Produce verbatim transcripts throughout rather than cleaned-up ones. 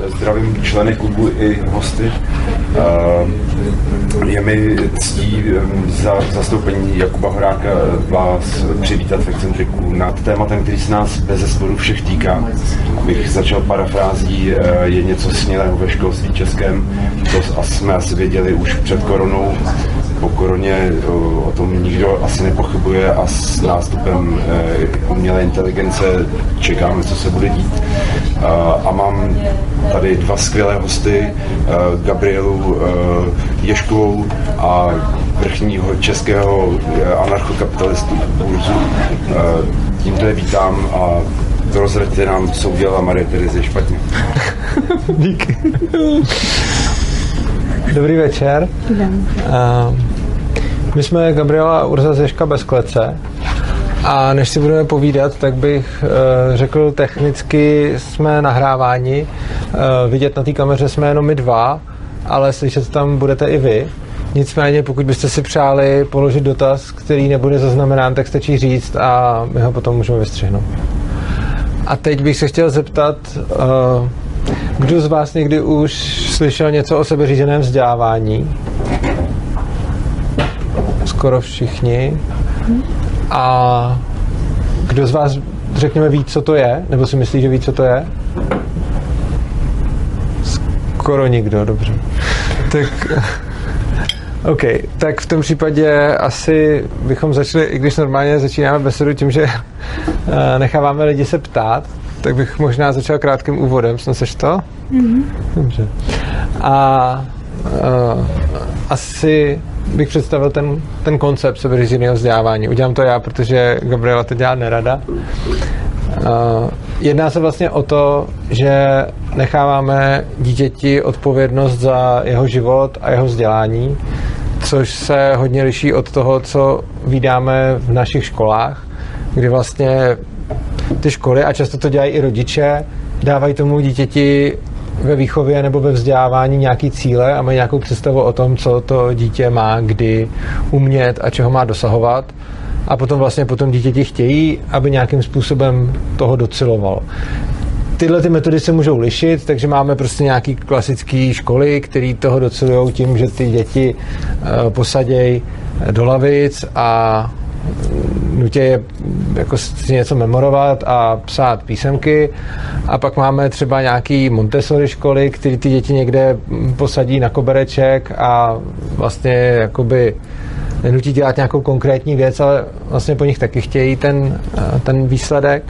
zdravím členy klubu i hosty. Je mi ctí za zastoupení Jakuba Horáka vás přivítat v Excentriku nad tématem, který se nás bezesporu všech týká. Abych začal parafrází, je něco smělého ve školství českém, to jsme asi věděli už před koronou. Po koroně o tom nikdo asi nepochybuje a s nástupem umělé inteligence čekáme, co se bude dít. A mám tady dva skvělé hosty, Gabrielu Ježkovou a vrchního českého anarchokapitalistu Burzu. Tímto je vítám a rozraďte nám, co udělala Marie Terezie špatně. Díky. Dobrý večer. Uh, my jsme Gabriela Urza z Ježka bez klece a než si budeme povídat, tak bych uh, řekl, technicky jsme nahráváni. Uh, vidět na té kameře jsme jenom my dva, ale slyšet tam budete i vy. Nicméně, pokud byste si přáli položit dotaz, který nebude zaznamenán, tak stačí říct a my ho potom můžeme vystřihnout. A teď bych se chtěl zeptat, uh, kdo z vás někdy už slyšel něco o sebeřízeném vzdělávání? Skoro všichni. A kdo z vás, řekněme, ví, co to je? Nebo si myslí, že ví, co to je? Skoro nikdo, dobře. Tak, OK, tak v tom případě asi bychom začali, i když normálně začínáme besedu tím, že necháváme lidi se ptát, tak bych možná začal krátkým úvodem. Snad seš to? Mm-hmm. Dobře. A uh, asi bych představil ten, ten koncept sebeřízeného vzdělávání. Udělám to já, protože Gabriela to dělá nerada. Uh, jedná se vlastně o to, že necháváme dítěti odpovědnost za jeho život a jeho vzdělání, což se hodně liší od toho, co vídáme v našich školách, kdy vlastně ty školy, a často to dělají i rodiče, dávají tomu dítěti ve výchově nebo ve vzdělávání nějaký cíle a mají nějakou představu o tom, co to dítě má kdy umět a čeho má dosahovat. A potom vlastně potom dítěti chtějí, aby nějakým způsobem toho docilovalo. Tyhle ty metody se můžou lišit, takže máme prostě nějaký klasický školy, které toho docilujou tím, že ty děti uh, posadějí do lavic a nutě je jako si něco memorovat a psát písemky. A pak máme třeba nějaký Montessori školy, které ty děti někde posadí na kobereček a vlastně jakoby nenutí dělat nějakou konkrétní věc, ale vlastně po nich taky chtějí ten, ten výsledek.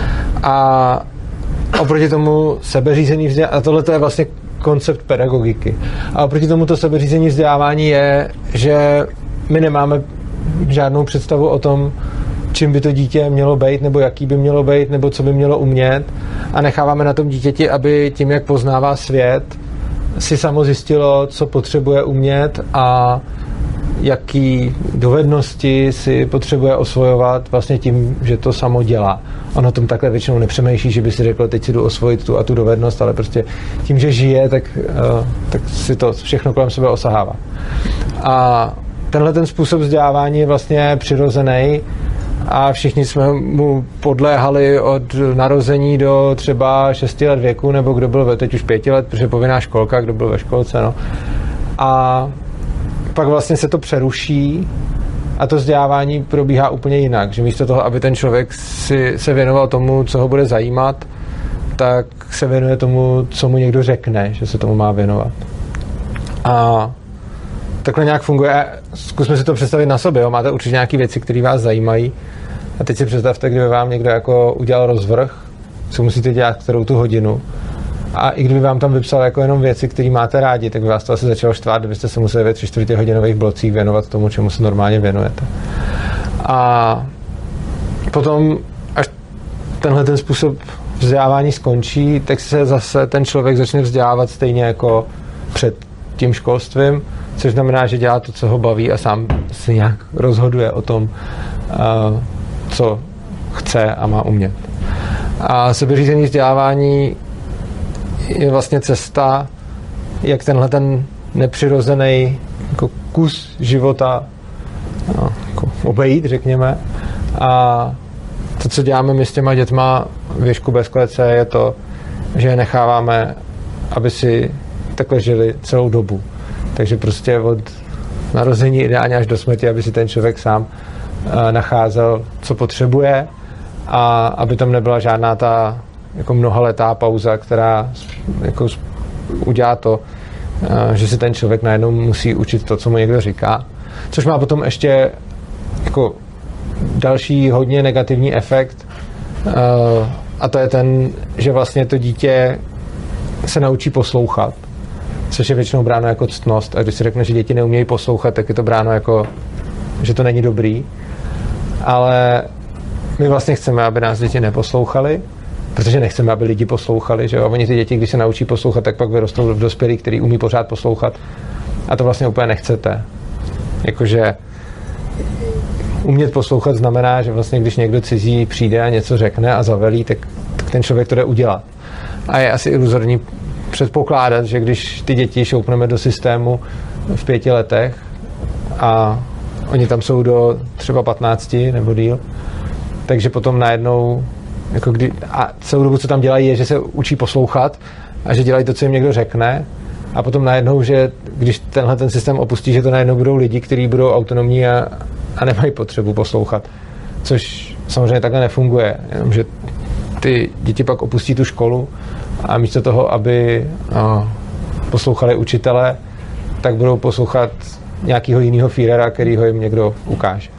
A oproti tomu sebeřízený vzdělávání, a tohle je vlastně koncept pedagogiky. A oproti tomu to sebeřízený vzdělávání je, že my nemáme žádnou představu o tom, čím by to dítě mělo být, nebo jaký by mělo být, nebo co by mělo umět. A necháváme na tom dítěti, aby tím, jak poznává svět, si samo zjistilo, co potřebuje umět a jaký dovednosti si potřebuje osvojovat vlastně tím, že to samo dělá. Ono tom takhle většinou nepřemýšlí, že by si řekl, teď si jdu osvojit tu a tu dovednost, ale prostě tím, že žije, tak, tak si to všechno kolem sebe osahává. A tenhle ten způsob vzdělávání je vlastně přirozený a všichni jsme mu podléhali od narození do třeba šesti let věku, nebo kdo byl teď už pěti let, protože povinná školka, kdo byl ve školce, no. A pak vlastně se to přeruší a to vzdělávání probíhá úplně jinak, že místo toho, aby ten člověk si se věnoval tomu, co ho bude zajímat, tak se věnuje tomu, co mu někdo řekne, že se tomu má věnovat. A takhle nějak funguje. Zkusme si to představit na sobě. Jo? Máte určitě nějaké věci, které vás zajímají. A teď si představte, kdyby vám někdo jako udělal rozvrh, co musíte dělat kterou tu hodinu. A i kdyby vám tam vypsal jako jenom věci, které máte rádi, tak by vás to asi začalo štvát, kdybyste se museli ve tři čtvrtě hodinových blocích věnovat tomu, čemu se normálně věnujete. A potom, až tenhle ten způsob vzdělávání skončí, tak se zase ten člověk začne vzdělávat stejně jako před tím školstvím, což znamená, že dělá to, co ho baví a sám si nějak rozhoduje o tom, co chce a má umět. A sebeřízený vzdělávání je vlastně cesta, jak tenhle ten nepřirozený jako kus života no, jako obejít, řekněme. A to, co děláme my s těma dětma v Ježku bez klece, je to, že je necháváme, aby si takhle žili celou dobu. Takže prostě od narození ideálně až do smrti, aby si ten člověk sám uh, nacházel, co potřebuje a aby tam nebyla žádná ta jako mnohaletá pauza, která jako udělá to, uh, že si ten člověk najednou musí učit to, co mu někdo říká. Což má potom ještě jako další hodně negativní efekt uh, a to je ten, že vlastně to dítě se naučí poslouchat, což je většinou bráno jako ctnost a když si řekne, že děti neumějí poslouchat, tak je to bráno jako, že to není dobrý. Ale my vlastně chceme, aby nás děti neposlouchali, protože nechceme, aby lidi poslouchali, že jo? Oni ty děti, když se naučí poslouchat, tak pak vyrostou v dospělí, který umí pořád poslouchat a to vlastně úplně nechcete. Jakože umět poslouchat znamená, že vlastně když někdo cizí přijde a něco řekne a zavelí, tak, tak ten člověk to jde udělat. A je asi iluzorní předpokládat, že když ty děti šoupneme do systému v pěti letech a oni tam jsou do třeba patnácti nebo díl, takže potom najednou jako kdy, a celou dobu, co tam dělají, je, že se učí poslouchat a že dělají to, co jim někdo řekne a potom najednou, že když tenhle ten systém opustí, že to najednou budou lidi, kteří budou autonomní a, a nemají potřebu poslouchat. Což samozřejmě takhle nefunguje, jenomže ty děti pak opustí tu školu a místo toho, aby no, poslouchali učitele, tak budou poslouchat nějakého jiného Führera, kterýho jim někdo ukáže.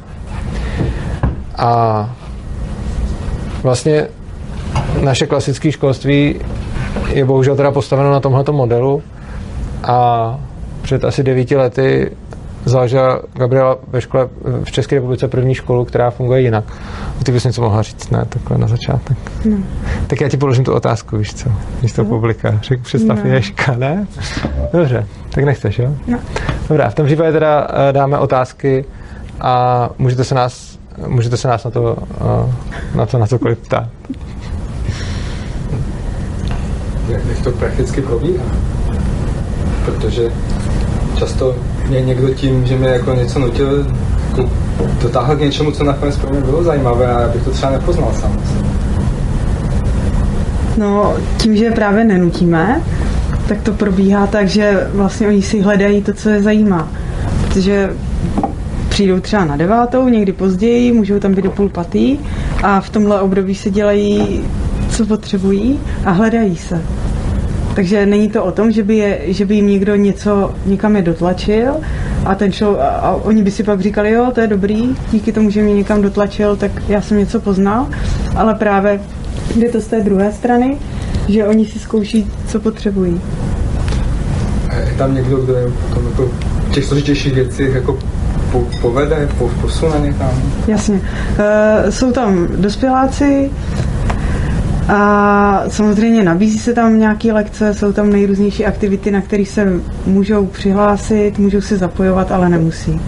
A vlastně naše klasické školství je bohužel teda postaveno na tomhleto modelu a před asi devíti lety založila Gabriela ve škole v České republice první školu, která funguje jinak. Ty bys něco mohla říct, ne? Takhle na začátek. No. Tak já ti položím tu otázku, víš co? Víš to publika. Řekl, představ no. Ježka, ne? Dobře, tak nechceš, jo? No. Dobrá, v tom případě teda dáme otázky a můžete se nás, můžete se nás na to, na to, na cokoliv ptát. Jak to prakticky probíhá? Protože často mě někdo tím, že mě jako něco nutil, jako dotáhl k něčemu, co nakonec pro mě bylo zajímavé a já bych to třeba nepoznal sám. No, tím, že právě nenutíme, tak to probíhá tak, že vlastně oni si hledají to, co je zajímá. Protože přijdou třeba na devátou, někdy později, můžou tam být do půl patý a v tomhle období si dělají, co potřebují a hledají se. Takže není to o tom, že by, je, že by jim někdo něco někam je dotlačil a, ten šlo, a, a oni by si pak říkali, jo, to je dobrý, díky tomu, že mě někam dotlačil, tak já jsem něco poznal, ale právě jde to z té druhé strany, že oni si zkouší, co potřebují. A je tam někdo, kdo je potom jako v těch složitějších věcích jako po, povede, po, posune někam? Jasně. E, jsou tam dospěláci, a samozřejmě nabízí se tam nějaké lekce, jsou tam nejrůznější aktivity, na které se můžou přihlásit, můžou se zapojovat, ale nemusí.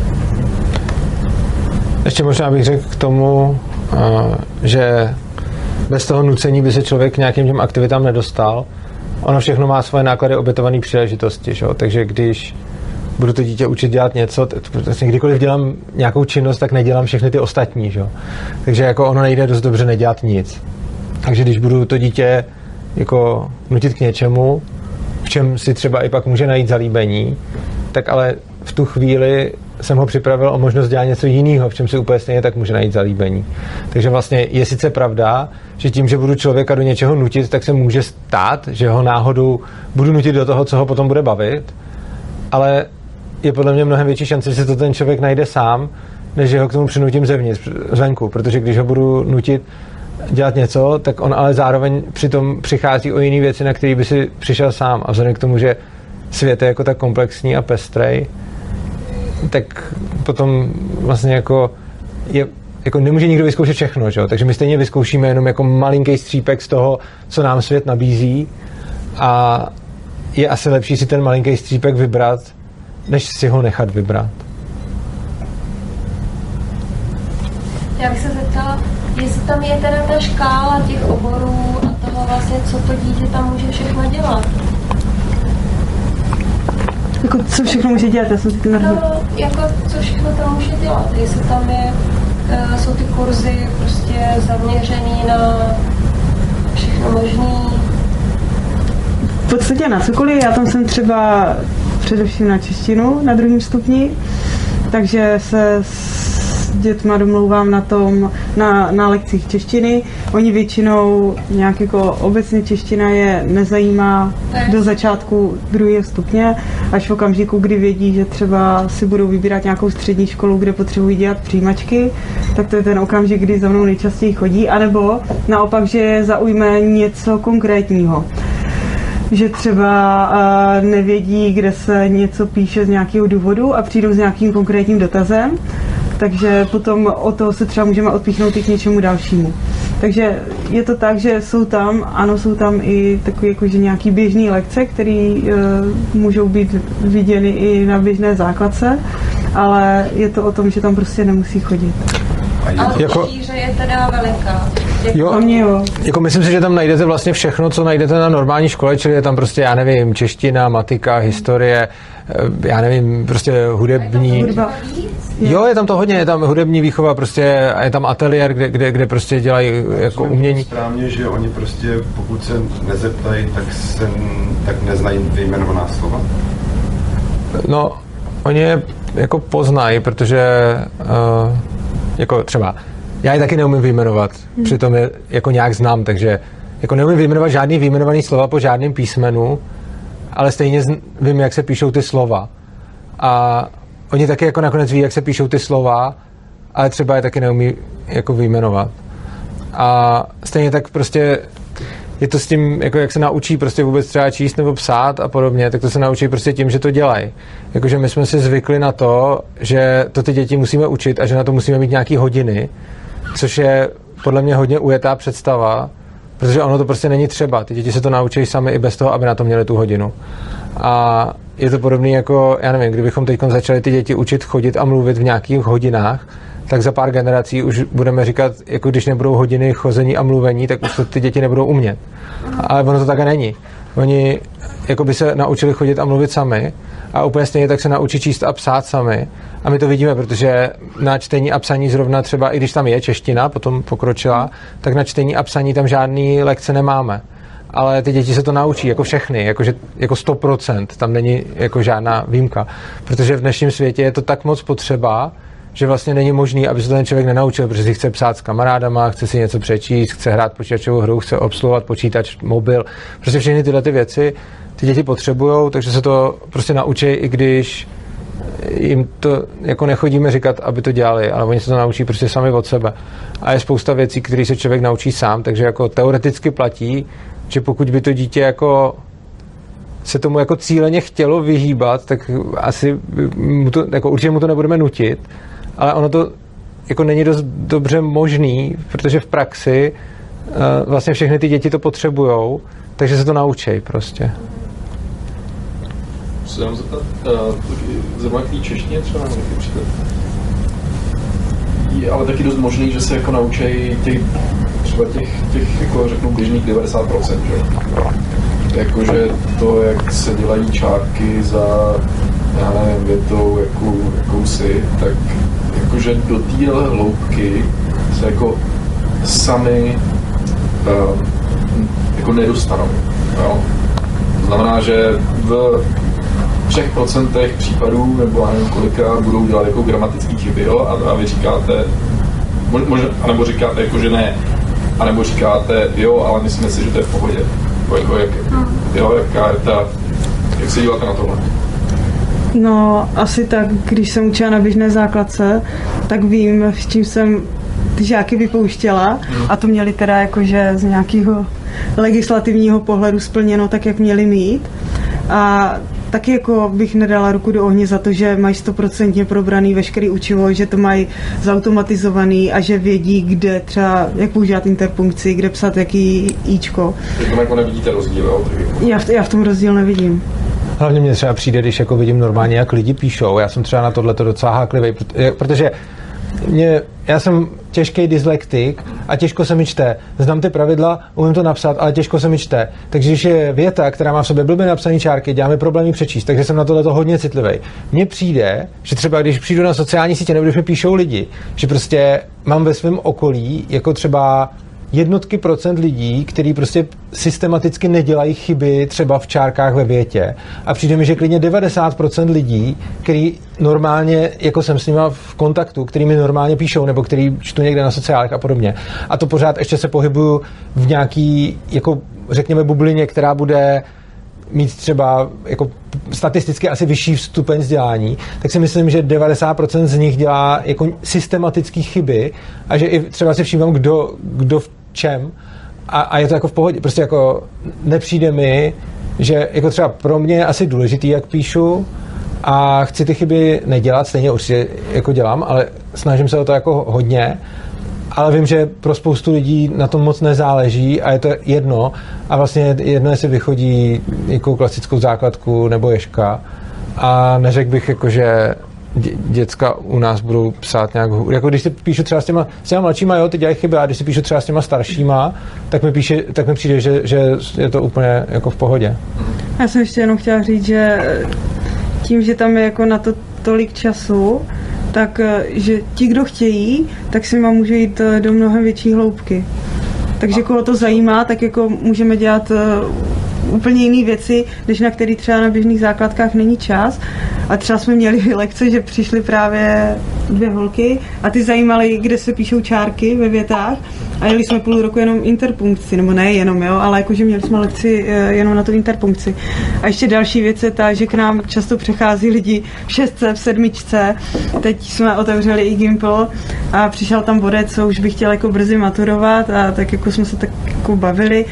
Ještě možná bych řekl k tomu, že bez toho nucení by se člověk k nějakým těm aktivitám nedostal. Ono všechno má svoje náklady, obětované příležitosti, že? Takže když budu to dítě učit dělat něco, vlastně kdykoliv dělám nějakou činnost, tak nedělám všechny ty ostatní, že? Takže jako ono nejde dost dobře nedělat nic. Takže když budu to dítě jako nutit k něčemu, v čem si třeba i pak může najít zalíbení, tak ale v tu chvíli jsem ho připravil o možnost dělat něco jiného, v čem si úplně stejně tak může najít zalíbení. Takže vlastně je sice pravda, že tím, že budu člověka do něčeho nutit, tak se může stát, že ho náhodou budu nutit do toho, co ho potom bude bavit, ale je podle mě mnohem větší šance, že se to ten člověk najde sám, než že ho k tomu přinutím zevnitř, zvenku, protože když ho budu nutit dělat něco, tak on ale zároveň přitom přichází o jiné věci, na které by si přišel sám. A vzhledem k tomu, že svět je jako tak komplexní a pestrej, tak potom vlastně jako, je, jako nemůže nikdo vyzkoušet všechno, že? Takže my stejně vyzkoušíme jenom jako malinký střípek z toho, co nám svět nabízí a je asi lepší si ten malinký střípek vybrat, než si ho nechat vybrat. Já bych se zeptala, jestli tam je teda ta škála těch oborů a toho vlastně, co to dítě tam může všechno dělat. Jako, co všechno může dělat? Já jsem si to no, jako, co všechno tam může dělat. Jestli tam je, uh, jsou ty kurzy prostě zaměřený na všechno možný. v podstatě na cokoliv. Já tam jsem třeba především na češtinu na druhém stupni, takže se s dětma domlouvám na tom, na, na lekcích češtiny. Oni většinou nějak jako obecně čeština je nezajímá do začátku druhého stupně, až v okamžiku, kdy vědí, že třeba si budou vybírat nějakou střední školu, kde potřebují dělat přijímačky, tak to je ten okamžik, kdy za mnou nejčastěji chodí, anebo naopak, že je zaujme něco konkrétního. Že třeba uh, nevědí, kde se něco píše z nějakého důvodu a přijdou s nějakým konkrétním dotazem, takže potom o toho se třeba můžeme odpíchnout i k něčemu dalšímu. Takže je to tak, že jsou tam, ano, jsou tam i takové jakože nějaký běžný lekce, které uh, můžou být viděny i na běžné základce, ale je to o tom, že tam prostě nemusí chodit. Ale jako, šíře je teda veliká. Jo, jo. Jako myslím si, že tam najdete vlastně všechno, co najdete na normální škole, čili je tam prostě, já nevím, čeština, matika, historie, já nevím, prostě hudební... Hudba. Jo, je tam to hodně, je tam hudební výchova, prostě je tam ateliér, kde, kde, kde prostě dělají jako umění. Správně, že oni prostě, pokud se nezeptají, tak, se, tak neznají vyjmenovaná slova? No, oni je jako poznají, protože uh, jako třeba já je taky neumím vyjmenovat, hmm. přitom je jako nějak znám, takže jako neumím vyjmenovat žádný vyjmenovaný slova po žádném písmenu, ale stejně vím, jak se píšou ty slova. A oni taky jako nakonec ví, jak se píšou ty slova, ale třeba je taky neumí jako vyjmenovat. A stejně tak prostě je to s tím, jako jak se naučí prostě vůbec třeba číst nebo psát a podobně, tak to se naučí prostě tím, že to dělají. Jakože my jsme si zvykli na to, že to ty děti musíme učit a že na to musíme mít nějaký hodiny, což je podle mě hodně ujetá představa, protože ono to prostě není třeba. Ty děti se to naučí sami i bez toho, aby na to měli tu hodinu. A je to podobné jako, já nevím, kdybychom teď začali ty děti učit chodit a mluvit v nějakých hodinách, tak za pár generací už budeme říkat, jako když nebudou hodiny chození a mluvení, tak už to ty děti nebudou umět. Ale ono to také není. Oni jako by se naučili chodit a mluvit sami a úplně stejně tak se naučí číst a psát sami. A my to vidíme, protože na čtení a psaní zrovna třeba, i když tam je čeština, potom pokročila, tak na čtení a psaní tam žádný lekce nemáme. Ale ty děti se to naučí, jako všechny, jakože, jako sto procent, tam není jako žádná výjimka. Protože v dnešním světě je to tak moc potřeba, že vlastně není možný, aby se ten člověk nenaučil, protože si chce psát s kamarádama, chce si něco přečíst, chce hrát počítačovou hru, chce obsluhovat počítač, mobil. Prostě všechny tyhle ty věci ty děti potřebujou, takže se to prostě naučí, i když jim to jako nechodíme říkat, aby to dělali, ale oni se to naučí prostě sami od sebe. A je spousta věcí, které se člověk naučí sám, takže jako teoreticky platí, že pokud by to dítě jako se tomu jako cíleně chtělo vyhýbat, tak asi mu to, jako určitě mu to nebudeme nutit, ale ono to jako není dost dobře možný, protože v praxi uh, vlastně všechny ty děti to potřebujou, takže se to naučí prostě. Se dám zeptat, uh, zrovna k té češtině třeba nebo nějaký příklad? Je ale taky dost možný, že se jako naučí těch, třeba těch, těch jako řeknu běžných devadesát procent, že? Jakože to, jak se dělají čárky za, já nevím, větou jakou, jakousi, tak jakože do téhle hloubky se jako sami uh, jako nedostanou. Jo? To znamená, že v třech procentech případů, nebo nevím kolika, budou dělat jako gramatický chyby, jo? A, a vy říkáte, možná, anebo říkáte jako, že ne, anebo říkáte, jo, ale myslíme si, že to je v pohodě. Jako jak, jo, jaká je ta, jak se díváte na tohle? No, asi tak, když jsem učila na běžné základce, tak vím, s čím jsem ty žáky vypouštěla a to měli teda jakože z nějakého legislativního pohledu splněno tak, jak měli mít. A taky jako bych nedala ruku do ohně za to, že mají stoprocentně probraný veškerý učivo, že to mají zautomatizovaný a že vědí, kde třeba, jak používat interpunkci, kde psat jaký íčko. Vy tomu jako nevidíte rozdíl, jo? Já v, já v tom rozdíl nevidím. Hlavně mě třeba přijde, když jako vidím normálně, jak lidi píšou. Já jsem třeba na tohleto docela háklivý, protože mě, já jsem těžký dyslektik a těžko se mi čte. Znám ty pravidla, umím to napsat, ale těžko se mi čte. Takže když je věta, která má v sobě blbě napsané čárky, dělá mi problémy přečíst, takže jsem na tohleto hodně citlivý. Mně přijde, že třeba když přijdu na sociální sítě nebo když mi píšou lidi, že prostě mám ve svém okolí jako třeba jednotky procent lidí, kteří prostě systematicky nedělají chyby třeba v čárkách ve větě. A přijde mi, že klidně devadesát procent lidí, který normálně, jako jsem s nima v kontaktu, který mi normálně píšou, nebo který čtu někde na sociálech a podobně. A to pořád ještě se pohybuju v nějaký, jako řekněme, bublině, která bude mít třeba jako statisticky asi vyšší stupeň vzdělání, tak si myslím, že devadesát procent z nich dělá jako systematické chyby a že i třeba si všímám, kdo, kdo v čem a, a je to jako v pohodě. Prostě jako nepřijde mi, že jako třeba pro mě je asi důležitý, jak píšu a chci ty chyby nedělat, stejně určitě jako dělám, ale snažím se o to jako hodně. Ale vím, že pro spoustu lidí na tom moc nezáleží a je to jedno. A vlastně jedno, jestli vychodí nějakou klasickou základku nebo ješka. A neřekl bych, jako, že dě- děcka u nás budou psát nějak... Jako když si píšu třeba s těma, s těma mladšíma, jo, ty dělají chyby, a když si píšu třeba s těma staršíma, tak mi, píše, tak mi přijde, že, že je to úplně jako v pohodě. Já jsem ještě jenom chtěla říct, že tím, že tam je jako na to tolik času, tak že ti, kdo chtějí, tak si má může jít do mnohem větší hloubky. Takže koho to zajímá, tak jako můžeme dělat úplně jiné věci, než na který třeba na běžných základkách není čas. A třeba jsme měli lekce, že přišly právě dvě holky a ty zajímaly, kde se píšou čárky ve větách a jeli jsme půl roku jenom interpunkci, nebo ne jenom, jo, ale jakože měli jsme lekci jenom na tu interpunkci. A ještě další věc je ta, že k nám často přechází lidi v šestce, v sedmičce. Teď jsme otevřeli i Gimpl a přišel tam bodec, co už bych chtěl jako brzy maturovat a tak jako jsme se tak jako bavili.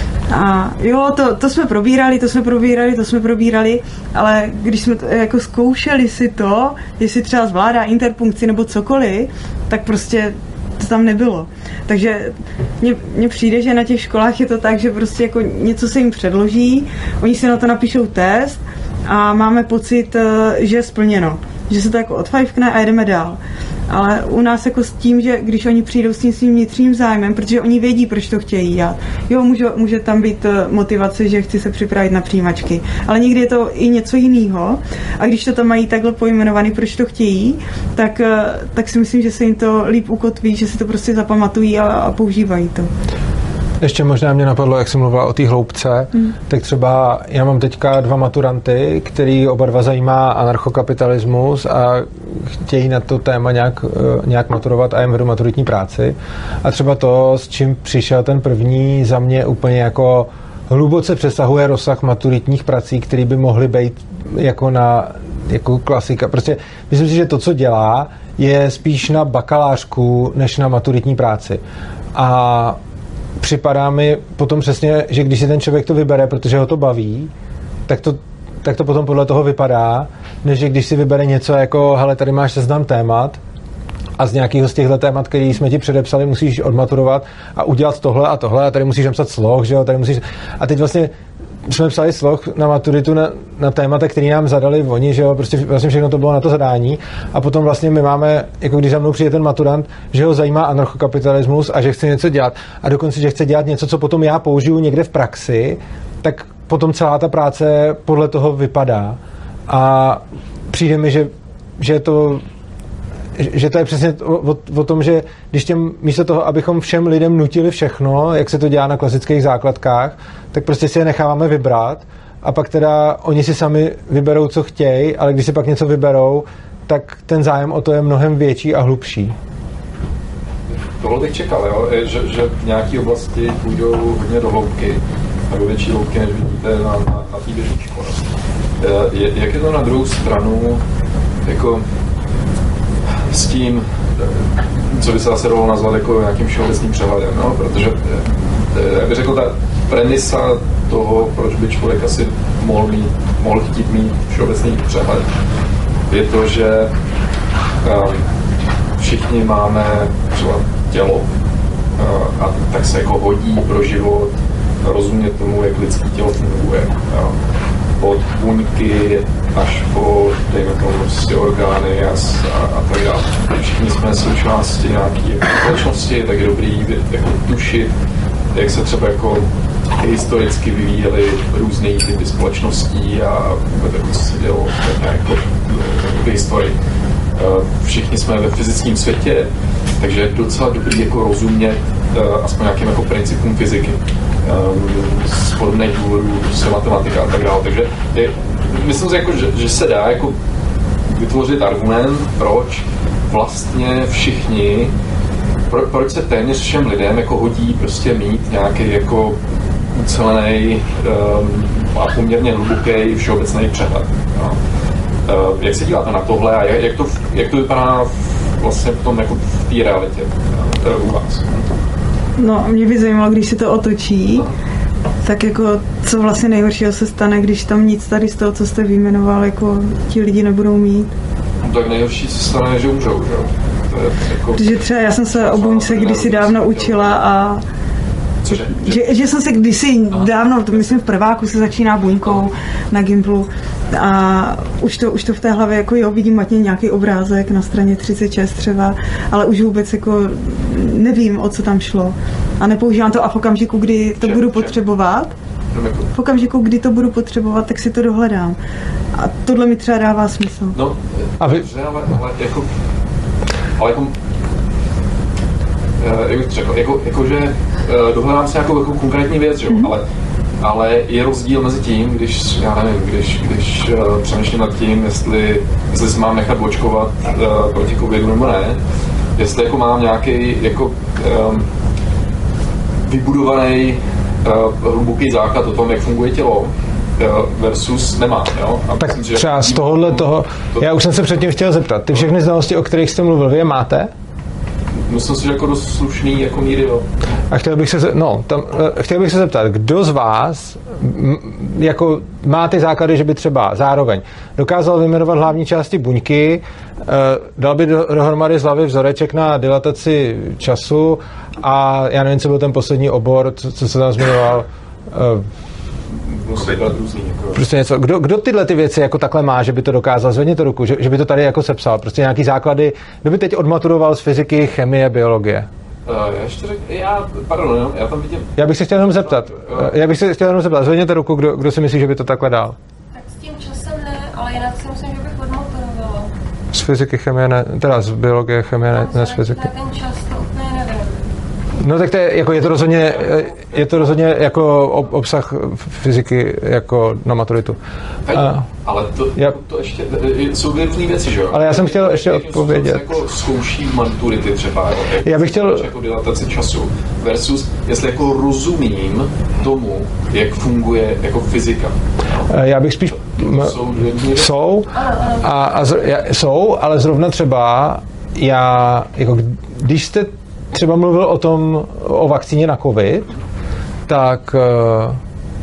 A jo, to, to jsme probírali, to jsme probírali, to jsme probírali, ale když jsme to, jako zkoušeli si to, jestli třeba zvládá interpunkci nebo cokoliv, tak prostě to tam nebylo. Takže mně přijde, že na těch školách je to tak, že prostě jako něco se jim předloží, oni si na to napíšou test a máme pocit, že je splněno. Že se to jako odfajfkne a jedeme dál. Ale u nás jako s tím, že když oni přijdou s tím svým vnitřním zájmem, protože oni vědí, proč to chtějí dělat. Jo, může, může tam být motivace, že chci se připravit na přijímačky, ale někdy je to i něco jiného. A když to tam mají takhle pojmenovaný, proč to chtějí, tak, tak si myslím, že se jim to líp ukotví, že si to prostě zapamatují a, a používají to. Ještě možná mě napadlo, jak jsem mluvila o té hloubce, hmm. tak třeba já mám teďka dva maturanty, který oba dva zajímá anarchokapitalismus a chtějí na to téma nějak, nějak maturovat a jim vedu maturitní práci. A třeba to, s čím přišel ten první, za mě úplně jako hluboce přesahuje rozsah maturitních prací, které by mohly být jako na jako klasika. Prostě myslím si, že to, co dělá, je spíš na bakalářku, než na maturitní práci. A připadá mi potom přesně, že když si ten člověk to vybere, protože ho to baví, tak to, tak to potom podle toho vypadá, než že když si vybere něco jako, hele, tady máš seznam témat a z nějakého z těchto témat, který jsme ti předepsali, musíš odmaturovat a udělat tohle a tohle a tady musíš napsat sloh, že jo, tady musíš... A teď vlastně jsme psali sloh na maturitu na, na témata, který nám zadali oni, že jo, prostě vlastně všechno to bylo na to zadání a potom vlastně my máme, jako když za mnou přijde ten maturant, že ho zajímá anarchokapitalismus a že chce něco dělat a dokonce, že chce dělat něco, co potom já použiju někde v praxi, tak potom celá ta práce podle toho vypadá a přijde mi, že, že to že to je přesně o, o tom, že když těm, místo toho, abychom všem lidem nutili všechno, jak se to dělá na klasických základkách, tak prostě si je necháváme vybrat a pak teda oni si sami vyberou, co chtějí, ale když si pak něco vyberou, tak ten zájem o to je mnohem větší a hlubší. Tohle bych čekal, jo? Že, že v nějaké oblasti půjdou hodně do hloubky a do větší hloubky, než vidíte na, na, na té běžné škole. Je, jak je to na druhou stranu jako s tím, co by se zase dalo nazvat jako nějakým všeobecným přehledem, no? Protože, jak bych řekl, ta premisa toho, proč by člověk asi mohl, mít, mohl chtít mít všeobecný přehled, je to, že um, všichni máme třeba tělo uh, a tak se jako hodí pro život rozumět tomu, jak lidský tělo funguje. Jo? Od buňky až po, dejme tomu, prostě orgány a, a, a tak dále. Všichni jsme součástí nějaké jako společnosti, tak je dobrý jako tušit, jak se třeba jako historicky vyvíjely různé typy společností a jako, co se dělo jako v historii. Všichni jsme ve fyzickém světě, takže je docela dobrý jako rozumět uh, aspoň nějakým jako principům fyziky. Um, z podobných důvodů, prostě matematika a tak dále. Takže je, myslím si, jako, že, že se dá jako vytvořit argument, proč vlastně všichni, pro, proč se téměř všem lidem jako hodí prostě mít nějaký jako ucelený um, a poměrně hluboký všeobecný přehled. No. Uh, jak se díváte na tohle a jak, jak, to, jak to vypadá vlastně v tom jako v té realitě uh, u vás? No, mě by zajímalo, když se to otočí, no. Tak jako co vlastně nejhoršího se stane, když tam nic tady z toho, co jste vyjmenoval, jako ti lidi nebudou mít? No, tak nejhorší se stane, že umřou, že? To je jako... Protože třeba já jsem se o buňce kdysi dávno učila a Cože? Že, že jsem se kdysi Aha. dávno, to myslím v prváku se začíná buňkou na Gimplu a už to, už to v té hlavě jako jo, vidím matně nějaký obrázek na straně třicet šest třeba, ale už vůbec jako nevím, o co tam šlo a nepoužívám to a v okamžiku, kdy to Če, budu če. potřebovat, v okamžiku, kdy to budu potřebovat, tak si to dohledám a tohle mi třeba dává smysl. No, a vy... dobře, ale, ale jako ale jako jak bych to řekl, jako, jako že dohledám si nějakou jako konkrétní věc, jo, mm-hmm. ale, ale je rozdíl mezi tím, když, já nevím, když, když uh, přemýšlím nad tím, jestli, jestli se mám nechat očkovat uh, proti covidu nebo ne, jestli jako mám nějaký jako um, vybudovaný uh, hluboký základ o tom, jak funguje tělo, uh, versus nemám, jo. A tak myslím, třeba z tohohle toho, to, já už jsem se předtím chtěl zeptat, ty všechny znalosti, o kterých jste mluvil, vy je máte? Myslím si, že jako dost slušný jako míry, jo. A chtěl bych se, no, tam, chtěl bych se zeptat, kdo z vás m, jako má ty základy, že by třeba zároveň dokázal vyjmenovat hlavní části buňky, e, dal by do, dohromady z hlavy vzoreček na dilataci času a já nevím, co byl ten poslední obor, co, co se tam zmiňoval, e, Musí dělat různý, jako... Prostě něco. Kdo, kdo tyhle ty věci jako takhle má, že by to dokázal? Zvedněte ruku, že, že by to tady jako sepsal. Prostě nějaký základy. Kdo by teď odmaturoval z fyziky, chemie, biologie? Uh, já ještě řek, já, pardon, jo, já tam vidím... Já bych se chtěl jenom zeptat. Já bych se chtěl jenom zeptat. Zvedněte ruku, kdo, kdo si myslí, že by to takhle dal? Tak s tím časem ne, ale jinak si myslím, že bych odmaturovala. Z fyziky, chemie, ne, teda z biologie, chemie, ne, ne z fyziky. Na ten čas to úplně nevím. No tak to je, jako je to rozhodně, je to rozhodně jako obsah fyziky jako na maturitu. A, ale to, já, to ještě, jsou dvě různý věci, že jo? Ale já jsem chtěl ještě odpovědět. Jako zkouší maturity třeba, jo? Jak já bych chtěl... Jako dilataci času versus, jestli jako rozumím tomu, jak funguje jako fyzika. No? Já bych spíš... To jsou, jsou, a, a z, já, jsou, ale zrovna třeba já, jako když jste třeba mluvil o tom, o vakcíně na covid, tak uh,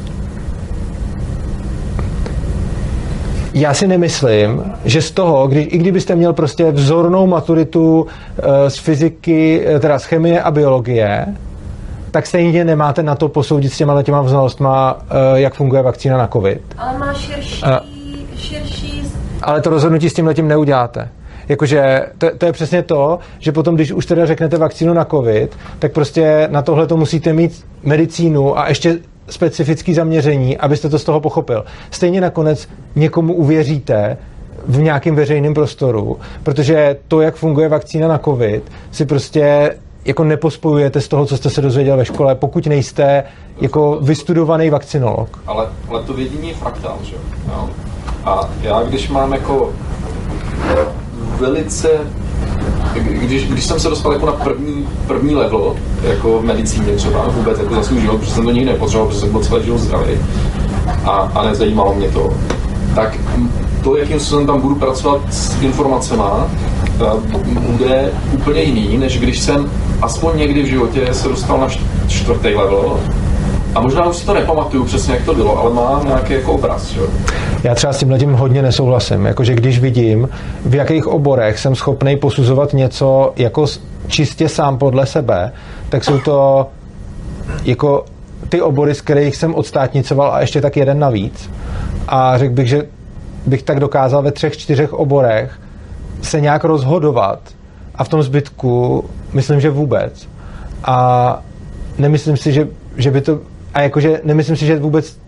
já si nemyslím, že z toho, kdy, i kdybyste měl prostě vzornou maturitu uh, z fyziky, teda z chemie a biologie, tak stejně nemáte na to posoudit s těma těma znalostma, uh, jak funguje vakcína na covid. Ale má širší, uh, širší... Ale to rozhodnutí s tímhletím neuděláte. Jakože to, to je přesně to, že potom, když už teda řeknete vakcínu na covid, tak prostě na tohle to musíte mít medicínu a ještě specifické zaměření, abyste to z toho pochopil. Stejně nakonec někomu uvěříte v nějakém veřejném prostoru, protože to, jak funguje vakcína na covid, si prostě jako nepospojujete z toho, co jste se dozvěděl ve škole, pokud nejste jako vystudovaný vakcinolog. Ale, ale to vědění je fraktál, že jo? A já, když mám jako velice, když, když jsem se dostal jako na první, první level, jako v medicíně třeba, vůbec jako za svůj život, protože jsem to nikdy nepotřeboval, protože jsem byl celý život zdravý a, a nezajímalo mě to, tak to, jakým způsobem tam budu pracovat s informacema, bude úplně jiný, než když jsem aspoň někdy v životě se dostal na čtvrtý level. A možná už si to nepamatuju přesně, jak to bylo, ale mám nějaký jako obraz, jo. Já třeba s tímhletím hodně nesouhlasím. Jakože když vidím, v jakých oborech jsem schopný posuzovat něco jako čistě sám podle sebe, tak jsou to jako ty obory, z kterých jsem odstátnicoval a ještě tak jeden navíc. A řekl bych, že bych tak dokázal ve třech, čtyřech oborech se nějak rozhodovat a v tom zbytku myslím, že vůbec. A nemyslím si, že, že by to a jakože nemyslím si, že vůbec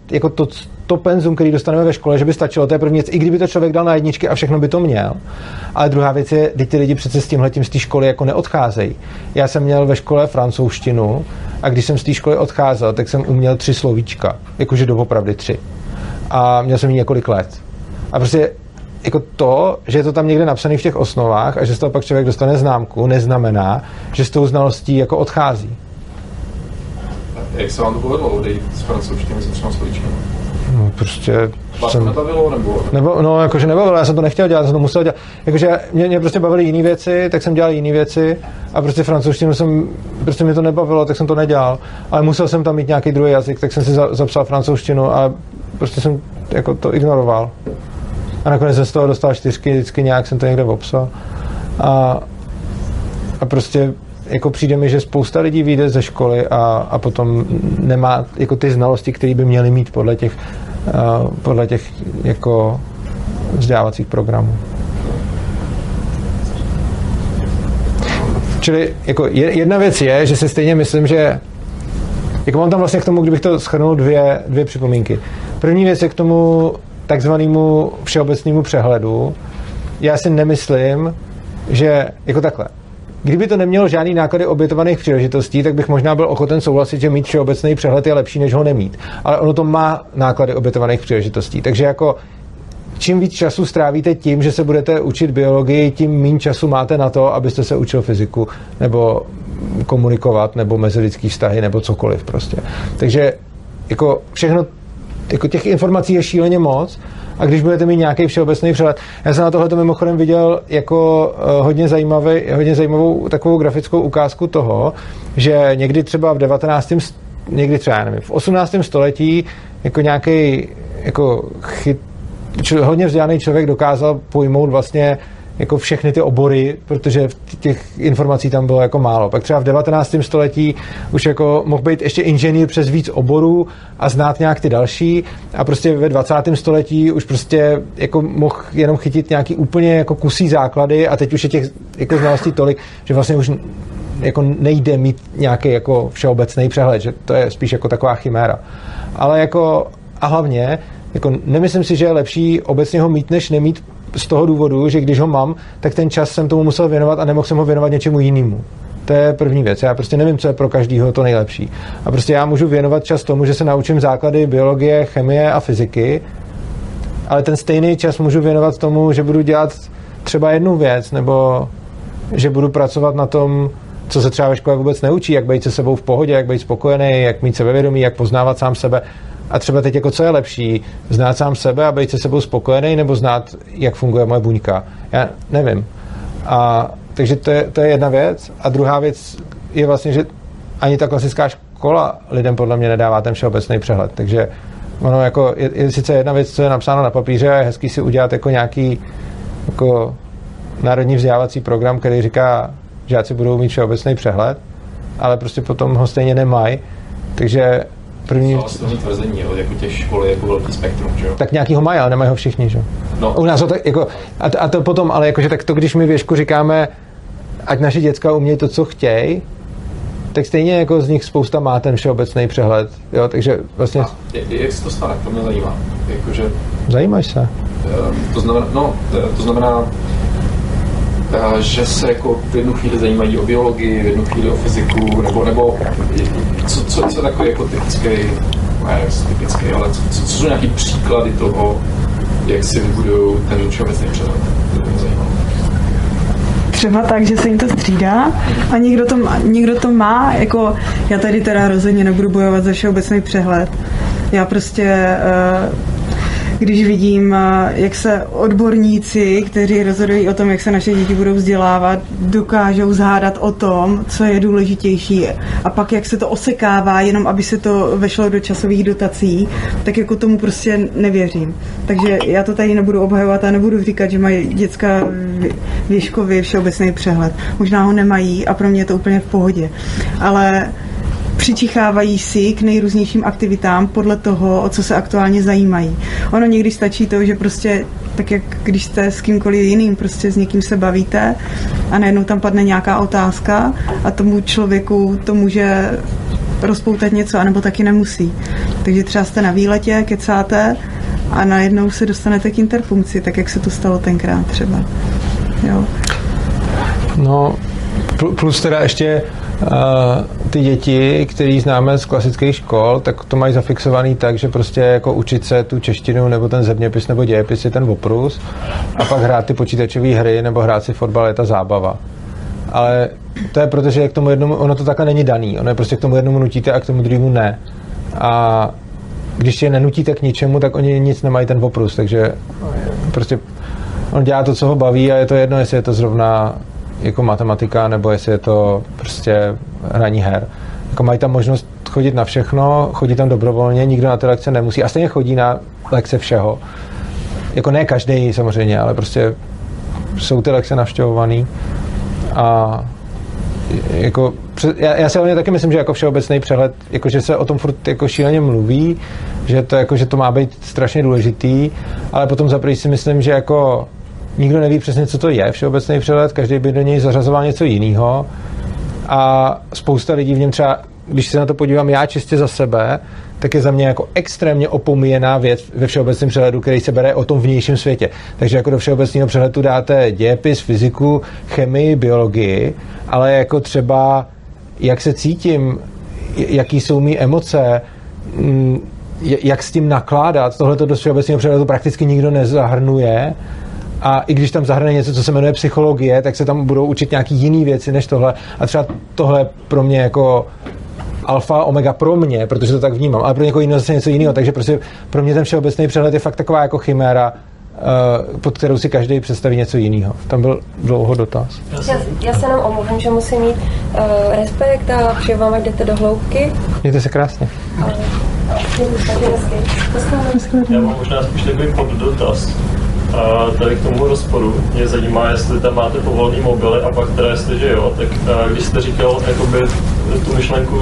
jako to, to penzum, který dostaneme ve škole, že by stačilo, to je první věc, i kdyby to člověk dal na jedničky a všechno by to měl. Ale druhá věc je, teď ty lidi přece s tímhletím z té školy jako neodcházejí. Já jsem měl ve škole francouzštinu a když jsem z té školy odcházel, tak jsem uměl tři slovíčka, jakože doopravdy tři. A měl jsem ji několik let. A prostě jako to, že je to tam někde napsané v těch osnovách a že z toho pak člověk dostane známku, neznamená, že s tou znalostí jako odchází. Jak se vám to povedlo odejít z francouzštiny se třema slovíčkami? No prostě... Vás jsem... to nebavilo, nebo? nebo? No, jakože nebavilo, já jsem to nechtěl dělat, já jsem to musel dělat. Jakože mě, mě prostě bavily jiné věci, tak jsem dělal jiné věci a prostě francouzštinu jsem, prostě mě to nebavilo, tak jsem to nedělal. Ale musel jsem tam mít nějaký druhý jazyk, tak jsem si za, zapsal francouzštinu a prostě jsem jako to ignoroval. A nakonec jsem z toho dostal čtyřky, vždycky nějak jsem to někde popsal. A, a prostě jako přijde mi, že spousta lidí vyjde ze školy a, a potom nemá jako ty znalosti, které by měly mít podle těch, uh, podle těch jako vzdělávacích programů. Čili jako jedna věc je, že si stejně myslím, že jako mám tam vlastně k tomu, kdybych to shrnul, dvě, dvě připomínky. První věc je k tomu takzvanému všeobecnému přehledu. Já si nemyslím, že jako takhle. Kdyby to nemělo žádný náklady obětovaných příležitostí, tak bych možná byl ochoten souhlasit, že mít všeobecný přehled je lepší, než ho nemít. Ale ono to má náklady obětovaných příležitostí. Takže jako čím víc času strávíte tím, že se budete učit biologii, tím méně času máte na to, abyste se učil fyziku, nebo komunikovat, nebo mezilidský vztahy, nebo cokoliv prostě. Takže jako všechno, jako těch informací je šíleně moc. A když budete mít nějaký všeobecný přehled. Já jsem na tohleto mimochodem viděl jako uh, hodně, zajímavý, hodně zajímavou takovou grafickou ukázku toho, že někdy třeba v devatenáctém někdy třeba, já nevím, v osmnáctém století jako nějaký jako chyt, č- hodně vzdělaný člověk dokázal pojmout vlastně jako všechny ty obory, protože těch informací tam bylo jako málo. Pak třeba v devatenáctém století už jako mohl být ještě inženýr přes víc oborů a znát nějak ty další a prostě ve dvacátém století už prostě jako mohl jenom chytit nějaký úplně jako kusí základy a teď už je těch jako znalostí tolik, že vlastně už jako nejde mít nějaký jako všeobecný přehled, že to je spíš jako taková chiméra. Ale jako a hlavně jako nemyslím si, že je lepší obecně ho mít, než nemít z toho důvodu, že když ho mám, tak ten čas jsem tomu musel věnovat a nemohl jsem ho věnovat něčemu jinému. To je první věc. Já prostě nevím, co je pro každého to nejlepší. A prostě já můžu věnovat čas tomu, že se naučím základy biologie, chemie a fyziky, ale ten stejný čas můžu věnovat tomu, že budu dělat třeba jednu věc, nebo že budu pracovat na tom, co se třeba ve škole vůbec neučí, jak být se sebou v pohodě, jak být spokojený, jak mít sebevědomí, jak poznávat sám sebe. A třeba teď jako co je lepší, znát sám sebe a být se sebou spokojený, nebo znát, jak funguje moje buňka. Já nevím. A takže to je, to je jedna věc. A druhá věc je vlastně, že ani ta klasická škola lidem podle mě nedává ten všeobecný přehled. Takže ono jako je, je sice jedna věc, co je napsáno na papíře a je hezký si udělat jako nějaký jako národní vzdělávací program, který říká, že žáci budou mít všeobecný přehled, ale prostě potom ho stejně nemají. Takže první... To je tvrzení, jo, jako těch škol je jako velký spektrum, že jo? Tak nějaký ho mají, ale nemají ho všichni, že jo? No. U nás ho tak jako, a, to, a to potom, ale jakože tak to, když my věšku říkáme, ať naši děcka umějí to, co chtějí, tak stejně jako z nich spousta má ten všeobecný přehled, jo, takže vlastně... A jak se to stane, to mě zajímá, jakože... Zajímáš se? To znamená, no, to znamená, že se jako v jednu chvíli zajímají o biologii, v jednu chvíli o fyziku, nebo, nebo co, co, co je takový jako typický, ne typický, ale co, co, co jsou nějaký příklady toho, jak si vybudují ten všeobecný přehled, to mě zajímalo. Třeba tak, že se jim to střídá a někdo to, má, někdo to má, jako já tady teda rozhodně nebudu bojovat za všeobecný přehled. Já prostě... Uh, když vidím, jak se odborníci, kteří rozhodují o tom, jak se naše děti budou vzdělávat, dokážou zhádat o tom, co je důležitější. A pak, jak se to osekává, jenom aby se to vešlo do časových dotací, tak jako tomu prostě nevěřím. Takže já to tady nebudu obhajovat a nebudu říkat, že mají děcka věškově všeobecný přehled. Možná ho nemají a pro mě je to úplně v pohodě. Ale přičichávají si k nejrůznějším aktivitám podle toho, o co se aktuálně zajímají. Ono někdy stačí to, že prostě tak jak když jste s kýmkoliv jiným, prostě s někým se bavíte a najednou tam padne nějaká otázka a tomu člověku to může rozpoutat něco, anebo taky nemusí. Takže třeba jste na výletě, kecáte a najednou se dostanete k interpunkci, tak jak se to stalo tenkrát třeba. Jo. No, plus teda ještě uh, ty děti, který známe z klasických škol, tak to mají zafixovaný tak, že prostě jako učit se tu češtinu nebo ten zeměpis nebo dějepis je ten oprus a pak hrát ty počítačové hry nebo hrát si fotbal je ta zábava. Ale to je proto, že k tomu jednomu, ono to takhle není daný, ono je prostě k tomu jednomu nutíte a k tomu druhému ne. A když je nenutíte k ničemu, tak oni nic nemají ten oprus, takže prostě on dělá to, co ho baví a je to jedno, jestli je to zrovna jako matematika, nebo jestli je to prostě hraní her. Jako mají tam možnost chodit na všechno, chodí tam dobrovolně, nikdo na ty lekce nemusí a stejně chodí na lekce všeho. Jako ne každý samozřejmě, ale prostě jsou ty lekce navštěvovaný a jako, já, já si hlavně taky myslím, že jako všeobecný přehled, jako že se o tom furt jako šíleně mluví, že to, jako, že to má být strašně důležitý, ale potom za první si myslím, že jako nikdo neví přesně, co to je všeobecný přehled, každý by do něj zařazoval něco jiného a spousta lidí v něm třeba, když se na to podívám já čistě za sebe, tak je za mě jako extrémně opomíjená věc ve všeobecném přehledu, který se bere o tom vnějším světě. Takže jako do všeobecného přehledu dáte dějepis, fyziku, chemii, biologii, ale jako třeba jak se cítím, jaký jsou mý emoce, jak s tím nakládat, tohle do všeobecného přehledu prakticky nikdo nezahrnuje. A i když tam zahrne něco, co se jmenuje psychologie, tak se tam budou učit nějaký jiný věci než tohle. A třeba tohle pro mě jako alfa, omega pro mě, protože to tak vnímám, ale pro někoho jiného zase něco jiného. Takže prostě pro mě ten všeobecný přehled je fakt taková jako chiméra, pod kterou si každý představí něco jiného. Tam byl dlouho dotaz. Já, já se nám omluvím, že musím mít uh, respekt a přeju vám, jak jdete do hloubky. Mějte se krásně. Já mám možná spíš takový poddotaz. A tady k tomu rozporu mě zajímá, jestli tam máte povolený mobily a pak teda jestli, že jo, tak a když jste říkal jakoby tu myšlenku,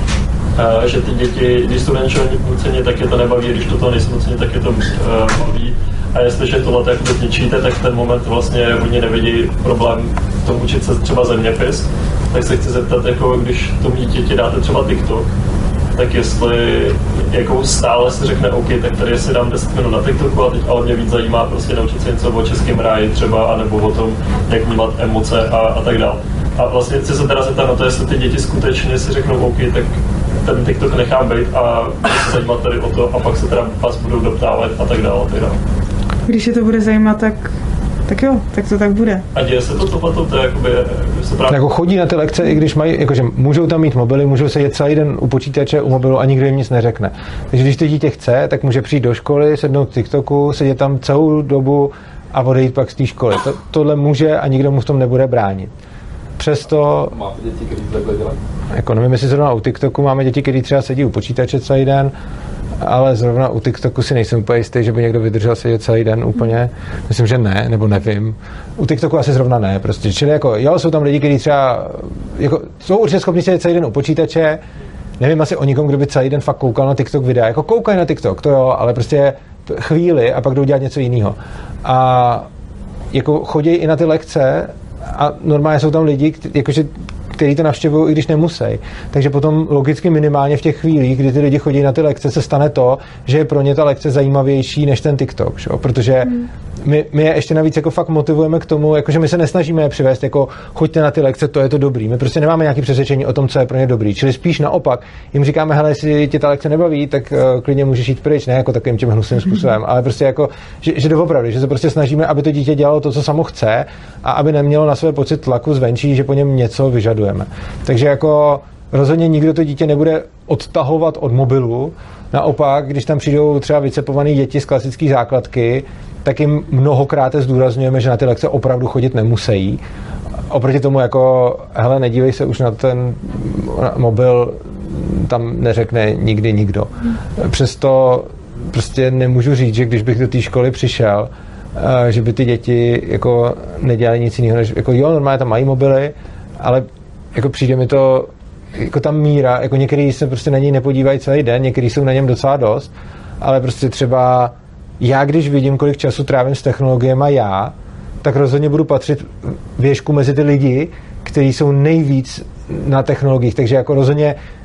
a, že ty děti, když jsou na něčeho nuceně, tak je to nebaví, když to toho nejsou nuceně, tak je to uh, baví. A jestliže tohle jakoby zničíte, tak v ten moment vlastně hodně nevidí problém v tom učit se třeba zeměpis. Tak se chci zeptat, jako když tomu dítěti dáte třeba TikTok, tak jestli jako stále si řekne OK, tak tady si dám deset minut na TikToku a teď ale mě víc zajímá prostě naučit se něco o českém ráji třeba, anebo o tom, jak vnímat emoce a, a tak dále. A vlastně chci se teda zeptat na to, jestli ty děti skutečně si řeknou OK, tak ten TikTok nechám být a se zajímat tady o to a pak se teda vás budou doptávat a tak dále. A tak dále. Když je to bude zajímat, tak tak jo, tak to tak bude. A děje se to tohleto, to je jakoby, se právě... Jako chodí na ty lekce, i když mají, jakože můžou tam mít mobily, můžou se jet celý den u počítače, u mobilu a nikdo jim nic neřekne. Takže když to dítě chce, tak může přijít do školy, sednout k TikToku, sedět tam celou dobu a odejít pak z té školy. To, tohle může a nikdo mu v tom nebude bránit. Přesto... Máte děti, které takhle dělají? Jako nevím, jestli zrovna u TikToku máme děti, které třeba sedí u počítače celý den, ale zrovna u TikToku si nejsem úplně jistý, že by někdo vydržel sedět celý den úplně. Myslím, že ne, nebo nevím. U TikToku asi zrovna ne, prostě. Čili jako, jo, jsou tam lidi, kteří třeba jako, jsou určitě schopni sedět celý den u počítače. Nevím asi o nikom, kdo by celý den fakt koukal na TikTok videa. Jako koukají na TikTok, to jo, ale prostě chvíli a pak jdou dělat něco jiného. A jako chodí i na ty lekce a normálně jsou tam lidi, jakože který to navštěvují, i když nemusí. Takže potom logicky minimálně v těch chvílích, kdy ty lidi chodí na ty lekce, se stane to, že je pro ně ta lekce zajímavější než ten TikTok. Šo? Protože hmm. my, my je ještě navíc jako fakt motivujeme k tomu, jakože my se nesnažíme je přivést, jako choďte na ty lekce, to je to dobrý. My prostě nemáme nějaké přesvědčení o tom, co je pro ně dobrý. Čili spíš naopak, jim říkáme, hele, jestli tě ta lekce nebaví, tak uh, klidně můžeš jít pryč, ne jako takovým tím hnusným způsobem, ale prostě jako, že, že doopravdy, že se prostě snažíme, aby to dítě dělalo to, co samo chce a aby nemělo na své pocit tlaku zvenčí, že po něm něco vyžadujeme. Takže jako rozhodně nikdo to dítě nebude odtahovat od mobilu. Naopak, když tam přijdou třeba vycepované děti z klasické základky, tak jim mnohokrát zdůrazňujeme, že na ty lekce opravdu chodit nemusí. Oproti tomu jako, hele, nedívej se už na ten mobil, tam neřekne nikdy nikdo. Přesto prostě nemůžu říct, že když bych do té školy přišel, že by ty děti jako nedělali nic jiného, než jako jo, normálně tam mají mobily, ale jako přijde mi to, jako ta míra, jako některý se prostě na něj nepodívají celý den, některý jsou na něm docela dost, ale prostě třeba já, když vidím, kolik času trávím s technologiemi já, tak rozhodně budu patřit věšku mezi ty lidi, kteří jsou nejvíc na technologiích, takže jako rozhodně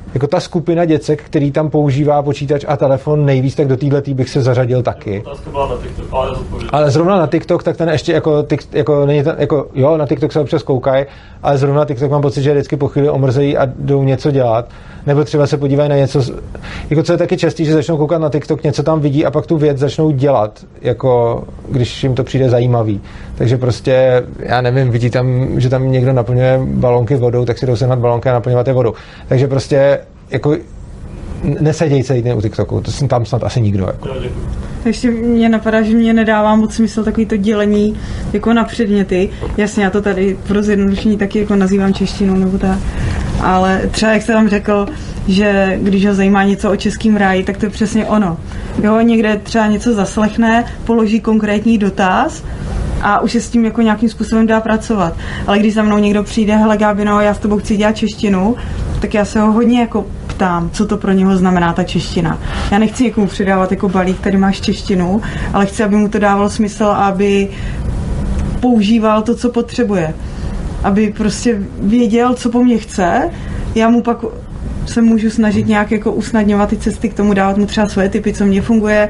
jako ta skupina děcek, který tam používá počítač a telefon nejvíc, tak do této bych se zařadil taky. Na TikTok, ale, ale zrovna na TikTok, tak ten ještě jako, jako, není ten, jako jo, na TikTok se občas koukají, ale zrovna na TikTok mám pocit, že vždycky po chvíli omrzejí a jdou něco dělat. Nebo třeba se podívají na něco, jako co je taky častý, že začnou koukat na TikTok, něco tam vidí a pak tu věc začnou dělat, jako když jim to přijde zajímavý. Takže prostě, já nevím, vidí tam, že tam někdo naplňuje balonky vodou, tak si jdou sehnat balonky a naplňovat je vodou. Takže prostě, jako neseděj celý den u TikToku, to jsem tam snad asi nikdo. Jako. Ještě mě napadá, že mě nedává moc smysl takový to dělení jako na předměty. Jasně, já to tady pro zjednodušení taky jako nazývám češtinou nebo tak. Ale třeba jak jste tam řekl, že když ho zajímá něco o českým ráji, tak to je přesně ono. Jo, někde třeba něco zaslechne, položí konkrétní dotaz a už se s tím jako nějakým způsobem dá pracovat. Ale když za mnou někdo přijde, hele Gábino, já s tebou chci dělat češtinu, tak já se ho hodně jako ptám, co to pro něho znamená ta čeština. Já nechci někomu předávat jako balík, tady máš češtinu, ale chci, aby mu to dávalo smysl, aby používal to, co potřebuje. Aby prostě věděl, co po mně chce, já mu pak se můžu snažit nějak jako usnadňovat ty cesty k tomu, dávat mu třeba svoje tipy, co mě funguje,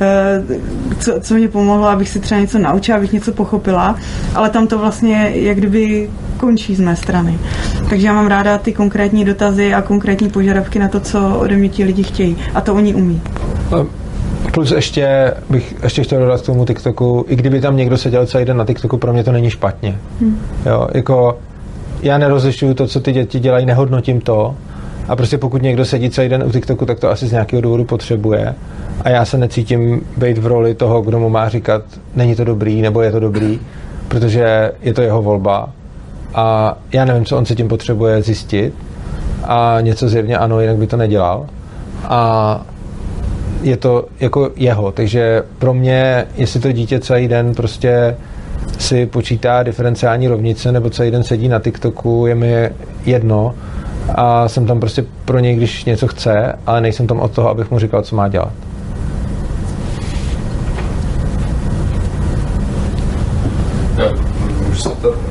co, co mě pomohlo, abych si třeba něco naučila, abych něco pochopila, ale tam to vlastně jak kdyby končí z mé strany. Takže já mám ráda ty konkrétní dotazy a konkrétní požadavky na to, co ode mě ti lidi chtějí. A to oni umí. Plus ještě bych ještě chtěl dodat k tomu TikToku, i kdyby tam někdo seděl celý den na TikToku, pro mě to není špatně. Hmm. Jo, jako já nerozlišuju to, co ty děti dělají, nehodnotím to. A prostě pokud někdo sedí celý den u TikToku, tak to asi z nějakého důvodu potřebuje. A já se necítím být v roli toho, kdo mu má říkat, není to dobrý, nebo je to dobrý, protože je to jeho volba. A já nevím, co on se tím potřebuje zjistit. A něco zjevně ano, jinak by to nedělal. A je to jako jeho. Takže pro mě, jestli to dítě celý den prostě si počítá diferenciální rovnice, nebo celý den sedí na TikToku, je mi jedno. A jsem tam prostě pro něj, když něco chce, ale nejsem tam od toho, abych mu říkal, co má dělat. Já, můžu se ptat,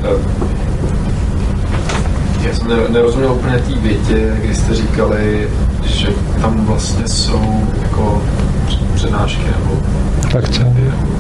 já jsem nerozuměl úplně té větě, kdy jste říkali, že tam vlastně jsou jako přednášky nebo lekce.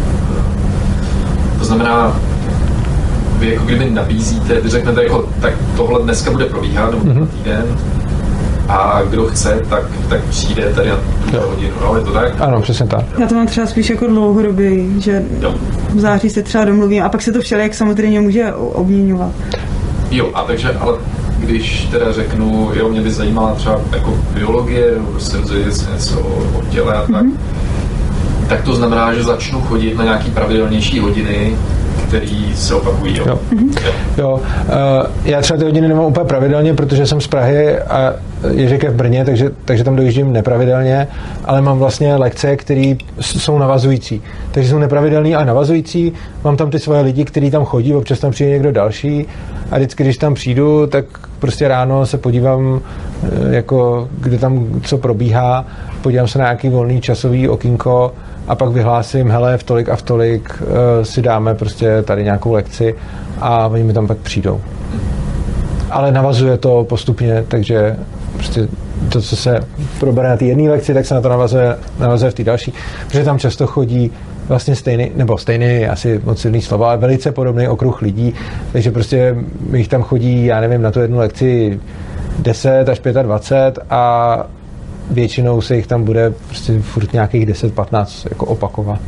To znamená, vy jako kdyby nabízíte, vy řeknete jako, tak tohle dneska bude probíhat, nebo mm-hmm. týden, a kdo chce, tak, tak přijde tady na tu hodinu, no, je to tak? Ano, přesně tak. Já to mám třeba spíš jako dlouhodobý, že jo. V září se třeba domluvím a pak se to všelijak samozřejmě může obměňovat. Jo, a takže, ale když teda řeknu, jo, mě by zajímala třeba jako biologie, nebo prostě dozvědět se něco o těle a tak, mm-hmm. tak to znamená, že začnu chodit na nějaký pravidelnější hodiny, který se opakují. Jo. Jo. Mm-hmm. jo. Uh, já třeba ty hodiny nemám úplně pravidelně, protože jsem z Prahy a Ježek je v Brně, takže, takže tam dojíždím nepravidelně, ale mám vlastně lekce, které jsou navazující. Takže jsou nepravidelný a navazující. Mám tam ty svoje lidi, kteří tam chodí, občas tam přijde někdo další a vždycky, když tam přijdu, tak prostě ráno se podívám, jako, kde tam co probíhá, podívám se na nějaký volný časový okýnko a pak vyhlásím, hele, v tolik a v tolik uh, si dáme prostě tady nějakou lekci a oni mi tam pak přijdou. Ale navazuje to postupně, takže prostě to, co se probere na té jedné lekci, tak se na to navazuje, navazuje v té další, protože tam často chodí vlastně stejný, nebo stejný, asi moc silný slovo, ale velice podobný okruh lidí, takže prostě jich tam chodí, já nevím, na tu jednu lekci deset až dvacet pět a většinou se jich tam bude prostě furt nějakých deset patnáct jako opakovat.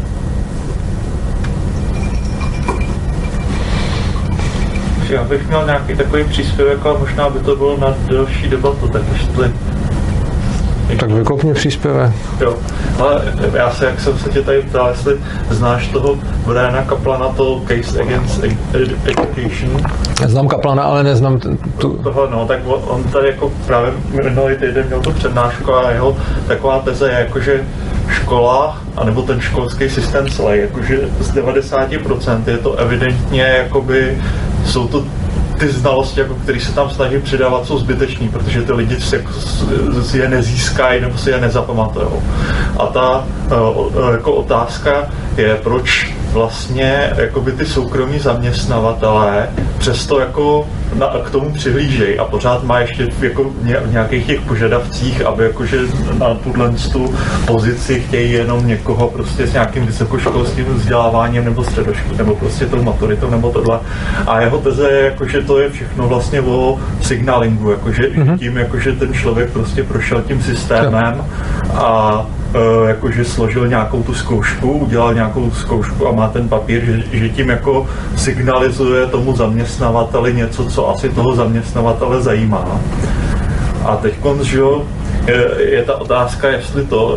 Já bych měl nějaký takový příspěvek, ale možná by to bylo na další debatu, tak jestli... Tak vykopně příspěvek. Jo, ale já se, jak jsem se tě tady ptal, jestli znáš toho Briana Kaplana, to Case Against Education. Já znám Kaplana, ale neznám tu... Toho, no, tak on tady jako právě minulý týden měl tu přednášku a jeho taková teze je jako, že škola, anebo ten školský systém celý, jakože z devadesát procent je to evidentně, jakoby, jsou to ty znalosti, jako, které se tam snaží přidávat, jsou zbytečný, protože ty lidi si, jako, si je nezískají nebo si je nezapamatují. A ta jako otázka je, proč vlastně jakoby ty soukromí zaměstnavatelé přesto jako na, k tomu přihlížejí a pořád má ještě jako v nějakých těch požadavcích, aby jakože na tuhle tu pozici chtějí jenom někoho prostě s nějakým vysokoškolským vzděláváním nebo středoškolským nebo prostě tou maturitou nebo tohle. A jeho teze je jakože to je všechno vlastně o signalingu, jakože mm-hmm. tím jakože ten člověk prostě prošel tím systémem a e, jakože složil nějakou tu zkoušku, udělal nějakou zkoušku a má ten papír, že, že tím jako signalizuje tomu zaměstnavateli něco, co asi toho zaměstnavatele zajímá. A teď konc, je, je ta otázka, jestli to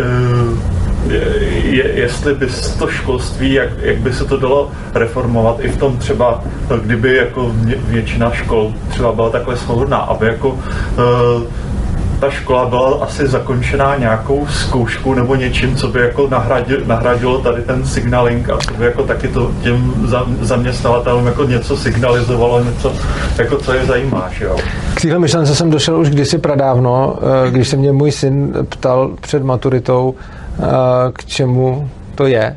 je, je, jestli by to školství, jak, jak by se to dalo reformovat i v tom třeba, kdyby jako většina škol třeba byla takhle svobodná, aby jako ta škola byla asi zakončená nějakou zkouškou nebo něčím, co by jako nahradilo, nahradilo tady ten signaling a co by jako taky to těm zaměstnavatelům jako něco signalizovalo, něco jako co je zajímá, že jo. K téhle myšlence jsem došel už kdysi pradávno, když se mě můj syn ptal před maturitou, k čemu to je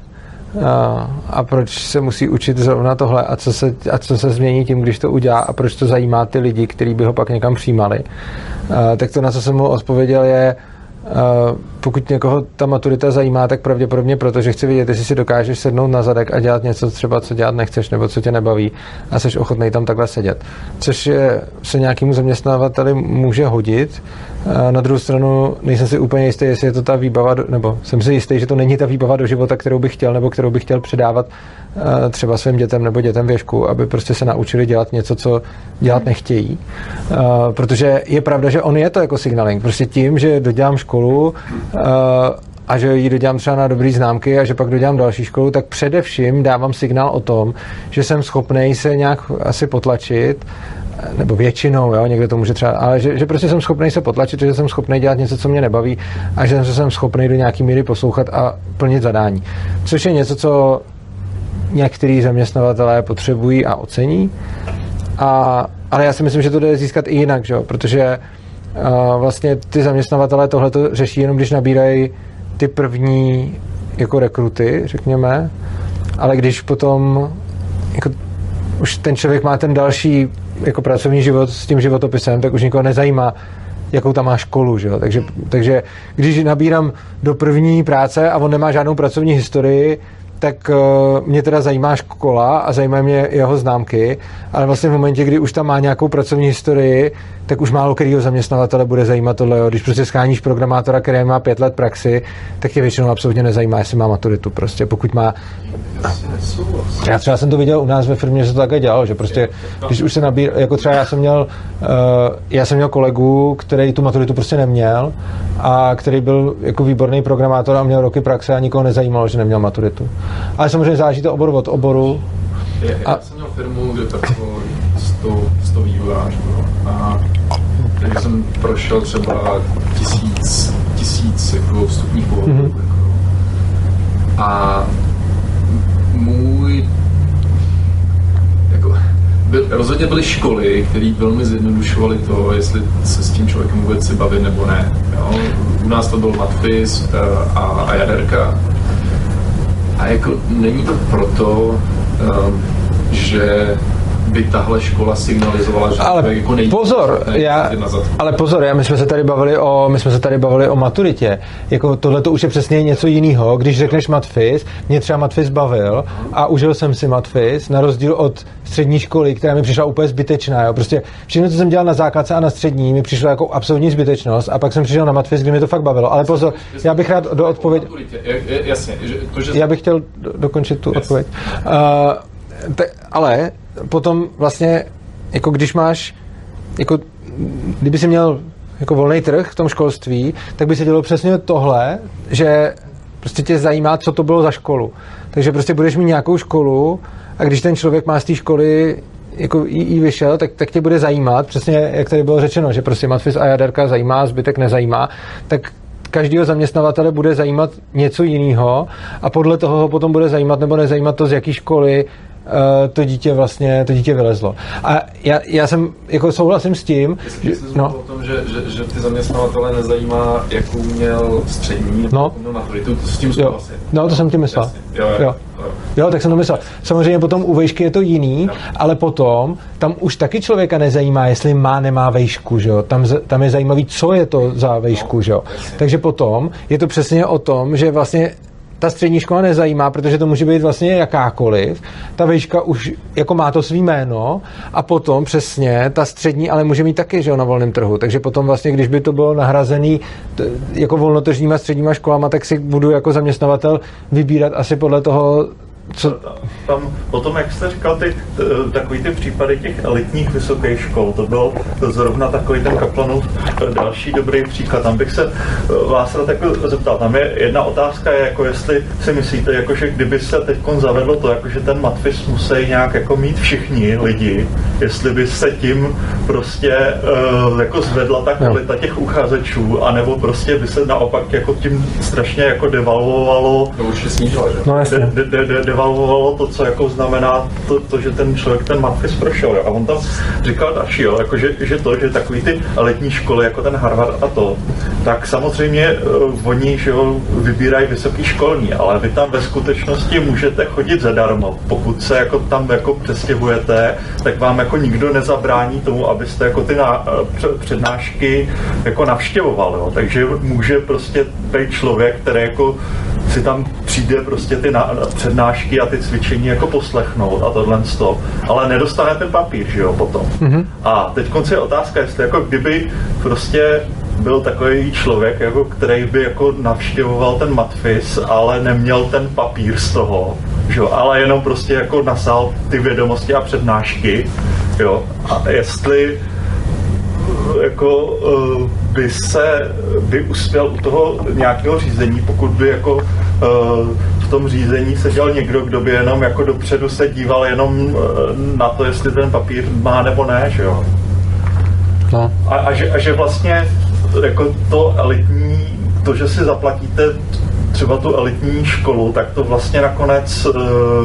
a proč se musí učit zrovna tohle a co se, a co se změní tím, když to udělá a proč to zajímá ty lidi, kteří by ho pak někam přijímali. Tak to, na co jsem mu odpověděl, je, pokud někoho ta maturita zajímá, tak pravděpodobně proto, že chci vidět, jestli si dokážeš sednout na zadek a dělat něco třeba, co dělat nechceš, nebo co tě nebaví a jsi ochotnej tam takhle sedět. Což je, se nějakému zaměstnavateli může hodit. Na druhou stranu nejsem si úplně jistý, jestli je to ta výbava, do, nebo jsem si jistý, že to není ta výbava do života, kterou bych chtěl, nebo kterou bych chtěl předávat třeba svým dětem nebo dětem věšku, aby prostě se naučili dělat něco, co dělat nechtějí. Protože je pravda, že on je to jako signaling. Prostě tím, že dodělám školu a že ji dodělám třeba na dobrý známky a že pak dodělám další školu, tak především dávám signál o tom, že jsem schopnej se nějak asi potlačit, nebo většinou, jo, někdo to může třeba, ale že, že prostě jsem schopnej se potlačit, že jsem schopnej dělat něco, co mě nebaví a že jsem schopnej do nějaký míry poslouchat a plnit zadání. Což je něco, co některý zaměstnavatelé potřebují a ocení. A, ale já si myslím, že to jde získat i jinak, že jo? Protože uh, vlastně ty zaměstnavatelé tohleto řeší jenom, když nabírají ty první jako rekruty, řekněme, ale když potom jako, už ten člověk má ten další jako pracovní život s tím životopisem, tak už nikoho nezajímá, jakou tam má školu, že jo? Takže, takže když nabírám do první práce a on nemá žádnou pracovní historii, tak uh, mě teda zajímá škola a zajímají mě jeho známky, ale vlastně v momentě, kdy už tam má nějakou pracovní historii, tak už málo kterýho zaměstnavatele bude zajímat tohle. Jo. Když prostě sháníš programátora, který má pět let praxi, tak tě většinou absolutně nezajímá, jestli má maturitu. Prostě pokud má... Já třeba jsem to viděl u nás ve firmě, že se to také dělalo, že prostě, když už se nabír, jako třeba já jsem měl, uh, já jsem měl kolegu, který tu maturitu prostě neměl a který byl jako výborný programátor a měl roky praxe a nikoho nezajímalo, že neměl maturitu. Ale samozřejmě záleží to obor od oboru. Já, já a... jsem měl firmu, kde pracoval sto vývojářů a takže jsem prošel třeba tisíc, tisíc jako vstupních pohodů. Mm-hmm. Jako. A můj jako, byl, rozhodně byly školy, které velmi zjednodušovaly to, jestli se s tím člověkem vůbec si bavit nebo ne. Jo? U nás to byl matfiz a, a jaderka. A jako není to proto, um, že by tahle škola signalizovala, že ale jako nejde, pozor, nejde já, ale pozor, já, my jsme se tady bavili o, my jsme se tady bavili o maturitě. Jako tohle to už je přesně něco jiného. Když řekneš matfiz, mě třeba matfiz bavil a užil jsem si matfiz, na rozdíl od střední školy, která mi přišla úplně zbytečná. Jo. Prostě všechno, co jsem dělal na základce a na střední, mi přišlo jako absolutní zbytečnost a pak jsem přišel na matfiz, kdy mi to fakt bavilo. Ale pozor, já bych rád do odpověď... Jasně, to, že... Já bych chtěl dokončit tu odpověď. Uh, te, ale potom vlastně, jako když máš, jako kdyby si měl jako volný trh v tom školství, tak by se dělo přesně tohle, že prostě tě zajímá, co to bylo za školu. Takže prostě budeš mít nějakou školu a když ten člověk má z té školy jako jí vyšel, tak, tak tě bude zajímat, přesně jak tady bylo řečeno, že prostě matfiz a jaderka zajímá, zbytek nezajímá, tak každého zaměstnavatele bude zajímat něco jiného a podle toho ho potom bude zajímat nebo nezajímat to, z jaký školy to dítě vlastně, to dítě vylezlo. A já, já jsem, jako souhlasím s tím, že, no. o tom, že, že, že ty zaměstnavatele nezajímá, jakou měl střední, no. jakou měl maturitu, to s tím souhlasím. No, to jsem tím myslel. Jo, jo, jo. Jo. jo, tak jsem to myslel. Samozřejmě potom u vejšky je to jiný, jo. ale potom tam už taky člověka nezajímá, jestli má, nemá vejšku, že jo. Tam, tam je zajímavý, co je to za vejšku, no, že jo. Takže potom je to přesně o tom, že vlastně ta střední škola nezajímá, protože to může být vlastně jakákoliv. Ta vejška už jako má to svý jméno a potom přesně ta střední, ale může mít taky, že jo, na volném trhu. Takže potom vlastně, když by to bylo nahrazený t- jako volnotržníma středníma školama, tak si budu jako zaměstnavatel vybírat asi podle toho, co... Tam potom, jak jste říkal, ty, takový ty případy těch elitních vysokých škol, to byl zrovna takový ten Kaplanův další dobrý příklad. Tam bych se vás rád jako zeptal. Tam je jedna otázka, je, jako jestli si myslíte, jako, že kdyby se teď zavedlo to, jako, že ten matfis musí nějak jako mít všichni lidi, jestli by se tím prostě uh, jako zvedla ta kvalita těch uchazečů, anebo prostě by se naopak jako tím strašně jako devalvovalo. To už je snížilo, že? No, de, de, de, de, devalvovalo to, co jako znamená to, to, že ten člověk ten matfis prošel. Jo. A on tam říkal další, jo, jako že, že to, že takový ty letní školy, jako ten Harvard a to, tak samozřejmě uh, oni, že jo, vybírají vysoký školní, ale vy tam ve skutečnosti můžete chodit zadarmo. Pokud se jako tam jako přestěhujete, tak vám jako nikdo nezabrání tomu, abyste jako ty na, přednášky jako navštěvoval. Jo. Takže může prostě být člověk, který jako si tam přijde prostě ty na, přednášky a ty cvičení jako poslechnout a tohle stop, ale nedostane ten papír, že jo, potom. Mm-hmm. A teď konce je otázka, jestli jako kdyby prostě byl takový člověk, jako, který by jako navštěvoval ten matfis, ale neměl ten papír z toho, že jo, ale jenom prostě jako nasál ty vědomosti a přednášky, jo, a jestli jako uh, by se, by uspěl u toho nějakého řízení, pokud by jako uh, v tom řízení seděl někdo, kdo by jenom jako dopředu se díval jenom uh, na to, jestli ten papír má nebo ne, že jo. No. A, a, že, a že vlastně jako to elitní, to, že si zaplatíte třeba tu elitní školu, tak to vlastně nakonec uh,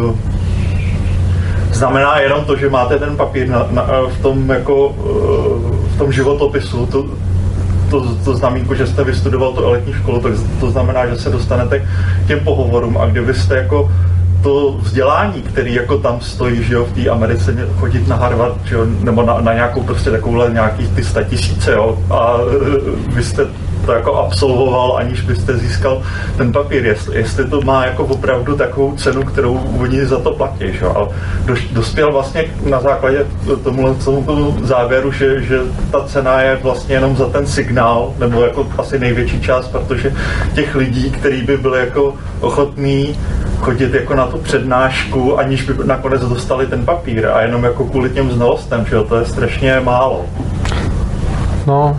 znamená jenom to, že máte ten papír na, na, v tom jako uh, v tom životopisu, to, to, to znamínko, že jste vystudoval tu elitní školu, tak to znamená, že se dostanete k těm pohovorům a kdybyste jako to vzdělání, který jako tam stojí, že jo, v té Americe chodit na Harvard, že jo, nebo na, na nějakou prostě takovouhle nějakých ty statisíce, jo, a vy jste to jako absolvoval, aniž byste získal ten papír, jestli, jestli to má jako opravdu takovou cenu, kterou oni za to platí, že jo, ale do, dospěl vlastně na základě tomuhle tomu závěru, že, že ta cena je vlastně jenom za ten signál, nebo jako asi největší část, protože těch lidí, kteří by byli jako ochotní chodit jako na tu přednášku, aniž by nakonec dostali ten papír a jenom jako kvůli těm znalostem, že jo, to je strašně málo. No,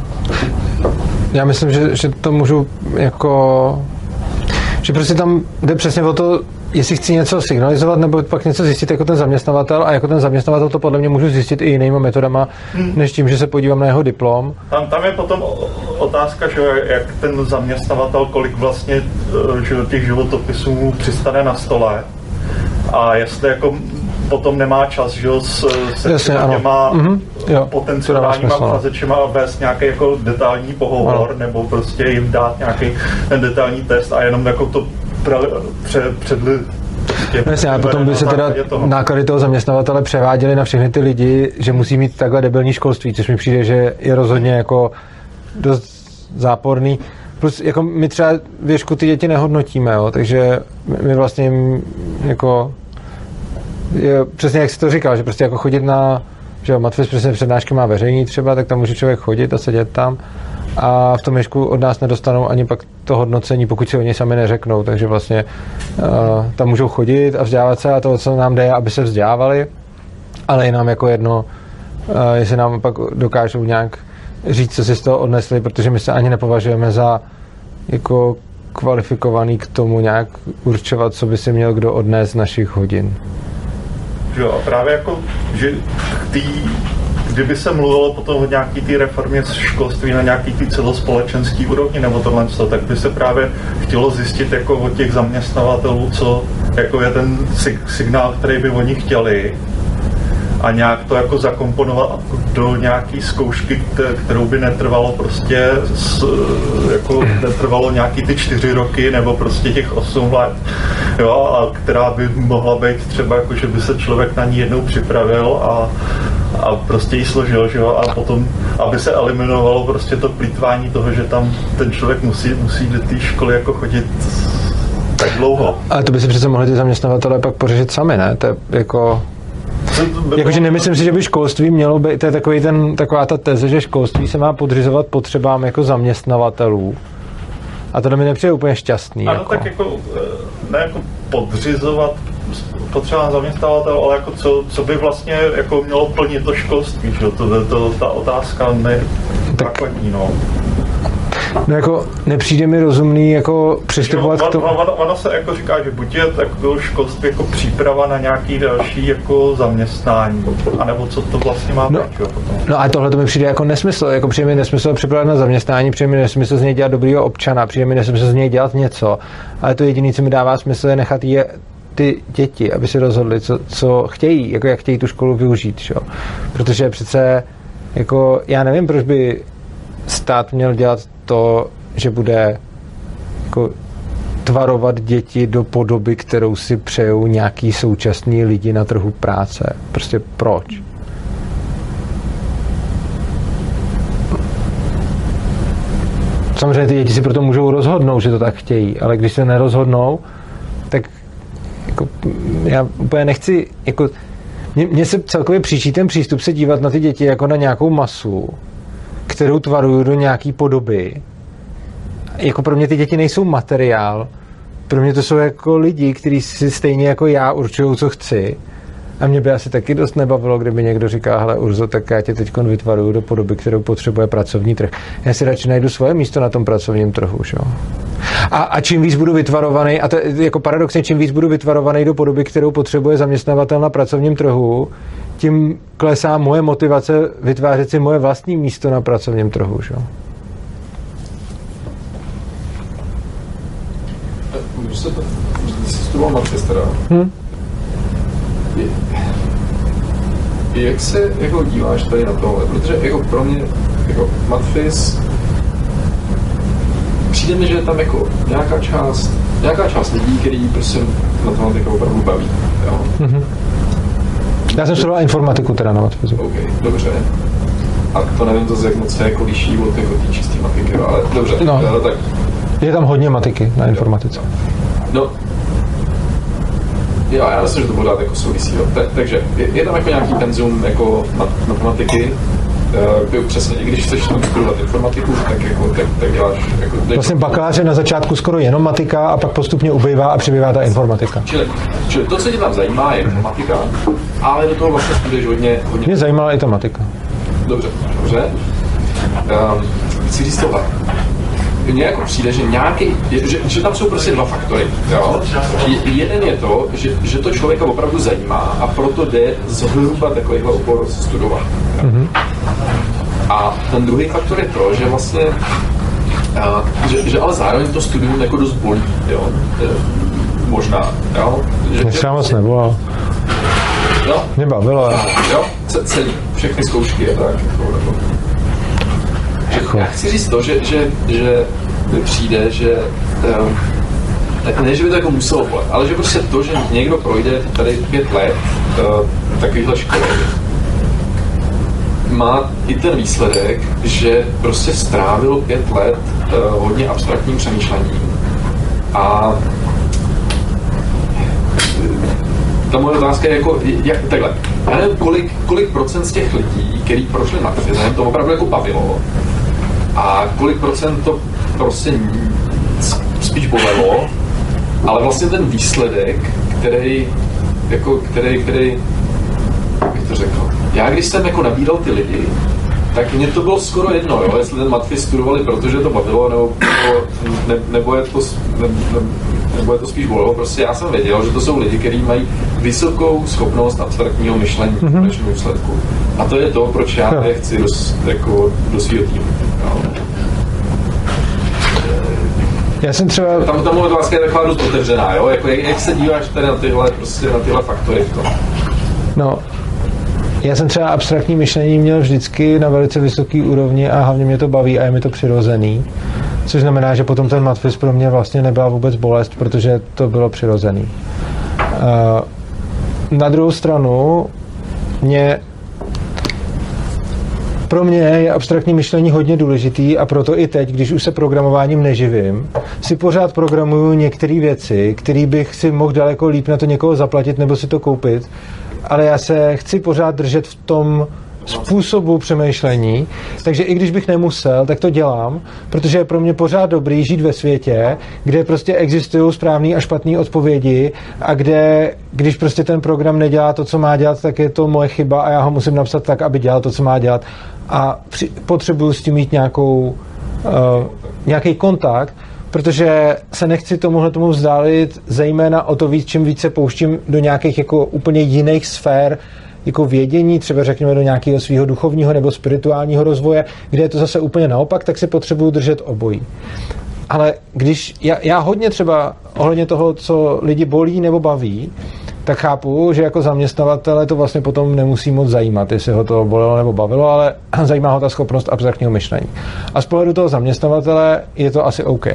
já myslím, že, že to můžu jako, že prostě tam jde přesně o to, jestli chci něco signalizovat nebo pak něco zjistit jako ten zaměstnavatel a jako ten zaměstnavatel to podle mě můžu zjistit i jinýma metodama, hmm. než tím, že se podívám na jeho diplom. Tam, tam je potom otázka, že jak ten zaměstnavatel, kolik vlastně že těch životopisů přistane na stole a jestli jako potom nemá čas, že s, se Jasně, těma mm-hmm. potenciálníma uchazečema vést nějaký jako detailní pohovor ano. nebo prostě jim dát nějaký ten detailní test a jenom jako to pre, pře, předli Jasně, a potom by se teda toho. náklady toho zaměstnavatele převáděly na všechny ty lidi, že musí mít takhle debilní školství, což mi přijde, že je rozhodně jako dost záporný. Plus jako my třeba věšku ty děti nehodnotíme, jo, takže my vlastně jako je, přesně jak jsi to říkal, že prostě jako chodit na, že matfis přesně přednášky má veřejný třeba, tak tam může člověk chodit a sedět tam a v tom ježku od nás nedostanou ani pak to hodnocení, pokud si oni sami neřeknou, takže vlastně uh, tam můžou chodit a vzdělávat se a to, co nám jde, aby se vzdělávali, ale je nám jako jedno, uh, jestli nám pak dokážou nějak říct, co si z toho odnesli, protože my se ani nepovažujeme za jako kvalifikovaný k tomu nějak určovat, co by si měl kdo odnést z našich hodin. Jo, a právě jako, že tý, kdyby se mluvilo potom o nějaký té reformě školství na nějaký té celospolečenský úrovni nebo tohle, tak by se právě chtělo zjistit jako od těch zaměstnavatelů, co jako je ten signál, který by oni chtěli, a nějak to jako zakomponovat do nějaký zkoušky, kterou by netrvalo prostě s, jako netrvalo nějaký ty čtyři roky nebo prostě těch osm let, jo, a která by mohla být třeba jako, že by se člověk na ní jednou připravil a, a prostě ji složil, že jo, a potom, aby se eliminovalo prostě to plýtvání toho, že tam ten člověk musí, musí do té školy jako chodit tak dlouho. Ale to by si přece mohli ty zaměstnavatelé pak pořešit sami, ne? To je jako... Jakože nemyslím si, že by školství mělo být, to je takový ten, taková ta teze, že školství se má podřizovat potřebám jako zaměstnavatelů. A to mi nepřijde úplně šťastný. Ano, jako. tak jako, ne jako podřizovat potřebám zaměstnavatelů, ale jako co, co by vlastně jako mělo plnit to školství, že to je to, ta otázka základní, no. No jako nepřijde mi rozumný jako přistupovat no, k tomu. Ono, ono se jako říká, že buď je tak bylo školství jako příprava na nějaký další jako zaměstnání, anebo co to vlastně má no, být, jo, potom. No a tohle to mi přijde jako nesmysl, jako přijde mi nesmysl připravovat na zaměstnání, přijde mi nesmysl z něj dělat dobrýho občana, přijde mi nesmysl z něj dělat něco, ale to jediné, co mi dává smysl, je nechat je ty děti, aby si rozhodli, co, co chtějí, jako jak chtějí tu školu využít, jo. Protože přece jako já nevím, proč by stát měl dělat to, že bude jako tvarovat děti do podoby, kterou si přejou nějaký současní lidi na trhu práce. Prostě proč? Samozřejmě ty děti si proto můžou rozhodnout, že to tak chtějí, ale když se nerozhodnou, tak jako, já úplně nechci, jako, mně se celkově příčí ten přístup se dívat na ty děti jako na nějakou masu, kterou tvaruju do nějaký podoby. Jako pro mě ty děti nejsou materiál, pro mě to jsou jako lidi, kteří si stejně jako já určují, co chci. A mě by asi taky dost nebavilo, kdyby někdo říká, hele Urzo, tak já tě teď vytvaruju do podoby, kterou potřebuje pracovní trh. Já si radši najdu svoje místo na tom pracovním trhu, jo. A, a čím víc budu vytvarovaný, a to jako paradoxně, čím víc budu vytvarovaný do podoby, kterou potřebuje zaměstnavatel na pracovním trhu, tím klesá moje motivace vytvářet si moje vlastní místo na pracovním trhu, jo. Když se to, když se studoval Manchestera, hmm? jak se jako díváš tady na tohle? Protože jako pro mě jako Matfis přijde mi, že je tam jako nějaká část, nějaká část lidí, který prostě matematika opravdu baví. Jo? Mm-hmm. Já jsem studoval informatiku teda na Matfisu. OK, dobře. A to nevím, to jak moc se jako liší od jako té čisté matiky, ale dobře. No. Uh, tak. Je tam hodně matiky na informatice. No. Jo, já myslím, že to bude dát jako souvisí. Ta, takže je, je tam jako nějaký penzum jako mat, matematiky, uh, přesně, i když chceš studovat informatiku, tak, jako, tak, tak děláš... Jako, vlastně bakalář je na začátku skoro jenom matika a pak postupně ubývá a přibývá ta informatika. Čili, čili to, co tě tam zajímá, je informatika, ale do toho vlastně studuješ hodně... hodně... Mě zajímala i ta matika. Dobře, dobře. Um, chci říct tohle. Mně jako přijde, že nějaký, že, že tam jsou prostě dva faktory. Jo? Jeden je to, že, že to člověka opravdu zajímá a proto jde zhruba takovýhle obor studovat. Mm-hmm. A ten druhý faktor je to, že vlastně, uh, že, že ale zároveň to studium jako dost bolí. Jo? Možná. Jo? Že, Mě se moc nebolalo. Jo? Mě bavilo. Jo? Celý, všechny zkoušky a tak. Jako, jako. Já chci říct to, že, že, že mi přijde, že um, ne, že by to jako muselo bolet, ale že prostě to, že někdo projde tady pět let uh, takovýhle školy, má i ten výsledek, že prostě strávil pět let uh, hodně abstraktním přemýšlením. A ta moje otázka je jako, jak, takhle, já nevím, kolik, kolik procent z těch lidí, kteří prošli Matfisem, to opravdu jako bavilo, a kolik procent to prostě spíš bolelo, ale vlastně ten výsledek, který, jako, který, který, jak bych to řekl, já když jsem jako nabídal ty lidi, tak mně to bylo skoro jedno, jo, jestli ten Matfis studovali, protože to bavilo, nebo, ne, nebo, je to, ne, ne, nebo je to spíš bolelo, prostě já jsem věděl, že to jsou lidi, kteří mají vysokou schopnost abstraktního myšlení v konečném výsledku. A to je to, proč já je chci do, jako, do svého týmu. Jo. Já jsem třeba... Tam, tam otázka je taková dost otevřená, jo? Jako, jak, jak se díváš tady na tyhle, prostě na tyhle faktory v tom? No, já jsem třeba abstraktní myšlení měl vždycky na velice vysoký úrovni a hlavně mě to baví a je mi to přirozený. Což znamená, že potom ten matfiz pro mě vlastně nebyla vůbec bolest, protože to bylo přirozený. Na druhou stranu mě pro mě je abstraktní myšlení hodně důležitý a proto i teď, když už se programováním neživím, si pořád programuju některé věci, které bych si mohl daleko líp na to někoho zaplatit nebo si to koupit, ale já se chci pořád držet v tom způsobu přemýšlení, takže i když bych nemusel, tak to dělám, protože je pro mě pořád dobrý žít ve světě, kde prostě existují správné a špatné odpovědi a kde, když prostě ten program nedělá to, co má dělat, tak je to moje chyba a já ho musím napsat tak, aby dělal to, co má dělat a při, potřebuju s tím mít nějakou, uh, nějaký kontakt, protože se nechci tomuhle tomu vzdálit, zejména o to víc, čím víc se pouštím do nějakých jako úplně jiných sfér, jako vědění, třeba řekněme do nějakého svého duchovního nebo spirituálního rozvoje, kde je to zase úplně naopak, tak si potřebuju držet obojí. Ale když já, já hodně třeba ohledně toho, co lidi bolí nebo baví, tak chápu, že jako zaměstnavatele to vlastně potom nemusí moc zajímat, jestli ho to bolelo nebo bavilo, ale zajímá ho ta schopnost abstraktního myšlení. A z pohledu toho zaměstnavatele je to asi OK.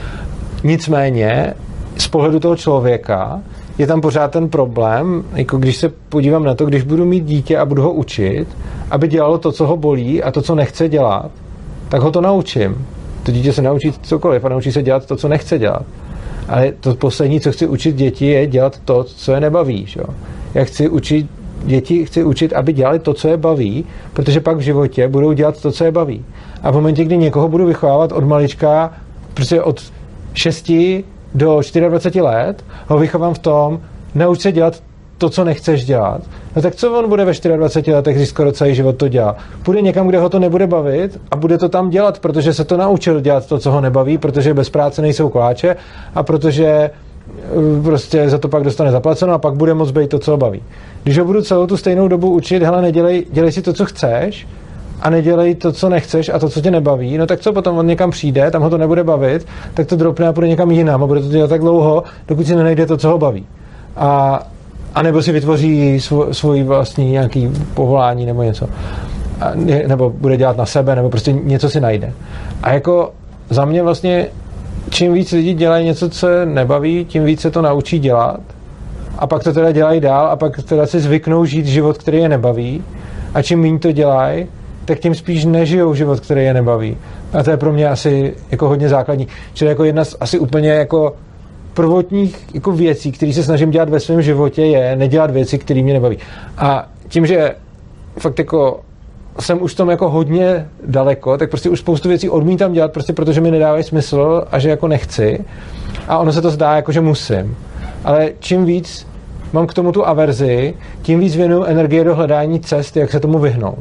Nicméně z pohledu toho člověka je tam pořád ten problém, jako když se podívám na to, když budu mít dítě a budu ho učit, aby dělalo to, co ho bolí a to, co nechce dělat, tak ho to naučím. To dítě se naučí cokoliv a naučí se dělat to, co nechce dělat. Ale to poslední, co chci učit děti, je dělat to, co je nebaví. Že? Já chci učit děti, chci učit, aby dělali to, co je baví, protože pak v životě budou dělat to, co je baví. A v momentě, kdy někoho budu vychovávat od malička, prostě od šesti do dvaceti čtyři let, ho vychovám v tom, nauč se dělat to, co nechceš dělat. No tak co on bude ve dvaceti čtyřech letech, když skoro celý život to dělá? Půjde někam, kde ho to nebude bavit a bude to tam dělat, protože se to naučil dělat to, co ho nebaví, protože bez práce nejsou koláče a protože prostě za to pak dostane zaplaceno a pak bude moc být to, co ho baví. Když ho budu celou tu stejnou dobu učit, hele, nedělej, dělej si to, co chceš, a nedělej to, co nechceš a to, co tě nebaví, no tak co potom on někam přijde, tam ho to nebude bavit, tak to dropne a půjde někam jinam a bude to dělat tak dlouho, dokud si nenajde to, co ho baví. A, a nebo si vytvoří svůj, svůj vlastní nějaký povolání nebo něco. A, nebo bude dělat na sebe, nebo prostě něco si najde. A jako za mě vlastně, čím víc lidí dělají něco, co je nebaví, tím víc se to naučí dělat a pak to teda dělají dál a pak teda si zvyknou žít život, který je nebaví a čím méně to dělají, tak tím spíš nežijou život, který je nebaví. A to je pro mě asi jako hodně základní. Čili jako jedna z asi úplně jako prvotních jako věcí, které se snažím dělat ve svém životě, je nedělat věci, které mě nebaví. A tím, že fakt jako jsem už v tom jako hodně daleko, tak prostě už spoustu věcí odmítám dělat, prostě protože mi nedávají smysl a že jako nechci. A ono se to zdá jako, že musím. Ale čím víc mám k tomu tu averzi, tím víc věnuju energie do hledání cest, jak se tomu vyhnout.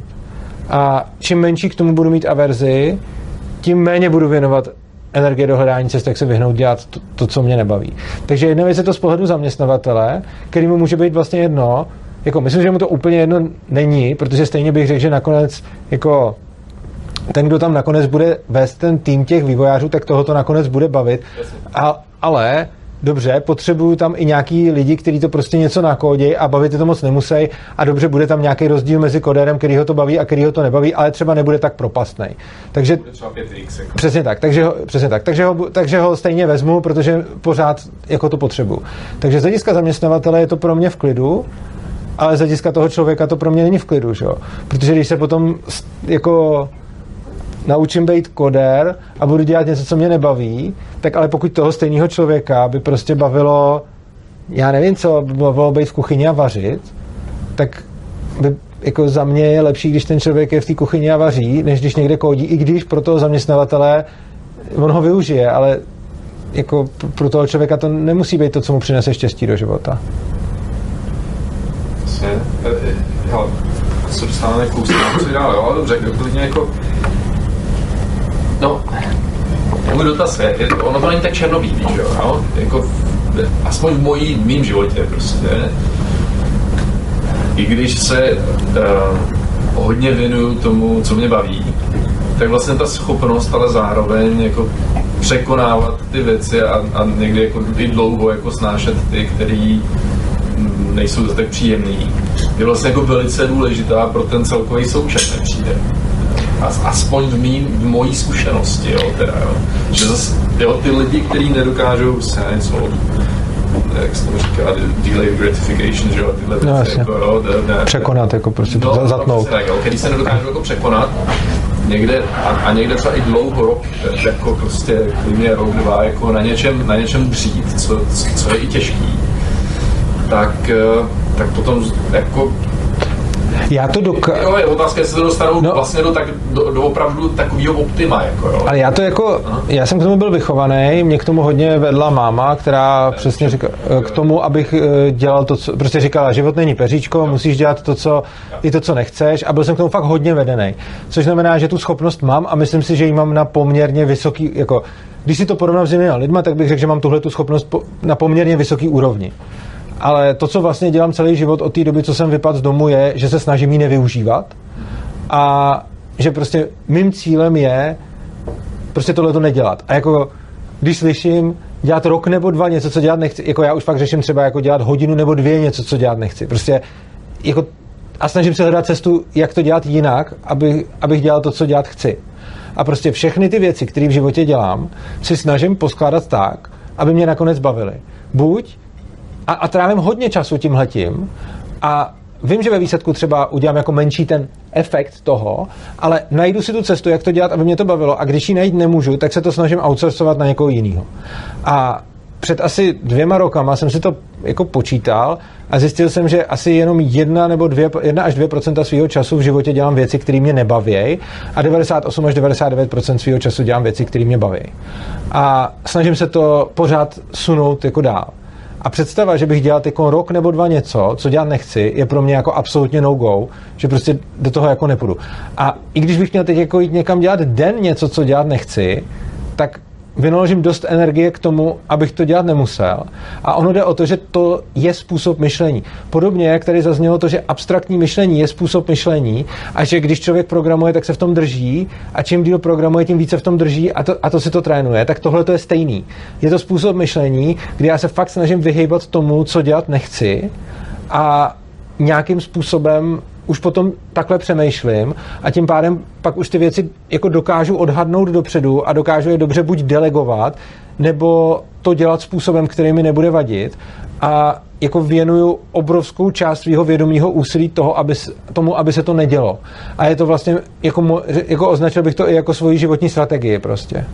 A čím menší k tomu budu mít averzi, tím méně budu věnovat energie do hledání cest, jak se vyhnout dělat to, to, co mě nebaví. Takže jedna věc je to z pohledu zaměstnavatele, který mu může být vlastně jedno. Jako, myslím, že mu to úplně jedno není, protože stejně bych řekl, že nakonec jako ten, kdo tam nakonec bude vést ten tým těch vývojářů, tak toho to nakonec bude bavit. A, ale dobře, potřebuju tam i nějaký lidi, kteří to prostě něco nakódějí a bavit to moc nemusí a dobře, bude tam nějaký rozdíl mezi kodérem, který ho to baví a který ho to nebaví, ale třeba nebude tak propastnej. Takže třeba pět iks, jako. Přesně tak, takže ho, přesně tak, takže ho, takže ho stejně vezmu, protože pořád jako to potřebuju. Takže z hlediska zaměstnavatele je to pro mě v klidu, ale z hlediska toho člověka to pro mě není v klidu, že jo? Protože když se potom jako naučím být kodér a budu dělat něco, co mě nebaví, tak ale pokud toho stejného člověka by prostě bavilo, já nevím co, by bavilo být v kuchyni a vařit, tak by jako za mě je lepší, když ten člověk je v té kuchyni a vaří, než když někde kódí, i když pro toho zaměstnavatele on ho využije, ale jako pro toho člověka to nemusí být to, co mu přinese štěstí do života. Jasně. Hele, se dostáváme k ústě, co dál, jo, dobře, klidně jako no, můj dotaz je, je, ono to není tak černobílý, že jo, jako, aspoň v mojí, mým životě prostě, i když se uh, hodně věnuju tomu, co mě baví, tak vlastně ta schopnost, ale zároveň jako překonávat ty věci a, a někdy jako i dlouho jako snášet ty, který nejsou tak příjemný, je vlastně jako velice důležitá pro ten celkový součet, nepřijde. Aspoň v, mý, v mojí zkušenosti, jo, teda, jo. Že zase, jo, ty lidi, kteří nedokážou se něco, jak se to říká, delay gratification, že jo, tyhle no, věci, jako, jo, ne, ne, překonat, jako prostě no, to zatnout. Tak, jo, který se nedokážou jako překonat, někde, a, a někde třeba i dlouho rok, jako prostě klidně rok, dva, jako na něčem, na něčem dřít, co, co je i těžký, tak, tak potom jako já to doka- jo, je otázka, jestli to dostanou no. vlastně do, tak, do, do opravdu takového optima, jako jo. Ale já to jako, Aha. já jsem k tomu byl vychovaný, mě k tomu hodně vedla máma, která ne, přesně říká, k tomu, abych dělal to, co, prostě říkala, život není peříčko, jo. Musíš dělat to, co, i to, co nechceš, a byl jsem k tomu fakt hodně vedený. Což znamená, že tu schopnost mám a myslím si, že ji mám na poměrně vysoký, jako, když si to porovnám s jinými lidma, tak bych řekl, že mám tuhle tu schopnost po, na poměrně vysoký úrovni. Ale to, co vlastně dělám celý život od té doby, co jsem vypadl z domu, je, že se snažím ji nevyužívat a že prostě mým cílem je prostě tohle to nedělat. A jako když slyším dělat rok nebo dva něco, co dělat nechci, jako já už fakt řeším třeba jako dělat hodinu nebo dvě něco, co dělat nechci. Prostě jako a snažím se hledat cestu, jak to dělat jinak, aby, abych dělal to, co dělat chci. A prostě všechny ty věci, které v životě dělám, si snažím poskládat tak, aby mě nakonec bavily. Buď A, a trávím hodně času tímhletím a vím, že ve výsledku třeba udělám jako menší ten efekt toho, ale najdu si tu cestu, jak to dělat, aby mě to bavilo, a když ji najít nemůžu, tak se to snažím outsourcovat na někoho jiného. A před asi dvěma rokama jsem si to jako počítal a zjistil jsem, že asi jenom jedna nebo dvě, jedna až dvě procenta svého času v životě dělám věci, které mě nebaví, a devadesát osm až devadesát devět procent svého času dělám věci, které mě baví. A snažím se to pořád sunout jako dál. A představa, že bych dělal jako rok nebo dva něco, co dělat nechci, je pro mě jako absolutně no-go, že prostě do toho jako nepůjdu. A i když bych měl teď jako jít někam dělat den něco, co dělat nechci, tak vynaložím dost energie k tomu, abych to dělat nemusel. A ono jde o to, že to je způsob myšlení. Podobně, jak tady zaznělo to, že abstraktní myšlení je způsob myšlení a že když člověk programuje, tak se v tom drží a čím díl programuje, tím více v tom drží a to, a to si to trénuje. Tak tohle to je stejný. Je to způsob myšlení, kdy já se fakt snažím vyhýbat tomu, co dělat nechci, a nějakým způsobem už potom takhle přemýšlím a tím pádem pak už ty věci jako dokážu odhadnout dopředu a dokážu je dobře buď delegovat, nebo to dělat způsobem, který mi nebude vadit, a jako věnuju obrovskou část svého vědomího úsilí toho, aby, tomu, aby se to nedělo. A je to vlastně, jako, jako označil bych to i jako svoji životní strategii prostě.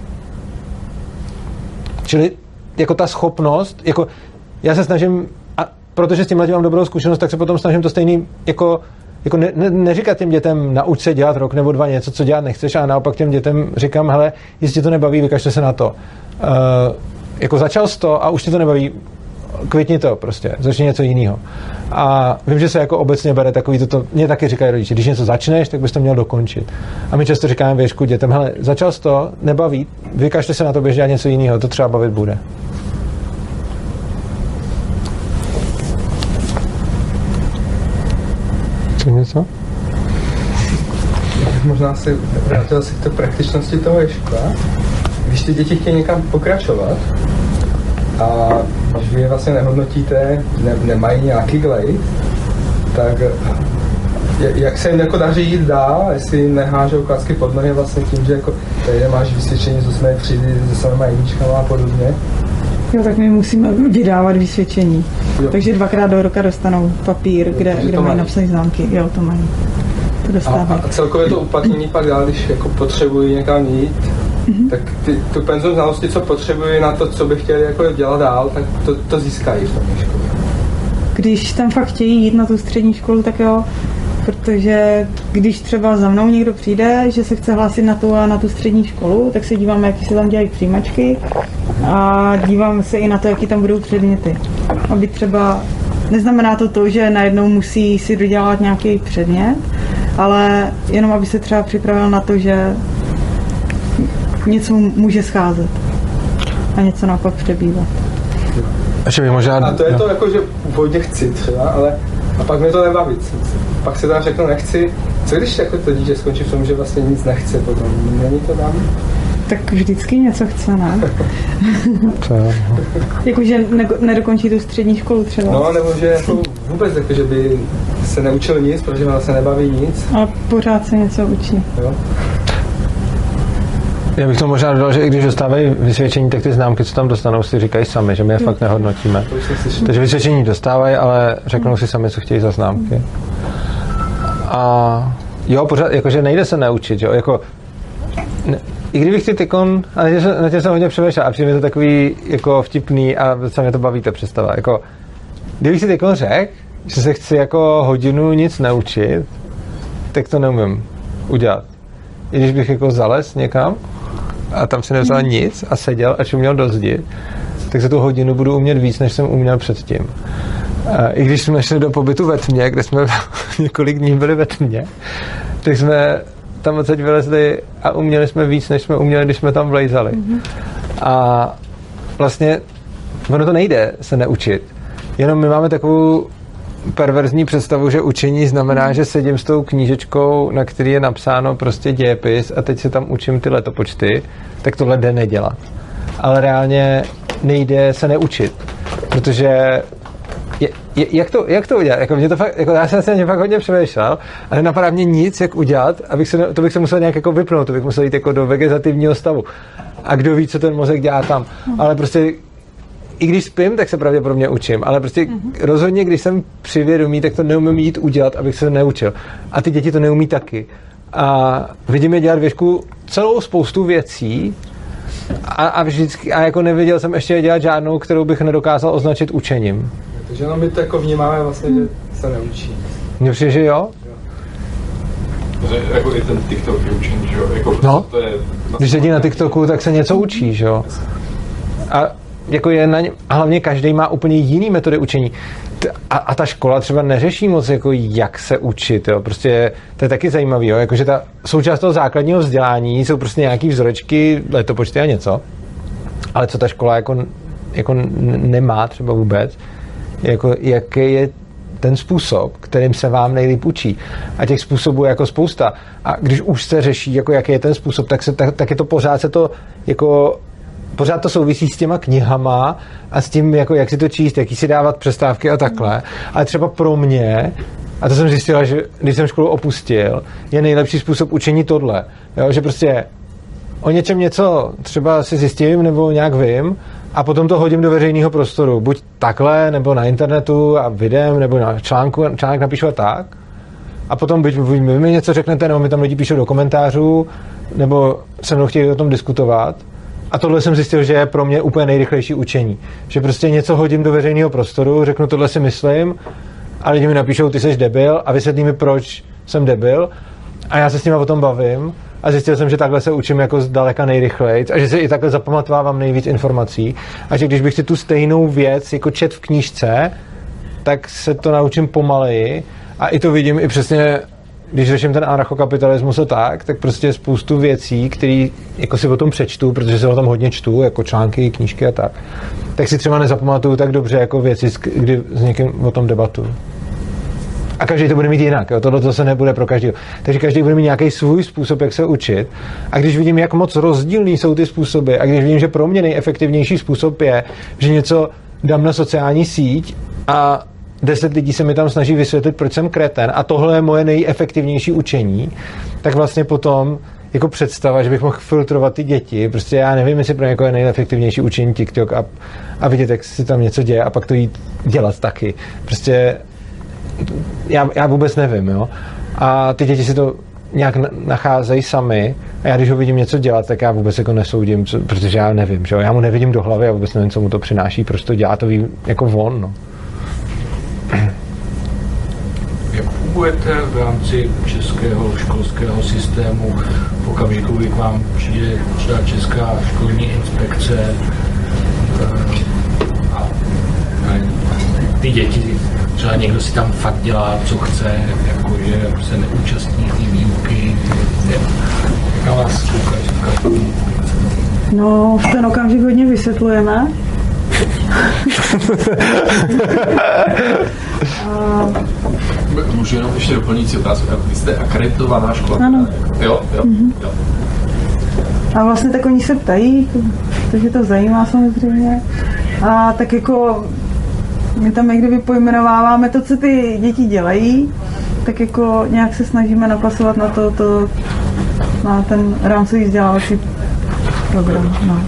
Čili jako ta schopnost, jako já se snažím, a protože s tímhle mám dobrou zkušenost, tak se potom snažím to stejný jako Jako ne, ne, neříkat těm dětem, nauč se dělat rok nebo dva něco, co dělat nechceš, a naopak těm dětem říkám, hele, jestli to nebaví, vykažte se na to. Uh, jako začal jsi to a už ti to nebaví, kvitni to prostě, začni něco jiného. A vím, že se jako obecně bere takový, toto, mě taky říkají rodiče, když něco začneš, tak bys to měl dokončit. A my často říkáme věšku dětem, hele, začal jsi to, nebaví, vykažte se na to, běž dělat něco jiného, to třeba bavit bude. Něco? Možná si vrátil si k té praktičnosti toho Ježka. Když ty děti chtějí někam pokračovat a když vy je vlastně nehodnotíte, ne, nemají nějaký glejt, tak jak se jim jako daří jít dál, jestli jim nehážou klacky pod nohy vlastně tím, že jako tady máš vysvědčení z osmé třídy se samýma jedničkama a podobně. Jo, tak my musíme vydávat vysvědčení. Jo. Takže dvakrát do roka dostanou papír, kde, kde mají, mají napsané známky. Jo, to mají. To dostávají. A, a celkově to uplatnění pak dál, když jako potřebují někam jít, mm-hmm. tak ty, tu penzum znalosti, co potřebují na to, co by chtěli jako dělat dál, tak to, to získají v tom škole. Když tam fakt chtějí jít na tu střední školu, tak jo, protože když třeba za mnou někdo přijde, že se chce hlásit na tu a na tu střední školu, tak se díváme, jaký se tam dělají přijímačky a díváme se i na to, jaký tam budou předměty. Aby třeba, neznamená to to, že najednou musí si dodělat nějaký předmět, ale jenom aby se třeba připravil na to, že něco může scházet a něco naopak přebývat. Možná... A to je to jako, že původně chci třeba, ale a pak mě to nebaví. Pak se tam řeknu nechci. Co když jako to dítě skončí v tom, že vlastně nic nechce potom? Není to tam? Tak vždycky něco chce, ne? To, no. Jakože ne- nedokončí tu střední školu třeba. No, nebo že jako vůbec, jako, že by se neučil nic, protože ona se nebaví nic. Ale pořád se něco učí. Jo? Já bych to možná dodal, že i když dostávají vysvědčení, tak ty známky, co tam dostanou, si říkají sami, že my je fakt nehodnotíme. Takže vysvědčení dostávají, ale řeknou si sami, co chtějí za známky. A jo, pořád, jakože nejde se naučit, jo, jako ne, i kdybych si tykon, a na tě, na tě jsem hodně přemýšlel a přijde mi to takový jako vtipný a docela mě to baví ta představa, jako kdybych si tykon řekl, že se chci jako hodinu nic naučit, tak to neumím udělat. I když bych jako zalez někam a tam si nevzal nic a seděl a uměl do zdi, tak za tu hodinu budu umět víc, než jsem uměl předtím. A i když jsme šli do pobytu ve tmě, kde jsme několik dní byli ve tmě, tak jsme tam odsaď vylezli a uměli jsme víc, než jsme uměli, když jsme tam vlejzali. Mm-hmm. A vlastně ono to nejde se neučit. Jenom my máme takovou perverzní představu, že učení znamená, že sedím s tou knížečkou, na který je napsáno prostě dějepis a teď se tam učím ty letopočty, tak tohle jde nedělat. Ale reálně nejde se neučit, protože je, je, jak, to, jak to udělat? Jako mě to fakt, jako já jsem se na ně fakt hodně přemýšlel, ale napadá mě nic, jak udělat, abych se, to bych se musel nějak jako vypnout, to bych musel jít jako do vegetativního stavu. A kdo ví, co ten mozek dělá tam. Ale prostě i když spím, tak se pravděpodobně učím, ale prostě mm-hmm. rozhodně, když jsem při vědomí, tak to neumím jít udělat, abych se neučil. A ty děti to neumí taky. A vidím je dělat věšku celou spoustu věcí a, a vždycky, a jako neviděl jsem ještě dělat žádnou, kterou bych nedokázal označit učením. Takže jenom my to jako vnímáme vlastně, že se neučí. Mně přijde, že jo? Že jako i ten TikTok je učení, že jo? Jako no, to je když sedí na TikToku, tak se něco učí, že jo? A jako je na ně, a hlavně každý má úplně jiný metody učení. A, a ta škola třeba neřeší moc, jako jak se učit, jo. Prostě to je taky zajímavý, jo. Jakože ta součást toho základního vzdělání jsou prostě nějaký vzorečky, letopočty a něco. Ale co ta škola jako, jako nemá třeba vůbec, jako jaký je ten způsob, kterým se vám nejlíp učí. A těch způsobů je jako spousta. A když už se řeší, jako jaký je ten způsob, tak, se, tak, tak je to pořád se to jako pořád to souvisí s těma knihama a s tím, jako jak si to číst, jaký si dávat přestávky a takhle. Ale třeba pro mě, a to jsem zjistila, že když jsem školu opustil, je nejlepší způsob učení tohle. Jo? Že prostě o něčem něco třeba si zjistím nebo nějak vím a potom to hodím do veřejného prostoru. Buď takhle, nebo na internetu a videem, nebo na článku, článek napíšu a tak. A potom buď vy mi něco řeknete, nebo mi tam lidi píšou do komentářů, nebo se mnou chtějí o tom diskutovat. A tohle jsem zjistil, že je pro mě úplně nejrychlejší učení. Že prostě něco hodím do veřejného prostoru, řeknu, tohle si myslím, a lidi mi napíšou, ty jsi debil, a vysvětlí mi, proč jsem debil. A já se s nimi o tom bavím. A zjistil jsem, že takhle se učím jako zdaleka nejrychleji. A že si i takhle zapamatovávám nejvíc informací. A že když bych si tu stejnou věc jako čet v knížce, tak se to naučím pomaleji. A i to vidím i přesně, když řeším ten anarchokapitalismus a tak, tak prostě spoustu věcí, které jako si o tom přečtu, protože se o tom hodně čtu, jako články, knížky a tak, tak si třeba nezapamatuju tak dobře jako věci, kdy s někým o tom debatuju. A každý to bude mít jinak, jo? Tohle to se nebude pro každého. Takže každý bude mít nějaký svůj způsob, jak se učit. A když vidím, jak moc rozdílný jsou ty způsoby, a když vidím, že pro mě nejefektivnější způsob je, že něco dám na sociální síť a deset lidí se mi tam snaží vysvětlit, proč jsem kreten a tohle je moje nejefektivnější učení, tak vlastně potom jako představa, že bych mohl filtrovat ty děti, prostě já nevím, jestli pro někoho je nejefektivnější učení TikTok a, a vidět, jak si tam něco děje a pak to jít dělat taky. Prostě já, já vůbec nevím, jo. A ty děti si to nějak nacházejí sami a já když ho vidím něco dělat, tak já vůbec jako nesoudím, co, protože já nevím, že jo. Já mu nevidím do hlavy a vůbec nevím, co mu to přináší, proč to dělá, to ví jako on, no. Jak fungujete v rámci českého školského systému v okamžiku, kdy k vám přijde třeba Česká školní inspekce a ty děti, třeba někdo si tam fakt dělá, co chce, jakože se neúčastní té výuky, jaká vás ukáže? No, v ten okamžik hodně vysvětlujeme. A... Můžu jenom ještě doplnit si otázku, vy jste akreditovaná škola? Ano. Jo, jo, mm-hmm. jo. A vlastně tak oni se ptají, takže to zajímá samozřejmě. A tak jako my tam někdy pojmenováváme to, co ty děti dělají, tak jako nějak se snažíme napasovat na to, to na ten rámcový vzdělávací program. No.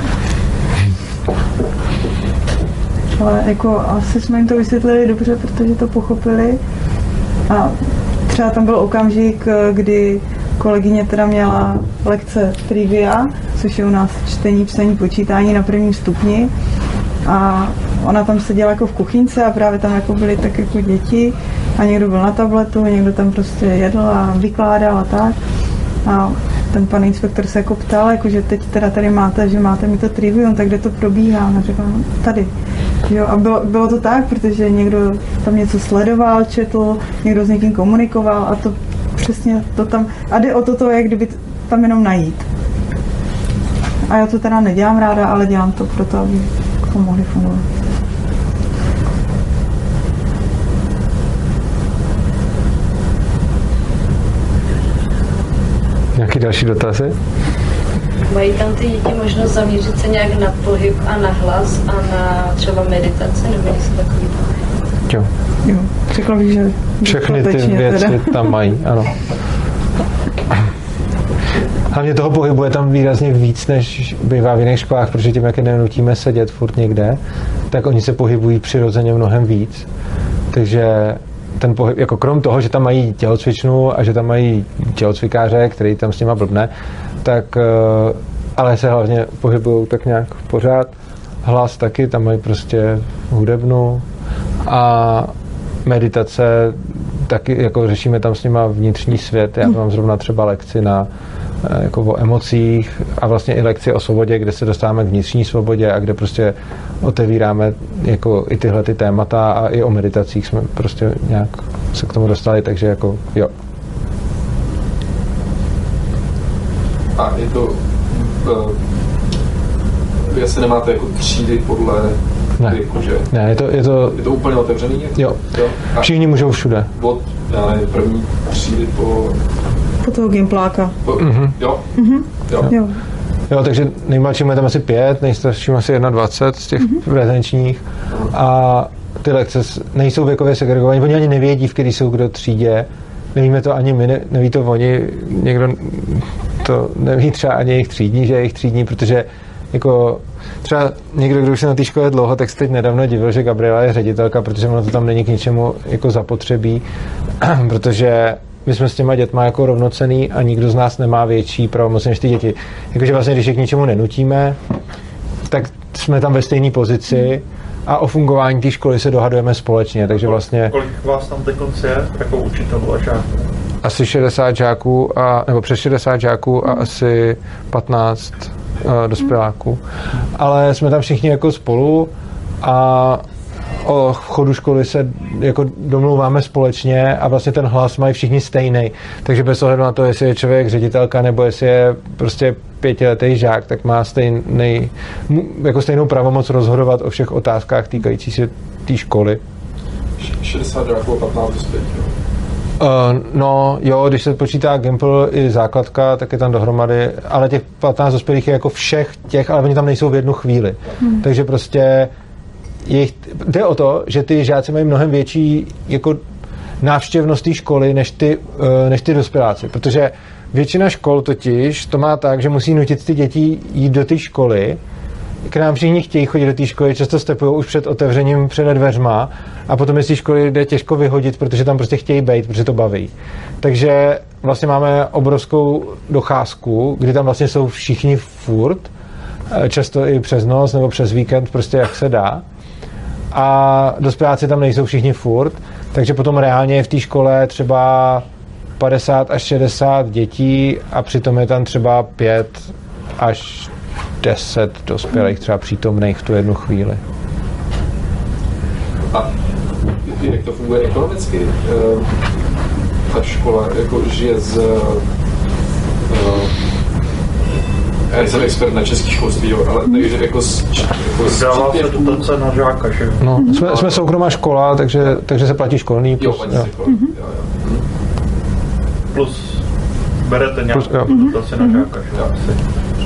Ale jako asi jsme jim to vysvětlili dobře, protože to pochopili. A třeba tam byl okamžik, kdy kolegyně teda měla lekce trivia, což je u nás čtení, psaní, počítání na prvním stupni. A ona tam seděla jako v kuchyňce a právě tam jako byly tak jako děti a někdo byl na tabletu, někdo tam prostě jedl a vykládal a tak. A ten pan inspektor se jako ptal, jako, že teď teda tady máte, že máte mi to trivium, tak kde to probíhá? A říkal, no, tady. Jo, a bylo, bylo to tak, protože někdo tam něco sledoval, četl, někdo s někým komunikoval a to přesně to tam, a jde o toto, jak kdyby tam jenom najít. A já to teda nedělám ráda, ale dělám to proto, aby to mohli fungovat. Nějaký další dotazy? Mají tam ty děti možnost zaměřit se nějak na pohyb a na hlas a na třeba meditace nebo něco takového? Jo. Jo, řekla bych, že všechny ty věci teda tam mají, ano. Hlavně toho pohybu je tam výrazně víc, než bývá v jiných školách, protože tím, jak je nenutíme sedět furt někde, tak oni se pohybují přirozeně mnohem víc. Takže ten pohyb, jako krom toho, že tam mají tělocvičnu a že tam mají tělocvikáře, který tam s nima blbne, tak ale se hlavně pohybují tak nějak pořád. Hlas taky, tam mají prostě hudebnu a meditace taky, jako řešíme tam s nima vnitřní svět. Já mám zrovna třeba lekci na jako o emocích a vlastně i lekci o svobodě, kde se dostáváme k vnitřní svobodě a kde prostě otevíráme jako i tyhle ty témata a i o meditacích jsme prostě nějak se k tomu dostali, takže jako jo. A je to uh, vy asi nemáte jako třídy podle ne. věku, že? Ne, je to, je to... Je to úplně otevřený? Jo. jo? Všichni můžou všude. Od, já nevím, první třídy po... Po toho gimpláka. Po, mm-hmm. Jo? Mm-hmm. Jo. Jo. Jo, takže nejmladším je tam asi pět, nejstarším asi dvacet jedna z těch mm-hmm. prezenčních a ty lekce nejsou věkově segregovaní, oni ani nevědí, v který jsou kdo třídě, nevíme to ani my, ne, neví to oni, někdo to neví třeba ani jejich třídní, že je jejich třídní, protože jako třeba někdo, kdo už je na té škole dlouho, tak se teď nedávno divil, že Gabriela je ředitelka, protože ono to tam není k ničemu jako zapotřebí, protože my jsme s těma dětma jako rovnocenný a nikdo z nás nemá větší pravomoc než ty děti. Jakože vlastně, když je k ničemu nenutíme, tak jsme tam ve stejné pozici a o fungování té školy se dohadujeme společně, takže vlastně... Kolik vás tam teď je jako učitelů a žáků? Asi šedesát žáků, a, nebo přes šedesát žáků a asi patnáct uh, dospěláků. Ale jsme tam všichni jako spolu a o chodu školy se jako domlouváme společně a vlastně ten hlas mají všichni stejný. Takže bez ohledu na to, jestli je člověk ředitelka nebo jestli je prostě pětiletý žák, tak má stejný, jako stejnou pravomoc rozhodovat o všech otázkách týkající se té školy. šedesát žáků a patnáct dospělých. Uh, no jo, když se počítá Gimple i základka, tak je tam dohromady, ale těch patnáct dospělých je jako všech těch, ale oni tam nejsou v jednu chvíli. Hmm. Takže prostě jejich, jde o to, že ty žáci mají mnohem větší jako návštěvnost té školy než ty, než ty dospěláci, protože většina škol totiž to má tak, že musí nutit ty děti jít do té školy. K nám všichni chtějí chodit do té školy, často stepují už před otevřením před dveřma a potom je z té školy jde těžko vyhodit, protože tam prostě chtějí být, protože to baví. Takže vlastně máme obrovskou docházku, kdy tam vlastně jsou všichni furt, často i přes noc nebo přes víkend, prostě jak se dá. A dospěláci tam nejsou všichni furt, takže potom reálně je v té škole třeba padesát až šedesát dětí a přitom je tam třeba pět až deset dospělých třeba přítomných v tu jednu chvíli. A jak to funguje ekonomicky? Ta škola jako žije z... Já nejsem expert na český školství, jo, ale takže jako z... Jako z dává se dotace na žáka, že? No, jsme, jsme soukromá škola, takže, takže se platí školní. Plus, jo, platí jo. Jo, jo. Plus berete nějakou dotaci na žáka, že? Jo.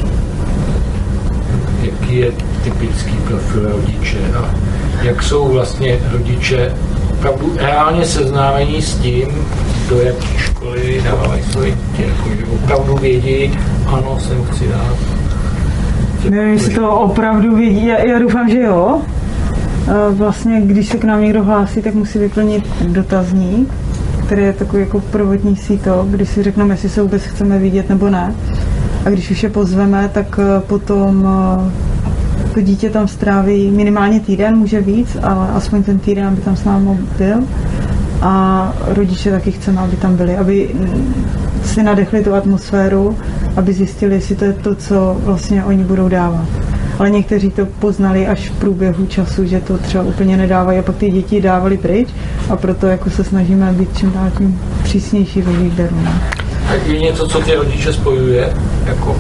jaký je typický profil rodiče a jak jsou vlastně rodiče opravdu reálně seznámení s tím, do jaké školy dávají svoje dítě, jakože opravdu vědí, ano, sem chci dát. Nevím, jestli to opravdu vědí, já, já doufám, že jo. Vlastně, když se k nám někdo hlásí, tak musí vyplnit dotazník, který je takový jako prvotní síto, když si řekneme, jestli se vůbec chceme vidět nebo ne. A když už je pozveme, tak potom to dítě tam stráví minimálně týden, může víc, ale aspoň ten týden, aby tam s námi byl. A rodiče taky chceme, aby tam byli, aby si nadechli tu atmosféru, aby zjistili, jestli to je to, co vlastně oni budou dávat. Ale někteří to poznali až v průběhu času, že to třeba úplně nedávají a pak ty děti dávali pryč a proto jako se snažíme být čím dál tím přísnější ve výběru. Tak je něco, co ty rodiče spojuje? Jako?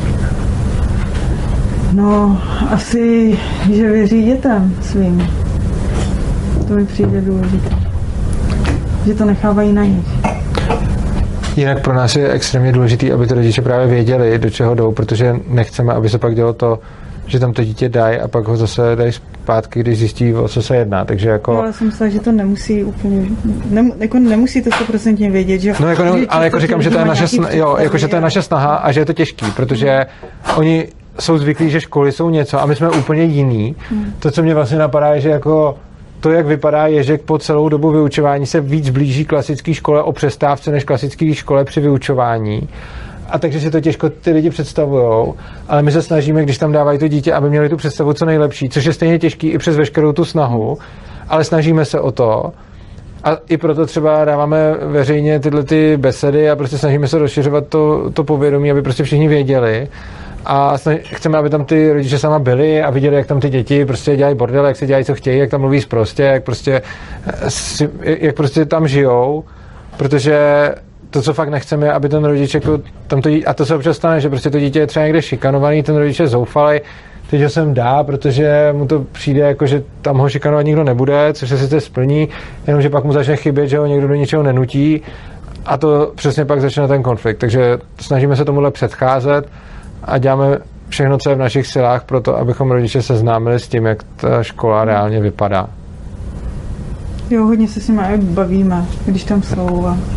No, asi, že věří dětem svým. To mi přijde důležité. Že to nechávají na nich. Jinak pro nás je extrémně důležité, aby ty rodiče právě věděli, do čeho jdou, protože nechceme, aby se pak dělo to, že tam to dítě dají a pak ho zase dají zpátky, když zjistí, o co se jedná. Takže jako... No, ale jsem myslela, že to nemusí úplně, ne, jako nemusí to sto procent vědět, že... No, jako ne, ale jako říkám, že to je naše snaha, jo, jako, že to je naše snaha a že je to těžký, protože oni jsou zvyklí, že školy jsou něco a my jsme úplně jiný. Hmm. To, co mě vlastně napadá, je, že jako to, jak vypadá Ježek po celou dobu vyučování, se víc blíží klasické škole o přestávce než klasické škole při vyučování. A takže si to těžko ty lidi představujou, ale my se snažíme, když tam dávají to dítě, aby měli tu představu co nejlepší, což je stejně těžký i přes veškerou tu snahu, ale snažíme se o to. A i proto třeba dáváme veřejně tyhle ty besedy a prostě snažíme se rozšiřovat to, to povědomí, aby prostě všichni věděli. A chceme, aby tam ty rodiče sama byli a viděli, jak tam ty děti prostě dělají bordel, jak se dělají, co chtějí, jak tam mluví sprostě, jak prostě, jak prostě tam žijou, protože to, co fakt nechceme, je, aby ten rodič jako tam to dítě, a to se občas stane, že prostě to dítě je třeba někde šikanovaný, ten rodič je zoufalej, teď ho sem dá, protože mu to přijde jako, že tam ho šikanovat nikdo nebude, což se sice splní, jenomže pak mu začne chybět, že ho někdo do ničeho nenutí a to přesně pak začne ten konflikt. Takže snažíme se tomuhle předcházet a děláme všechno, co je v našich silách pro to, abychom rodiče seznámili s tím, jak ta škola reálně vypadá. Jo, hodně se s nimi bavíme, když tam jsou. A...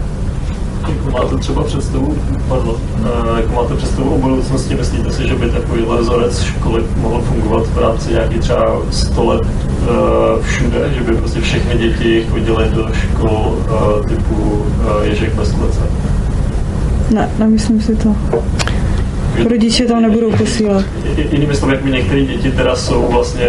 Jak máte třeba představu, pardon, jak máte představu o budoucnosti, myslíte si, že by takovýhle vzorec školy mohl fungovat v rámci nějakých třeba sto let uh, všude, že by prostě všechny děti chodily do škol uh, typu uh, Ježek Vestlece? Ne, nemyslím si to. Rodiče tam nebudou posílat. Jinými slovy, jak mi některé děti teda jsou vlastně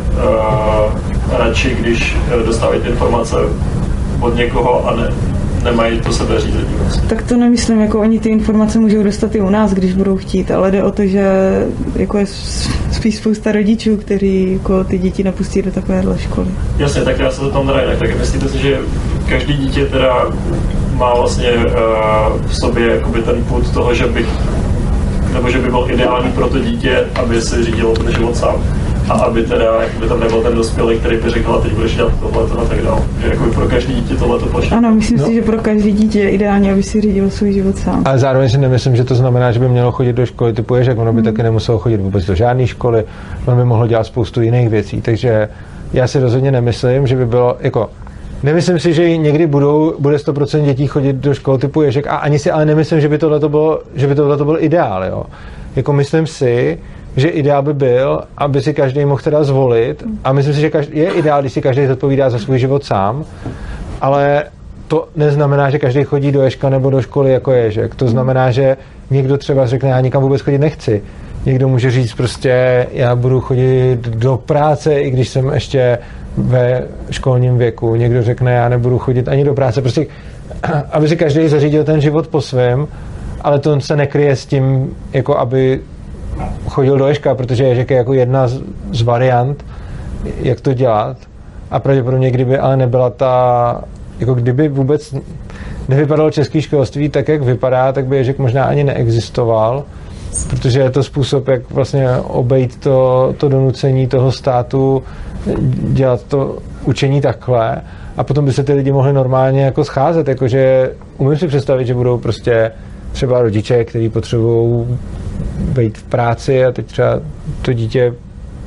uh, radši, když dostávají ty informace od někoho a ne, nemají to sebeřízení. Vlastně. Tak to nemyslím, jako oni ty informace můžou dostat i u nás, když budou chtít, ale jde o to, že jako je spíš spousta rodičů, kteří jako ty děti napustí do takovéhle školy. Jasně, tak já se to tam jinak. Tak myslíte si, že každý dítě teda má vlastně uh, v sobě jakoby ten pud toho, že by nebo že by byl ideální pro to dítě, aby si řídilo ten život sám. A aby teda, jakoby tam nebyl ten dospělý, který by řekl, teď budeš dělat tohleto a tak dále. Že jakoby pro každý dítě tohleto platí. Ano, myslím no. si, že pro každý dítě je ideální, aby si řídil svůj život sám. Ale zároveň si nemyslím, že to znamená, že by mělo chodit do školy typu Ježek, ono by hmm. taky nemuselo chodit vůbec do žádné školy, ono by mohlo dělat spoustu jiných věcí. Takže já si rozhodně nemyslím, že by bylo, jako, nemyslím si, že někdy budou, bude sto procent dětí chodit do škol typu Ježek a ani si ale nemyslím, že by tohleto bylo, že by tohleto byl ideál, jo. Jako myslím si, že ideál by byl, aby si každý mohl teda zvolit a myslím si, že každý, je ideál, když si každý zodpovídá za svůj život sám, ale to neznamená, že každý chodí do Ježka nebo do školy jako Ježek. To znamená, že někdo třeba řekne, já nikam vůbec chodit nechci. Někdo může říct prostě, já budu chodit do práce, i když jsem ještě ve školním věku. Někdo řekne, já nebudu chodit ani do práce. Prostě, aby si každý zařídil ten život po svém, ale to se nekryje s tím, jako aby chodil do Ježka, protože Ježek je jako jedna z, z variant, jak to dělat. A pravděpodobně, kdyby ale nebyla ta, jako kdyby vůbec nevypadalo české školství tak, jak vypadá, tak by Ježek možná ani neexistoval, protože je to způsob, jak vlastně obejít to, to donucení toho státu dělat to učení takhle a potom by se ty lidi mohli normálně jako scházet, jakože umím si představit, že budou prostě třeba rodiče, kteří potřebují být v práci a teď třeba to dítě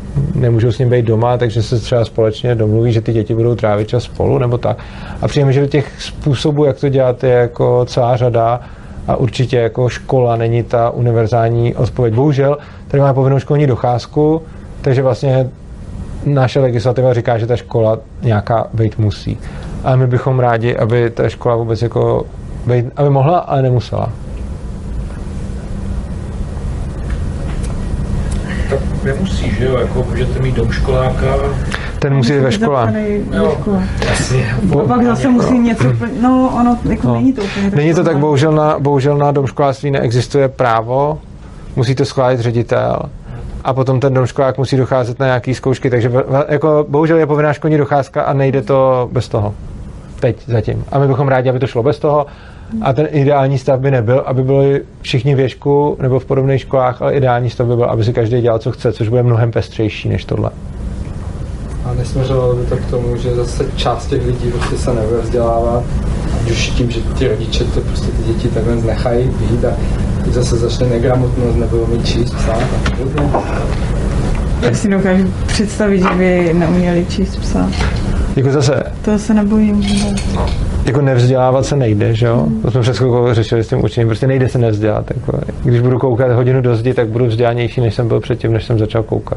nemůžou s ním být doma, takže se třeba společně domluví, že ty děti budou trávit čas spolu nebo tak. A přijeme, že těch způsobů, jak to dělat, je jako celá řada a určitě jako škola není ta univerzální odpověď. Bohužel tady máme povinnou školní docházku, takže vlastně naše legislativa říká, že ta škola nějaká být musí. Ale my bychom rádi, aby ta škola vůbec jako být, aby mohla, ale nemusela. Tak nemusí, že jo, jako můžete mít domškoláka. Ten musí jít ve škole. Jo, jasně. A pak zase musí něco, no ono jako no. není to úplně. Není to tak, bohužel na, bohužel na domškoláctví neexistuje právo, musí to schválit ředitel a potom ten domškolák musí docházet na nějaký zkoušky, takže jako bohužel je povinná školní docházka a nejde to bez toho. Teď zatím. A my bychom rádi, aby to šlo bez toho. A ten ideální stav by nebyl, aby byli všichni v Ježku nebo v podobných školách, ale ideální stav by byl, aby si každý dělal, co chce, což bude mnohem pestřejší než tohle. A nesměřovalo by to k tomu, že zase část těch lidí prostě se nebude vzdělávat, ať už tím, že ti rodiče to prostě ty děti takhle nechají být a teď zase začne negramotnost, nebudou mít číst, psát a podobně. Já si dokážu představit, že by neuměli číst, psát. Jako zase... To se nebojím. No. Jako nevzdělávat se nejde, že jo? Hmm. To jsme před chvilkou řešili s tím učením. Prostě nejde se nevzdělat. Jako, když budu koukat hodinu do zdi, tak budu vzdělanější, než jsem byl předtím, než jsem začal koukat.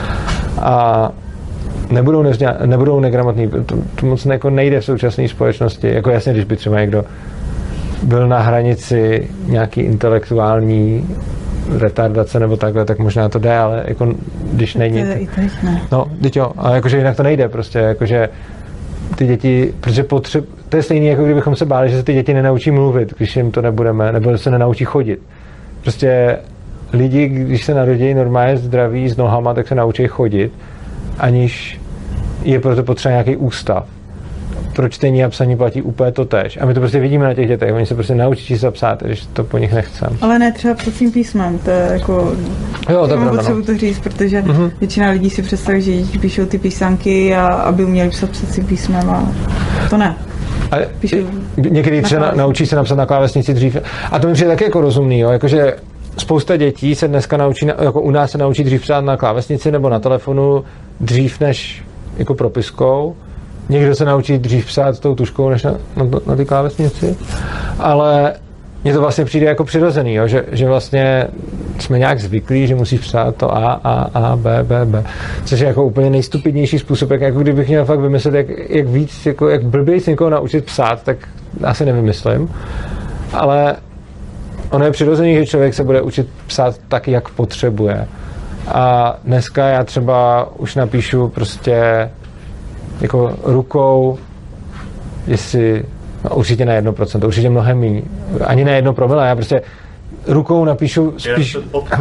A nebudou, nevzděla, nebudou negramotní. To, to moc jako nejde v současné společnosti. Jako jasně, když by třeba někdo byl na hranici nějaký intelektuální retardace nebo takhle, tak možná to jde, ale jako když není... To i teď ne. No, teď jo, ale jakože jinak to nejde prostě, jakože ty děti, protože potřeb, to je stejné, jako kdybychom se báli, že se ty děti nenaučí mluvit, když jim to nebudeme, nebo se nenaučí chodit. Prostě lidi, když se narodí normálně zdraví s nohama, tak se naučí chodit, aniž je proto potřeba nějaký ústav. Pro čtení a psaní platí úplně to též. A my to prostě vidíme na těch dětech, oni se prostě naučí číst a psát, když to po nich nechcem. Ale ne třeba psacím písmem, to je jako... Jo, to mám potřebu to říct, protože mm-hmm. většina lidí si představí, že děti píšou ty písanky a aby uměli psat psacím písmem a to ne. Ale někdy třeba na naučí se napsat na klávesnici dřív. A to mi přijde taky jako rozumný, jo? Jakože spousta dětí se dneska naučí, jako u nás se naučí dřív psát na klávesnici nebo na telefonu dřív než jako propiskou. Někdo se naučí dřív psát s tou tuškou než na, na, na ty klávesnici, ale mně to vlastně přijde jako přirozený, jo? Že, že vlastně jsme nějak zvyklí, že musíš psát to A, A, A, B, B, B, což je jako úplně nejstupidnější způsob, jak, jako kdybych měl fakt vymyslet, jak, jak víc, jako, jak blběji se někoho naučit psát, tak asi nevymyslím, ale ono je přirozený, že člověk se bude učit psát tak, jak potřebuje. A dneska já třeba už napíšu prostě jako rukou, jestli, no určitě na jedno procento, určitě mnohem méně, ani na jedno promile, já prostě rukou napíšu spíš...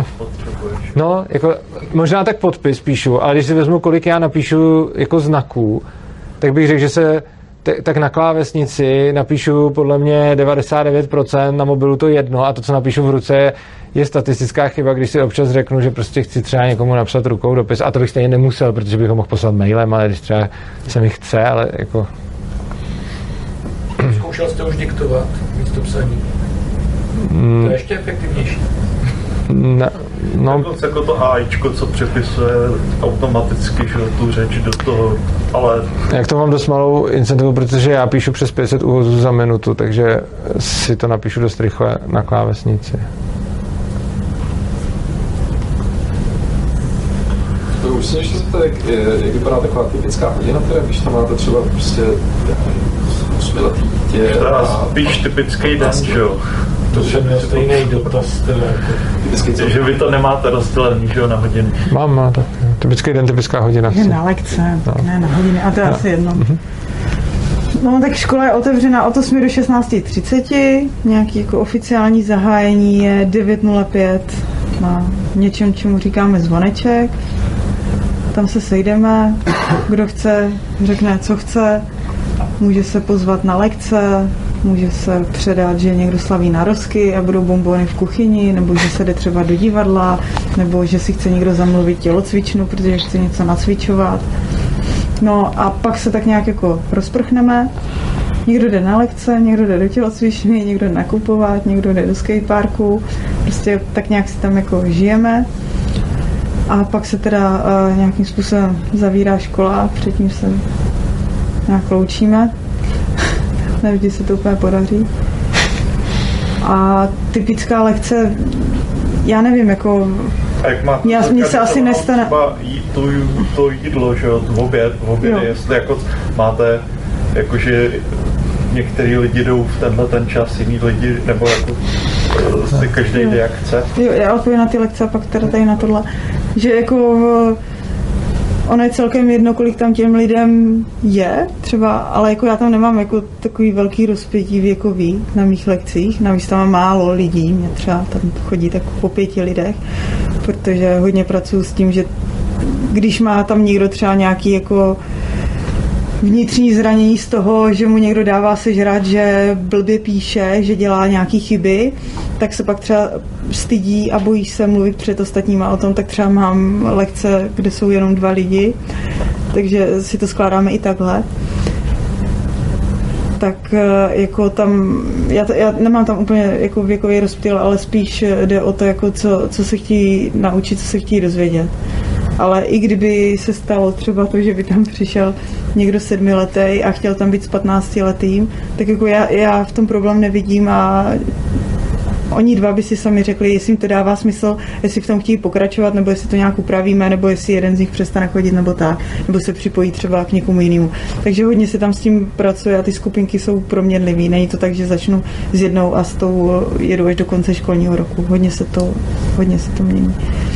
No, jako, možná tak podpis píšu, ale když si vezmu, kolik já napíšu jako znaků, tak bych řekl, že se t- tak na klávesnici napíšu podle mě devadesát devět procent, na mobilu to jedno a to, co napíšu v ruce, je statistická chyba, když si občas řeknu, že prostě chci třeba někomu napsat rukou dopis a to bych stejně nemusel, protože bych ho mohl poslat mailem, ale když třeba se mi chce, ale jako... Zkoušel jste už diktovat místo psaní? Mm. To je ještě efektivnější. Ne, no. Jako, jako to AIčko, co přepisuje automaticky, že tu řeč do toho, ale... Jak to mám dost malou incentivu, protože já píšu přes pět set úvozů za minutu, takže si to napíšu dost rychle na klávesnici. To už si ještě zeptat, jak, jak vypadá taková typická hodina, teda, když tam máte třeba prostě osmiletý dítě a... Spíš typický den, že jo? To jsem měl stejný dotaz, teda. Že vy to nemáte rozdělený, že jo, na hodiny. Mám, má, tak typický den, typická hodina. Je na lekce, no. Ne na hodiny, a to je no. asi jedno. Mm-hmm. No tak škola je otevřena od osmi do šestnácti třiceti, nějaký jako oficiální zahájení je devět nula pět na něčem, čemu říkáme zvoneček. Tam se sejdeme, kdo chce, řekne, co chce, může se pozvat na lekce, může se předat, že někdo slaví narozky a budou bonbony v kuchyni, nebo že se jde třeba do divadla, nebo že si chce někdo zamluvit tělocvičnu, protože chce něco nacvičovat. No a pak se tak nějak jako rozprchneme. Někdo jde na lekce, někdo jde do tělocvičny, někdo jde nakupovat, někdo jde do skateparku. Prostě tak nějak si tam jako žijeme. A pak se teda uh, nějakým způsobem zavírá škola, předtím se nějak loučíme. Nevždy se to úplně podaří. A typická lekce, já nevím, jako... A jak máte já, mně se asi nestane... Třeba jí, to, to jídlo, že jo, v oběd, v obědy, jestli jako máte, jakože některý lidi jdou v tenhle ten čas, jiný lidi, nebo jako si každý jde jak chce. Jo, já odpovím na ty lekce a pak teda tady na tohle, že jako ono je celkem jedno, kolik tam těm lidem je, třeba, ale jako já tam nemám jako takový velký rozpětí věkový na mých lekcích, navíc tam mám málo lidí, mě třeba tam chodí tak po pěti lidech, protože hodně pracuji s tím, že když má tam někdo třeba nějaký jako vnitřní zranění z toho, že mu někdo dává sežrat, že blbě píše, že dělá nějaký chyby, tak se pak třeba stydí a bojí se mluvit před ostatníma o tom, tak třeba mám lekce, kde jsou jenom dva lidi, takže si to skládáme i takhle. Tak jako tam, já, to, já nemám tam úplně jako věkový rozptyl, ale spíš jde o to, jako co, co se chtějí naučit, co se chtějí dozvědět. Ale i kdyby se stalo třeba to, že by tam přišel někdo sedmiletý a chtěl tam být s patnáctiletým, tak jako já, já v tom problém nevidím a oni dva by si sami řekli, jestli jim to dává smysl, jestli v tom chtějí pokračovat, nebo jestli to nějak upravíme, nebo jestli jeden z nich přestane chodit, nebo tak, nebo se připojí třeba k někomu jinému. Takže hodně se tam s tím pracuje a ty skupinky jsou proměnlivý. Není to tak, že začnu s jednou a s tou jedu až do konce školního roku. Hodně se to, hodně se to mění.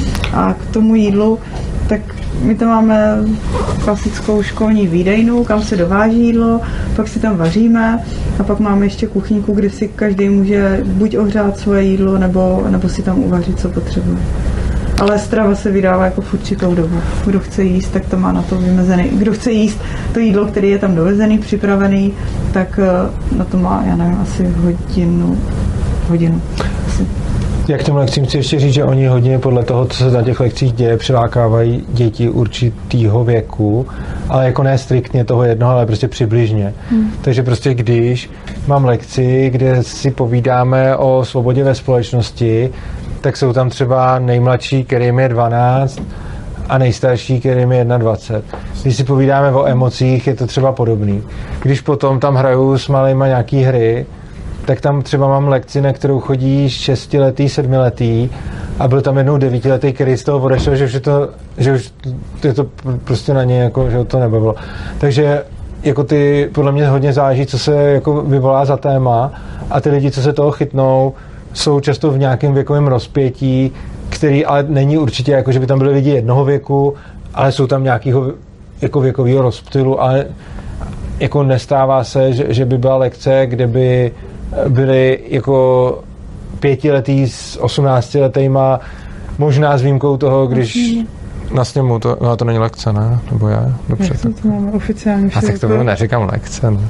A k tomu jídlu, tak my tam máme klasickou školní výdejnu, kam se dováží jídlo, pak si tam vaříme a pak máme ještě kuchyňku, kde si každý může buď ohřát svoje jídlo, nebo, nebo si tam uvařit, co potřebuje. Ale strava se vydává jako v určitou dobu. Kdo chce jíst, tak to má na to vymezený. Kdo chce jíst to jídlo, který je tam dovezený, připravený, tak na to má, já nevím, asi hodinu. hodinu. Asi. Jak těm lekcím chci ještě říct, že oni hodně podle toho, co se na těch lekcích děje, přilákávají děti určitýho věku, ale jako ne striktně toho jednoho, ale prostě přibližně. Hmm. Takže prostě když mám lekci, kde si povídáme o svobodě ve společnosti, tak jsou tam třeba nejmladší, kterým je dvanáct, a nejstarší, kterým je dvacet jedna. Když si povídáme o emocích, je to třeba podobný. Když potom tam hraju s malýma nějaký hry, tak tam třeba mám lekci, na kterou chodí šestiletý, sedmiletý a byl tam jednou devítiletý, který z toho odešel, že už je to, že už je to prostě na něj, jako, že to nebavilo. Takže jako ty, podle mě hodně záleží, co se jako vyvolá za téma a ty lidi, co se toho chytnou, jsou často v nějakém věkovém rozpětí, který ale není určitě jako, že by tam byli lidi jednoho věku, ale jsou tam nějakého jako věkového rozptylu, ale jako nestává se, že, že by byla lekce, kde by byli jako pětiletý s osmnáctiletýma, možná s výjimkou toho, když na sněmu, to, no to není lekce, ne? Nebo je? Dobře. Tak to máme oficiálně. A tak to neříkám lekce, no.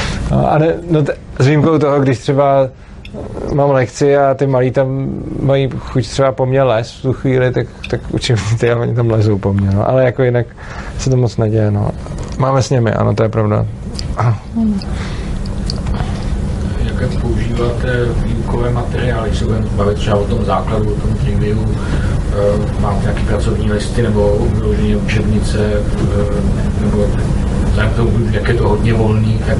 A ne, no t- s výjimkou toho, když třeba mám lekci a ty malí tam mají chuť třeba po mně les v tu chvíli, tak, tak učím ty a oni tam lezou po mně, no. Ale jako jinak se to moc neděje, no. Máme s nimi, ano, to je pravda. Ah. Jak používáte výukové materiály, když se budeme bavit třeba o tom základu, o tom triviu, máte nějaké pracovní listy nebo vyloženě učebnice, nebo zájem tomu, jak je to hodně volný, tak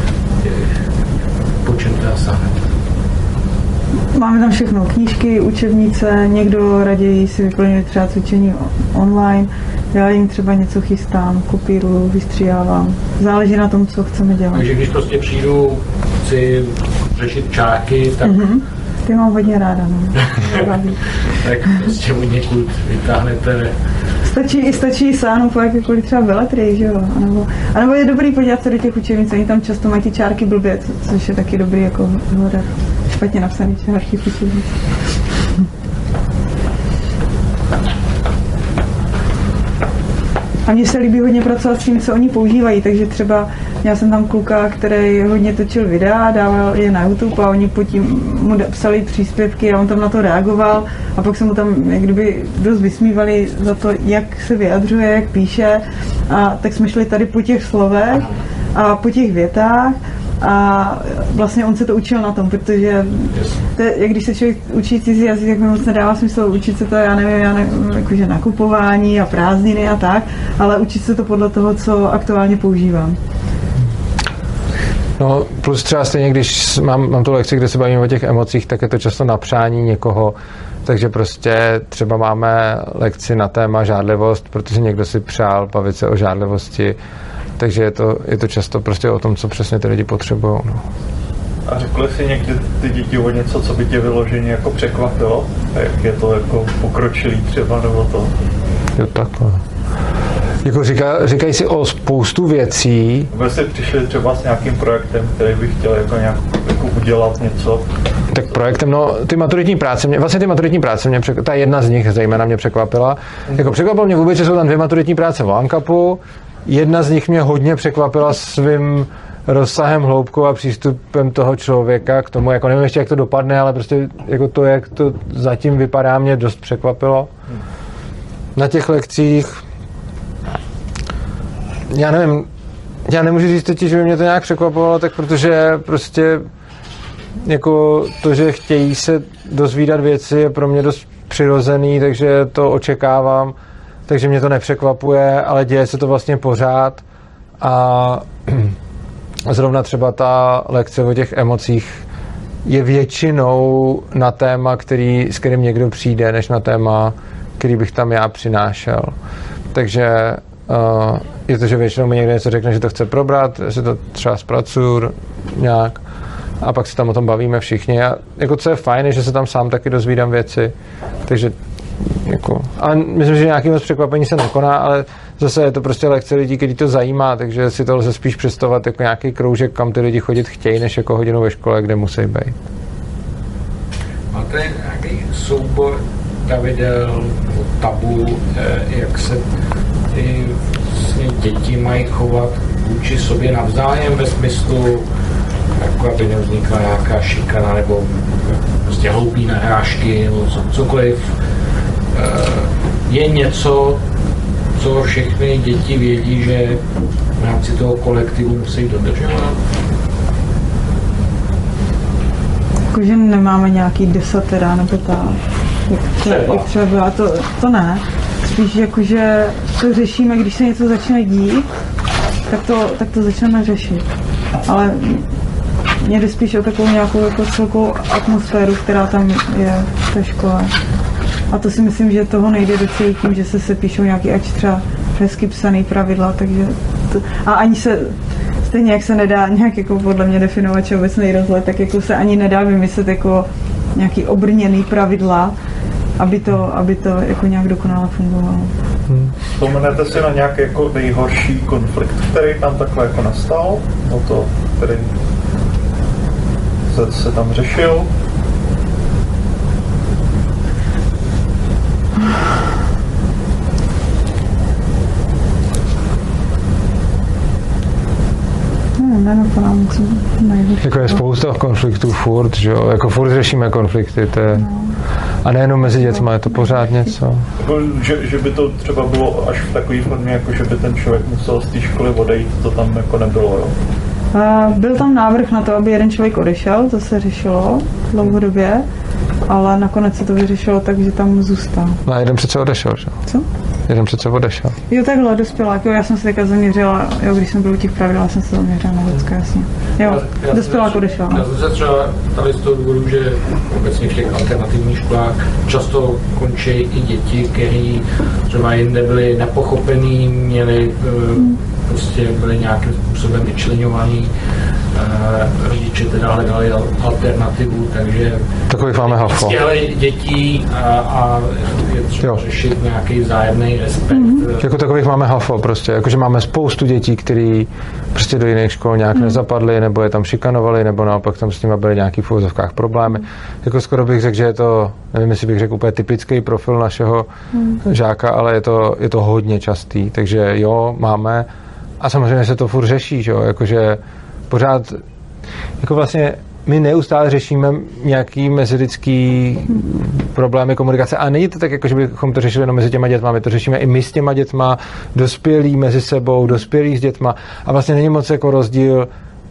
po čem to sáhnete? Máme tam všechno, knížky, učebnice, někdo raději si vyplňuje třeba cvičení online, já jim třeba něco chystám, kopíruju, vystříhávám. Záleží na tom, co chceme dělat. Takže když prostě přijdu, chci řešit čárky, tak... Mm-hmm. Ty mám hodně ráda, no. Tak prostě od někud vytáhnete... Stačí, stačí sáhnout po jakékoliv třeba veletrii, že jo? A nebo, a nebo je dobrý podívat se do těch učebnic, oni tam často mají ty čárky blbě, což je taky dobrý jako hledat špatně napsaný čárky v učebnic. A mně se líbí hodně pracovat s tím, co oni používají, takže třeba já jsem tam kluka, který hodně točil videa, dával je na YouTube a oni potom mu psali příspěvky a on tam na to reagoval a pak se mu tam jak kdyby dost vysmívali za to, jak se vyjadřuje, jak píše a tak jsme šli tady po těch slovech a po těch větách A vlastně on se to učil na tom, protože to, jak když se člověk učí cizí jazyk, tak mi moc nedává smysl učit se to, já nevím, já nevím, jakože nakupování a prázdniny a tak, ale učit se to podle toho, co aktuálně používám. No plus třeba stejně, když mám, mám tu lekci, kde se bavíme o těch emocích, tak je to často na přání někoho, takže prostě třeba máme lekci na téma žádlivost, protože někdo si přál bavit se o žádlivosti, takže je to, je to často prostě o tom, co přesně ty lidi potřebují. No. A řekli jsi někdy ty děti o něco, co by tě vyloženě jako překvapilo? A jak je to jako pokročilý třeba nebo to? Jo, takhle. Jako říká, říkají si o spoustu věcí. Vy jste přišli třeba s nějakým projektem, který bych chtěl jako nějak jako udělat něco? Tak projektem, no ty maturitní práce, mě, vlastně ty maturitní práce, mě překvapila, ta jedna z nich zejména mě překvapila. Jako překvapilo mě vůbec, že jsou tam dvě maturitní práce v ANCAPu. Jedna z nich mě hodně překvapila svým rozsahem, hloubkou a přístupem toho člověka k tomu, jako nevím ještě, jak to dopadne, ale prostě jako to, jak to zatím vypadá, mě dost překvapilo. Na těch lekcích já nevím, já nemůžu říct teď, že by mě to nějak překvapovalo, tak protože prostě jako to, že chtějí se dozvídat věci, je pro mě dost přirozený, takže to očekávám, takže mě to nepřekvapuje, ale děje se to vlastně pořád a zrovna třeba ta lekce o těch emocích je většinou na téma, který, s kterým někdo přijde, než na téma, který bych tam já přinášel. Takže uh, je to, že většinou mi někdo něco řekne, že to chce probrat, že to třeba zpracuju nějak a pak se tam o tom bavíme všichni. A jako co je fajn, je, že se tam sám taky dozvídám věci, takže jako, a myslím, že nějaký moc překvapení se nekoná, ale zase je to prostě lekce lidí, kteří to zajímá, takže si to lze spíš představovat jako nějaký kroužek, kam ty lidi chodit chtějí, než jako hodinu ve škole, kde musí být. Máte nějaký soubor pravidel, tabu, jak se ty vlastně děti mají chovat vůči sobě navzájem ve smyslu, jako aby nevznikla nějaká šikana nebo prostě hloupý narážky nebo cokoliv. Je něco, co všechny děti vědí, že v rámci toho kolektivu musí dodržovat? Jakože nemáme nějaký desatera nebo tak. Jak třeba, jak třeba byla, to, to ne. Spíš jakože to řešíme, když se něco začne dít, tak to, tak to začneme řešit. Ale mě jde spíš o takovou nějakou jako celkovou atmosféru, která tam je v té škole. A to si myslím, že toho nejde docílit tím, že se sepíšou nějaký ať třeba hezky psaný pravidla, takže to, a ani se stejně jak se nedá nějak jako podle mě definovat všeobecný rozhled, tak jako se ani nedá vymyslet jako nějaký obrněný pravidla, aby to, aby to jako nějak dokonale fungovalo. Hmm. Vzpomenete si na nějaký jako nejhorší konflikt, který tam takhle jako nastal? No to, který se, se tam řešil? Nenapadám, co nejhorší. Jako je spousta konfliktů furt, že jo? Jako furt řešíme konflikty, to je... No. A nejenom mezi dětma, je to pořád něco. Jako, že, že by to třeba bylo až v takové formě, jako že by ten člověk musel z té školy odejít, to tam jako nebylo, jo? Uh, byl tam návrh na to, aby jeden člověk odešel, to se řešilo dlouhodobě, ale nakonec se to vyřešilo tak, že tam zůstal. No a jeden přece odešel, že? Co? Jeden přece odešel. Jo, takhle, dospělák, jo, já jsem se teďka zaměřila, jo, když jsem byl u těch pravidel, já jsem se zaměřila na děcka, jasně. Jo, dospělák odešel. Já jsem se třeba tady z toho důvodu, že obecně v těch alternativních školách často končí i děti, které třeba jinde byly nepochopený, měli hmm. prostě byli nějakým způsobem vyčleňovaný, uh, rodiče teda hledali alternativu, takže takových máme hafo. dětí a, a je třeba jo. řešit nějaký vzájemný respekt. Mm-hmm. Jako takových máme hafo prostě, jakože máme spoustu dětí, který prostě do jiných škol nějak mm. nezapadly, nebo je tam šikanovali, nebo naopak tam s nimi byly nějaký v uvozovkách problémy. Jako skoro bych řekl, že je to, nevím, jestli bych řekl úplně typický profil našeho mm. žáka, ale je to, je to hodně častý, takže jo, máme. A samozřejmě se to furt řeší, že jo, jakože pořád, jako vlastně my neustále řešíme nějaký mezilidský problémy komunikace a není to tak, jako že bychom to řešili jenom mezi těma dětma, my to řešíme i my s těma dětma, dospělí mezi sebou, dospělí s dětma a vlastně není moc jako rozdíl,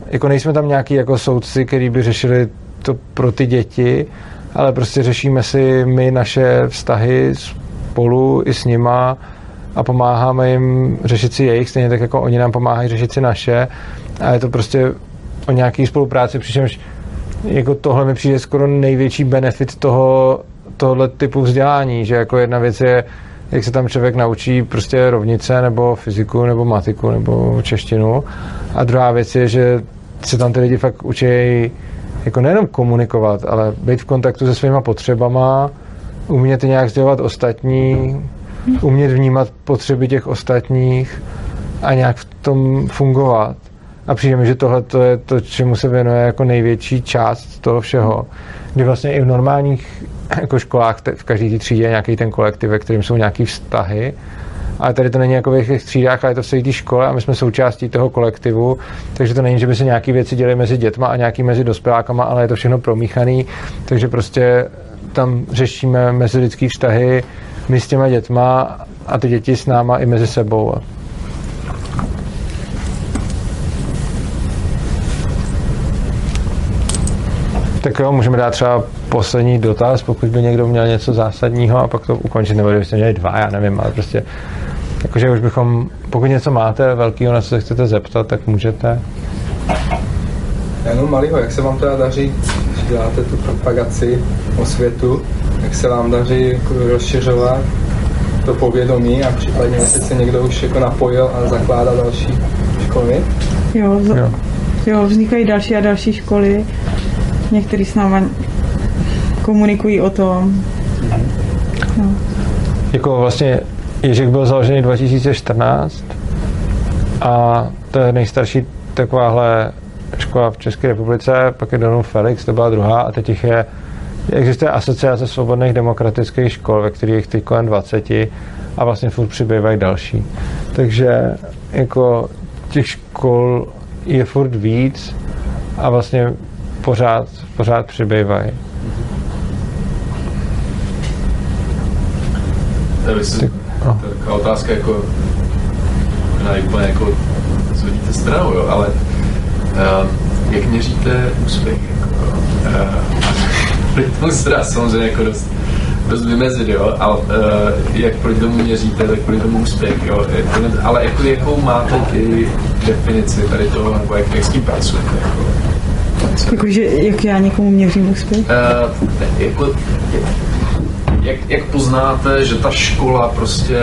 jako nejsme tam nějaký jako soudci, který by řešili to pro ty děti, ale prostě řešíme si my naše vztahy spolu i s nima a pomáháme jim řešit si jejich, stejně tak jako oni nám pomáhají řešit si naše a je to prostě o nějaký spolupráci, přičemž jako tohle mi přijde skoro největší benefit toho, tohle typu vzdělání, že jako jedna věc je, jak se tam člověk naučí prostě rovnice nebo fyziku nebo matiku nebo češtinu a druhá věc je, že se tam ty lidi fakt učí jako nejenom komunikovat, ale být v kontaktu se svýma potřebama, umět nějak sdělovat ostatní, umět vnímat potřeby těch ostatních a nějak v tom fungovat. A přijde mi, že tohle je to, čemu se věnuje jako největší část toho všeho. Kdy vlastně i v normálních jako školách v každé té třídě je nějaký ten kolektiv, ve kterým jsou nějaký vztahy. Ale tady to není jako v těch třídách, ale je to v celé té škole a my jsme součástí toho kolektivu, takže to není, že by se nějaké věci děly mezi dětma a nějaký mezi dospělákama, ale je to všechno promíchaný, takže prostě tam řešíme mezilidský vztahy my s těma dětma a ty děti s náma i mezi sebou. Tak jo, můžeme dát třeba poslední dotaz, pokud by někdo měl něco zásadního a pak to ukončit, nebo kdybyste měli dva, já nevím, ale prostě jakože už bychom, pokud něco máte velkého, na co se chcete zeptat, tak můžete. Jenom malýho, jak se vám teda daří, když děláte tu propagaci o světu, jak se vám daří jako rozšiřovat to povědomí a případně jestli se někdo už jako napojil a zakládá další školy? Jo, z- jo. jo, vznikají další a další školy. Někteří s námi komunikují o tom. No. Jako vlastně Ježek byl založený dva tisíce čtrnáct a to je nejstarší takováhle škola v České republice, pak je Donald Felix, to byla druhá a teď je, existuje asociace svobodných demokratických škol, ve kterých je teď kolem dvacet a vlastně furt přibývají další. Takže jako těch škol je furt víc a vlastně pořád, pořád přibývají. Ty, no. Taková otázka jako možná úplně jako zhodíte stranou, jo, ale uh, jak měříte úspěch? Jako, uh, teda samozřejmě jako dost, dost vymezit, jo, ale uh, jak proti tomu měříte, tak proti tomu úspěch, jo, ale jako jakou máte ty definici tady toho, nebo jak, jak s tím pracujete, jako? Jakože, jak já někomu měřím úspěch? Uh, jako, jak, jak poznáte, že ta škola prostě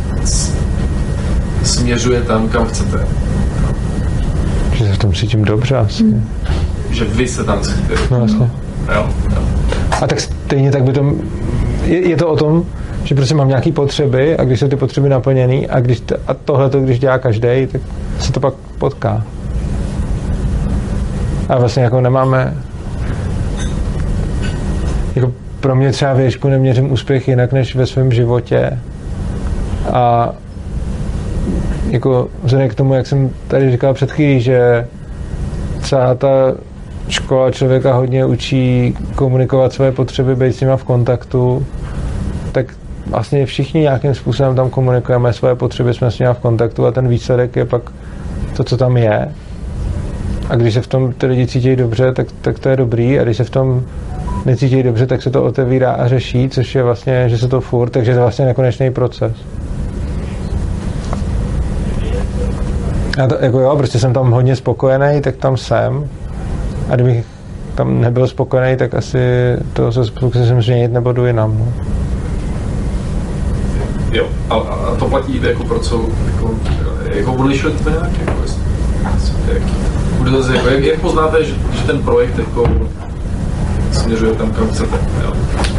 směřuje tam, kam chcete? Že se v tom cítím dobře asi. Hmm. Že vy se tam cítíte. No vlastně. Jo, jo. A tak stejně tak by to... Je, je to o tom, že prostě mám nějaké potřeby a když jsou ty potřeby naplněný a, když t- a tohle to, když dělá každý, tak se to pak potká. A vlastně jako nemáme... Jako pro mě třeba v Ježku neměřím úspěch jinak než ve svém životě. A jako vzhledem k tomu, jak jsem tady říkal před chvílí, že celá ta škola člověka hodně učí komunikovat své potřeby, být s nima v kontaktu, tak vlastně všichni nějakým způsobem tam komunikujeme své potřeby, jsme s nima v kontaktu a ten výsledek je pak to, co tam je. A když se v tom ty lidi cítí dobře, tak, tak to je dobrý a když se v tom necítí dobře, tak se to otevírá a řeší, což je vlastně, že se to furt, takže je to vlastně nekonečný proces. A to, jako jo, prostě jsem tam hodně spokojený, tak tam jsem. A kdybych tam nebyl spokojený, tak asi to se zkusím změnit nebo jdu jinam. No. Jo, a, a to platí jako pro co, jako, jako odlišujete to nějak? Jako, jak, jako, jak, jak poznáte, že, že ten projekt jako směřuje tam, kam chcete? Jo?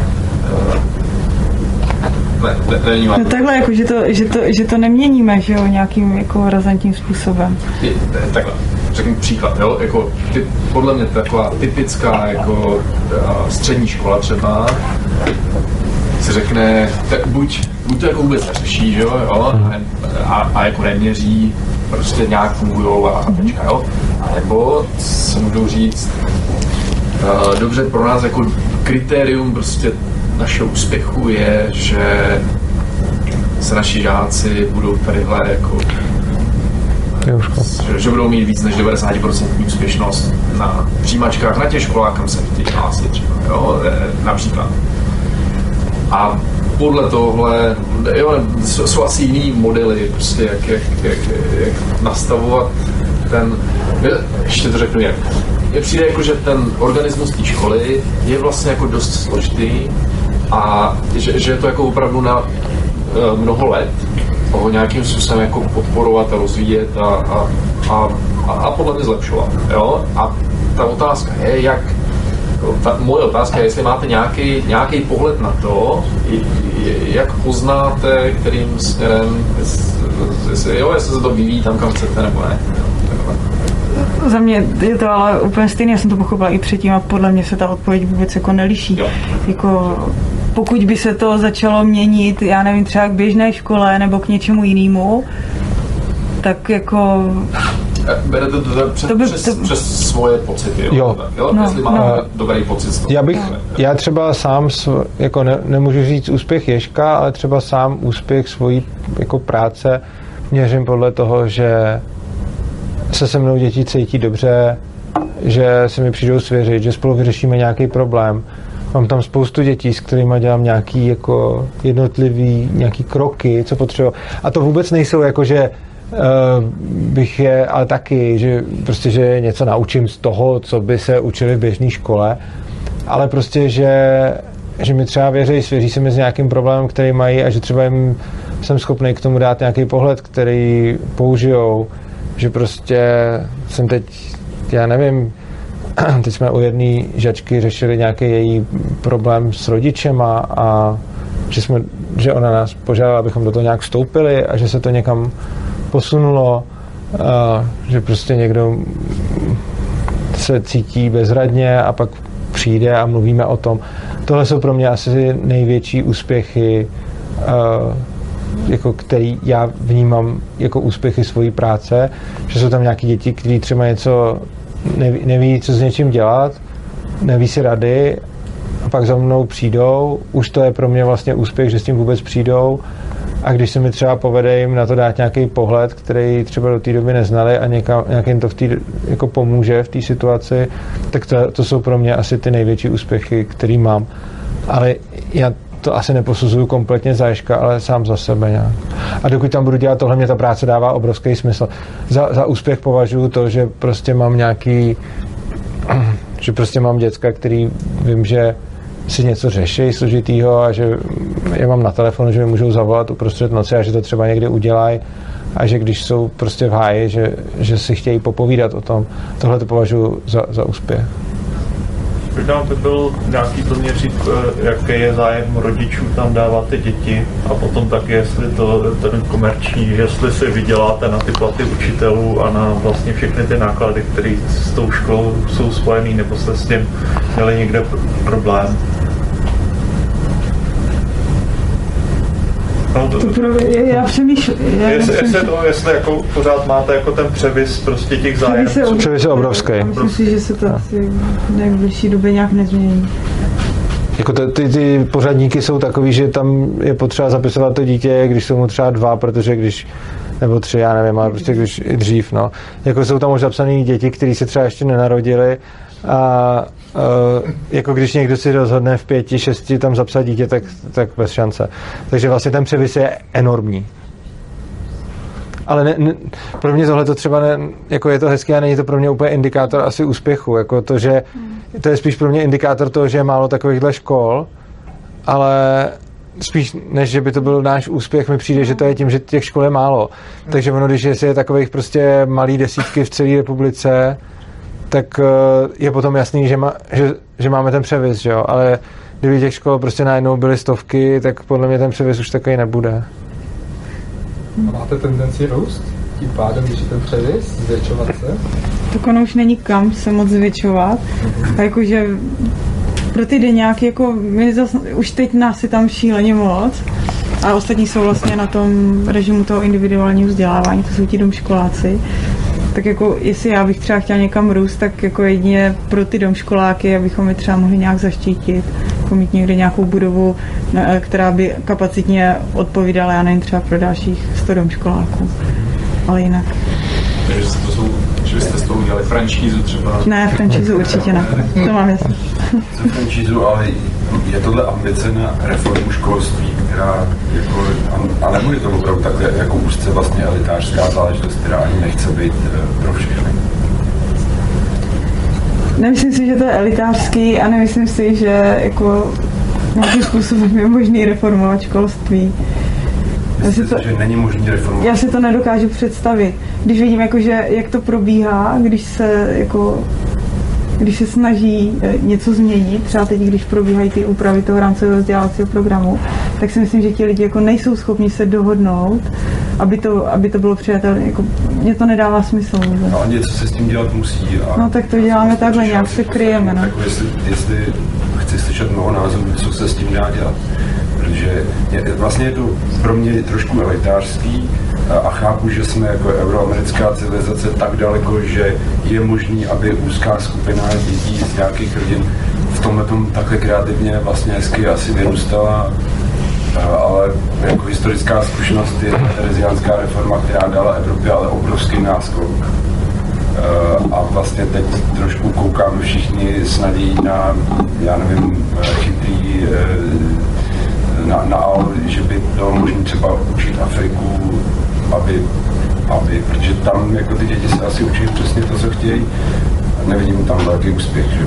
Ne, ne, není no takhle, jako, že, to, že, to, že to neměníme, že jo, nějakým jako razantním způsobem. Je, takhle, řeknu příklad, jo, jako ty, podle mě taková typická jako a, střední škola třeba se řekne, tak buď, buď to jako vůbec neřeší, jo, jo a, a jako neměří, prostě nějak fungujou a tečka, jo, nebo se můžou říct, a, dobře, pro nás jako kritérium prostě našeho úspěchu je, že se naši žáci budou tadyhle jako že, že budou mít víc než devadesát procent úspěšnost na přijímačkách na těch školách, kam se chtějí hlásit třeba, jo, například. A podle tohle, jo, jsou asi jiný modely, prostě jak, jak, jak, jak nastavovat ten, ještě to řeknu jak, mně přijde jako, že ten organismus té školy je vlastně jako dost složitý a že, že je to jako opravdu na uh, mnoho let ho nějakým způsobem jako podporovat a rozvíjet a, a, a, a podle mě zlepšovat, jo, a ta otázka je, jak ta moje otázka je, jestli máte nějaký, nějaký pohled na to, jak poznáte, kterým směrem, jestli, jo, jestli se to vyvíjí tam, kam chcete, nebo ne. Za mě je to ale úplně stejné, já jsem to pochopila i předtím a podle mě se ta odpověď vůbec jako neliší. Jo. Jako, pokud by se to začalo měnit, já nevím, třeba k běžné škole nebo k něčemu jinému, tak jako... Berete to, to, přes, to by, přes, to... přes svoje pocity, jo? Jo. jo? No, Jestli máte no. dobrý pocit. Já bych, já třeba sám, jako ne, nemůžu říct úspěch Ježka, ale třeba sám úspěch svojí jako práce měřím podle toho, že se se mnou děti cítí dobře, že se mi přijdou svěřit, že spolu vyřešíme nějaký problém. Mám tam spoustu dětí, s kterými dělám nějaký jako jednotlivý, nějaký kroky, co potřebuji. A to vůbec nejsou jako, že uh, bych je, ale taky, že prostě, že něco naučím z toho, co by se učili v běžné škole, ale prostě, že, že mi třeba věří, svěří se mi s nějakým problémem, který mají a že třeba jim jsem schopný k tomu dát nějaký pohled, který použijou, že prostě jsem teď, já nevím, teď jsme u jedné žačky řešili nějaký její problém s rodičema a že, jsme, že ona nás požádala, abychom do toho nějak vstoupili a že se to někam posunulo, a že prostě někdo se cítí bezradně a pak přijde a mluvíme o tom. Tohle jsou pro mě asi největší úspěchy, jako který já vnímám jako úspěchy svojí práce, že jsou tam nějaké děti, kteří třeba něco neví, neví, co s něčím dělat, neví si rady a pak za mnou přijdou, už to je pro mě vlastně úspěch, že s tím vůbec přijdou a když se mi třeba povede jim na to dát nějaký pohled, který třeba do té doby neznali a někam, nějak jim to v tý, jako pomůže v té situaci, tak to, to jsou pro mě asi ty největší úspěchy, který mám. Ale já to asi neposuzuju kompletně za Ježka, ale sám za sebe nějak. A dokud tam budu dělat tohle, mě ta práce dává obrovský smysl. Za, za úspěch považuji to, že prostě mám nějaký, že prostě mám děcka, který vím, že si něco řeší složitýho a že je mám na telefonu, že mi můžou zavolat uprostřed noci a že to třeba někdy udělají a že když jsou prostě v háji, že, že si chtějí popovídat o tom. Tohle to považuji za, za úspěch. Možná by byl nějaký to měřit, jaký je zájem rodičů tam dávat ty děti a potom taky, jestli to ten komerční, jestli si vyděláte na ty platy učitelů a na vlastně všechny ty náklady, které s tou školou jsou spojený, nebo jste s tím měli někde problém. No, to, to pro, já přemýšlím. Jestli, jestli, to, jestli jako pořád máte jako ten převis prostě těch zájemců. Převis je obrovský. Myslím si, že se to no. asi v nejbližší době nějak nezmění. Jako ty, ty, ty pořadníky jsou takový, že tam je potřeba zapisovat to dítě, když jsou mu třeba dva, protože když, nebo tři, já nevím, ale prostě když i dřív, no. Jako jsou tam už zapsané děti, které se třeba ještě nenarodily a uh, jako když někdo si rozhodne v pěti, šesti tam zapsat dítě, tak, tak bez šance. Takže vlastně ten převis je enormní. Ale ne, ne, pro mě tohle to třeba ne, jako je to hezké a není to pro mě úplně indikátor asi úspěchu. Jako to, že to je spíš pro mě indikátor toho, že je málo takovýchhle škol, ale spíš než, že by to byl náš úspěch, mi přijde, že to je tím, že těch škol je málo. Takže ono, když je takových prostě malý desítky v celé republice, tak je potom jasný, že, má, že, že máme ten převis, že jo? Ale kdyby těch škol prostě najednou byly stovky, tak podle mě ten převis už takový nebude. Máte tendenci růst? Tím pádem, když je ten převis, zvětšovat se? Tak ono už není kam se moc zvětšovat. A jakože pro ty deňáky, jako my zas, už teď nás je tam šíleně moc a ostatní jsou vlastně na tom režimu toho individuálního vzdělávání, to jsou ti domškoláci. Tak jako jestli já bych třeba chtěla někam růst, tak jako jedině pro ty domškoláky, abychom je třeba mohli nějak zaštítit, jako mít někde nějakou budovu, která by kapacitně odpovídala, já nevím, třeba pro dalších sto domškoláků. Ale jinak. Takže to jsou, že byste s tou udělali franšízu třeba? Ne, franšízu určitě ne. To mám jasný. Co franšízu, ale je tohle ambice na reformu školství, která jako, a nebo je to opravdu takhle jako úzce vlastně elitářská záležitost, která ani nechce být pro všechny? Nemyslím si, že to je elitářský a nemyslím si, že jako nějakým způsobem je možný reformovat školství. Myslím si, že není možný reformovat. Já si to nedokážu představit. Když vidím, jako, že, jak to probíhá, když se jako když se snaží něco změnit, třeba teď, když probíhají ty úpravy toho rámcového vzdělávacího programu, tak si myslím, že ti lidi jako nejsou schopni se dohodnout, aby to, aby to bylo přijatelné. Jako, mně to nedává smysl. Že? No a něco se s tím dělat musí. A no tak to děláme takhle, nějak se kryjeme. No. Tak jestli, jestli chci slyšet mnoho názorů, co se s tím dá dělat. Protože je, vlastně je to pro mě trošku elitářský a chápu, že jsme jako euroamerická civilizace tak daleko, že je možný, aby úzká skupina dětí z nějakých rodin v tomhletom takhle kreativně vlastně hezky asi vyrůstala, ale jako historická zkušenost je tereziánská reforma, která dala Evropě ale obrovský náskok. A vlastně teď trošku koukáme všichni s nadějí na, já nevím, chytrý na, na že by bylo možné třeba učit Afriku, aby, aby, protože tam jako ty děti se asi učí přesně to, co chtějí. Nevidím tam velký úspěch, že jo.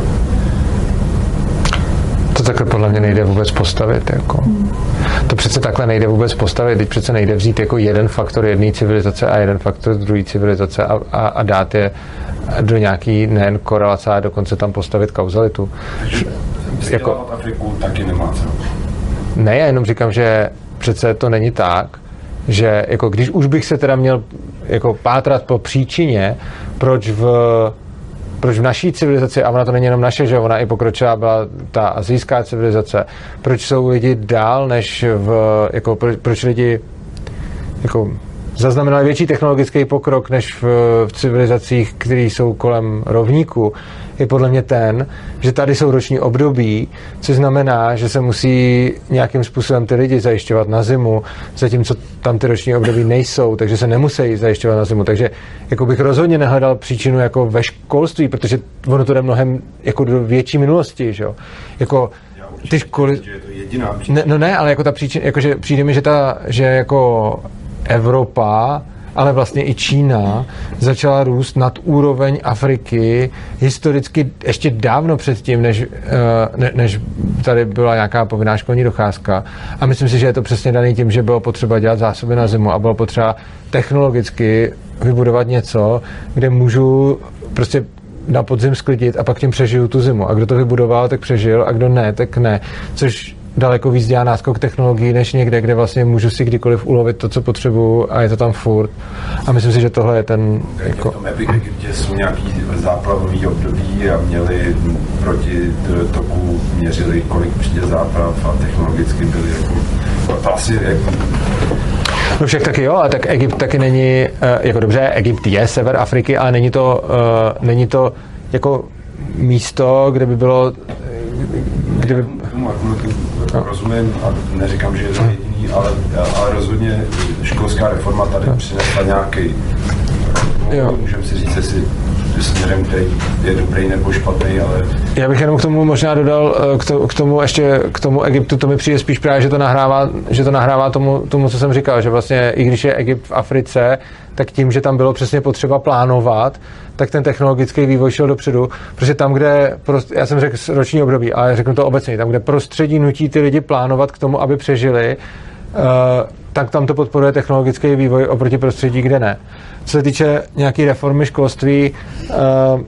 To takhle podle mě nejde vůbec postavit, jako. To přece takhle nejde vůbec postavit, teď přece nejde vzít jako jeden faktor jedné civilizace a jeden faktor druhé civilizace a, a, a dát je do nějaký nejen korelace a dokonce tam postavit kauzalitu. Vzdělávat Afriku taky nemá co. Ne, já jenom říkám, že přece to není tak, že jako když už bych se teda měl jako pátrat po příčině, proč v, proč v naší civilizaci, a ona to není jenom naše, že ona i pokročila, byla ta asijská civilizace, proč jsou lidi dál, než v, jako proč, proč lidi jako zaznamenali větší technologický pokrok, než v, v civilizacích, které jsou kolem rovníku, je podle mě ten, že tady jsou roční období, což znamená, že se musí nějakým způsobem ty lidi zajišťovat na zimu, zatímco tam ty roční období nejsou, takže se nemusí zajišťovat na zimu. Takže jako bych rozhodně nehledal příčinu jako ve školství, protože ono to jde mnohem jako do větší minulosti, že jo. Jako ty školy... Že je to jediná příčina. Ne, no ne, ale jako ta příčina, jakože přijde mi, že ta, že jako Evropa, ale vlastně i Čína začala růst nad úroveň Afriky historicky ještě dávno předtím, než, ne, než tady byla nějaká povinná školní docházka. A myslím si, že je to přesně daný tím, že bylo potřeba dělat zásoby na zimu a bylo potřeba technologicky vybudovat něco, kde můžu prostě na podzim sklidit a pak tím přežiju tu zimu. A kdo to vybudoval, tak přežil, a kdo ne, tak ne. Což daleko víc dělá náskok technologií, než někde, kde vlastně můžu si kdykoliv ulovit to, co potřebuju a je to tam furt. A myslím si, že tohle je ten... Jako... V tom Egyptě jsou nějaký záplavový období a měli proti toku, měřili, kolik přijde záplav a technologicky byli jako... To asi jako... No však taky jo, ale tak Egypt taky není, jako dobře, Egypt je sever Afriky, ale není to, uh, není to jako místo, kde by bylo, kde by... Tomu argumentu rozumím a neříkám, že je to jediný, ale, ale rozhodně školská reforma tady přinesla nějaký, můžeme si říct, jestli směrem, který je dobrý nebo špatný, ale... Já bych jenom k tomu možná dodal, k, to, k tomu ještě, k tomu Egyptu, to mi přijde spíš právě, že to nahrává, že to nahrává tomu, tomu, co jsem říkal, že vlastně i když je Egypt v Africe, tak tím, že tam bylo přesně potřeba plánovat, tak ten technologický vývoj šel dopředu, protože tam, kde, prost, já jsem řekl roční období, ale řeknu to obecně, tam, kde prostředí nutí ty lidi plánovat k tomu, aby přežili, uh, tak tam to podporuje technologický vývoj oproti prostředí, kde ne. Co se týče nějaké reformy školství, uh,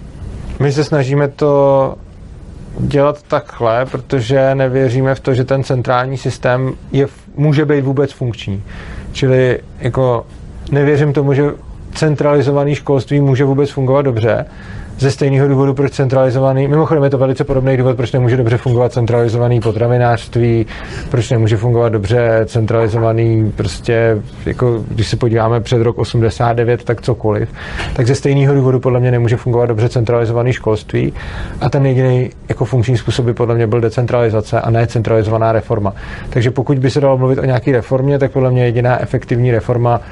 my se snažíme to dělat takhle, protože nevěříme v to, že ten centrální systém je, může být vůbec funkční. Čili jako nevěřím tomu, že centralizované školství může vůbec fungovat dobře. Ze stejného důvodu, proč centralizovaný, mimochodem je to velice podobný důvod, proč nemůže dobře fungovat centralizovaný potravinářství, proč nemůže fungovat dobře centralizovaný prostě, jako když se podíváme před rok osmdesát devět, tak cokoliv. Tak ze stejného důvodu podle mě nemůže fungovat dobře centralizovaný školství a ten jediný jako funkční způsob by podle mě byl decentralizace a ne centralizovaná reforma. Takže pokud by se dalo mluvit o nějaké reformě, tak podle mě jediná efektivní reforma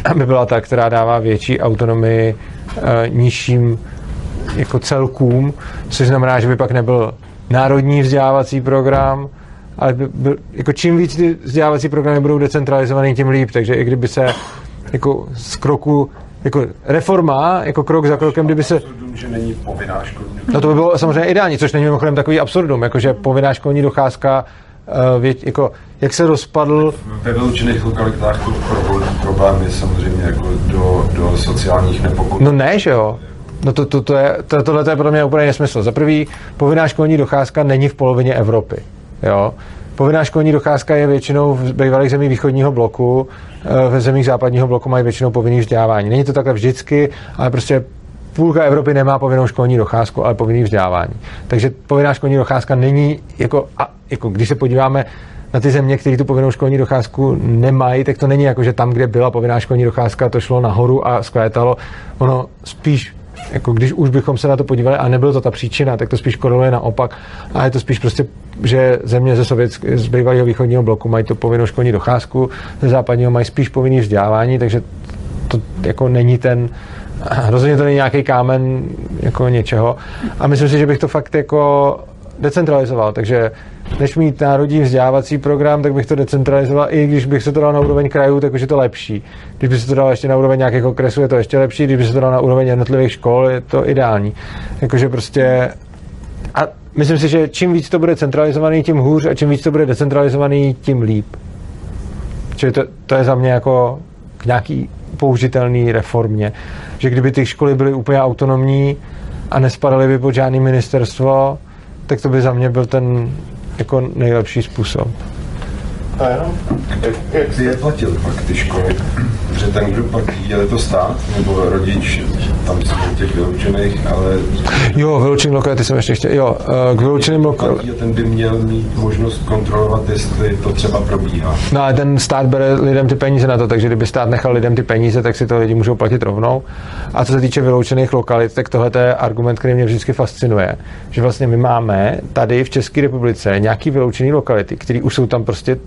by byla ta, která dává větší autonomii e, nižším jako celkům, což znamená, že by pak nebyl národní vzdělávací program, ale by, by, jako čím víc ty vzdělávací programy budou decentralizovaný, tím líp, takže i kdyby se jako z kroku jako reforma, jako krok za krokem, kdyby se... Že není povinná školní. No to by bylo samozřejmě ideální, což není mimochodem takový absurdum, jakože povinná školní docházka, uh, věť, jako, jak se rozpadl... Ve vyloučených lokalitách to problém je samozřejmě jako do, do sociálních nepokojů. No ne, že jo. No to, to, to je, to, tohle je pro mě úplně nesmysl. Za prvý, povinná školní docházka není v polovině Evropy, jo. Povinná školní docházka je většinou v bývalých zemích východního bloku, ve zemích západního bloku mají většinou povinný vzdělávání. Není to takhle vždycky, ale prostě půlka Evropy nemá povinnou školní docházku, ale povinný vzdělávání. Takže povinná školní docházka není, jako, a, jako když se podíváme na ty země, které tu povinnou školní docházku nemají, tak to není jako, že tam, kde byla povinná školní docházka, to šlo nahoru a zkvétalo. Ono spíš, jako když už bychom se na to podívali a nebyla to ta příčina, tak to spíš koreluje naopak. A je to spíš prostě, že země ze sovětského, z bývalého východního bloku mají tu povinnou školní docházku, ze západního mají spíš povinný vzdělávání, takže to jako není ten, rozhodně to není nějaký kámen jako něčeho. A myslím si, že bych to fakt jako decentralizoval, takže než mít národní vzdělávací program, tak bych to decentralizoval, i když bych se to dal na úroveň krajů, tak už je to lepší. Když by se to dal ještě na úroveň nějakých okresů, je to ještě lepší, když by se to dal na úroveň jednotlivých škol, je to ideální. Jakože prostě a myslím si, že čím víc to bude centralizovaný, tím hůř a čím víc to bude decentralizovaný, tím líp. Čili to, to je za mě jako k nějaký použitelný reformě. Že kdyby ty školy byly úplně autonomní a nespadaly by pod žádný ministerstvo, tak to by za mě byl ten jako nejlepší způsob. A jenom, jak, jak Kdy je platil pak ty školy? Že ten, kdo platí, je to stát nebo rodič, tam jsou těch vyloučených, ale... Jo, vyloučený lokality jsem ještě chtěl, jo, k vyloučeným lokalitám. Ten by měl mít možnost kontrolovat, jestli to třeba probíhá. No ale ten stát bere lidem ty peníze na to, takže kdyby stát nechal lidem ty peníze, tak si to lidi můžou platit rovnou. A co se týče vyloučených lokalit, tak tohle je argument, který mě vždycky fascinuje, že vlastně my máme tady v České republice nějaký vyloučený lokality, které už jsou tam prostě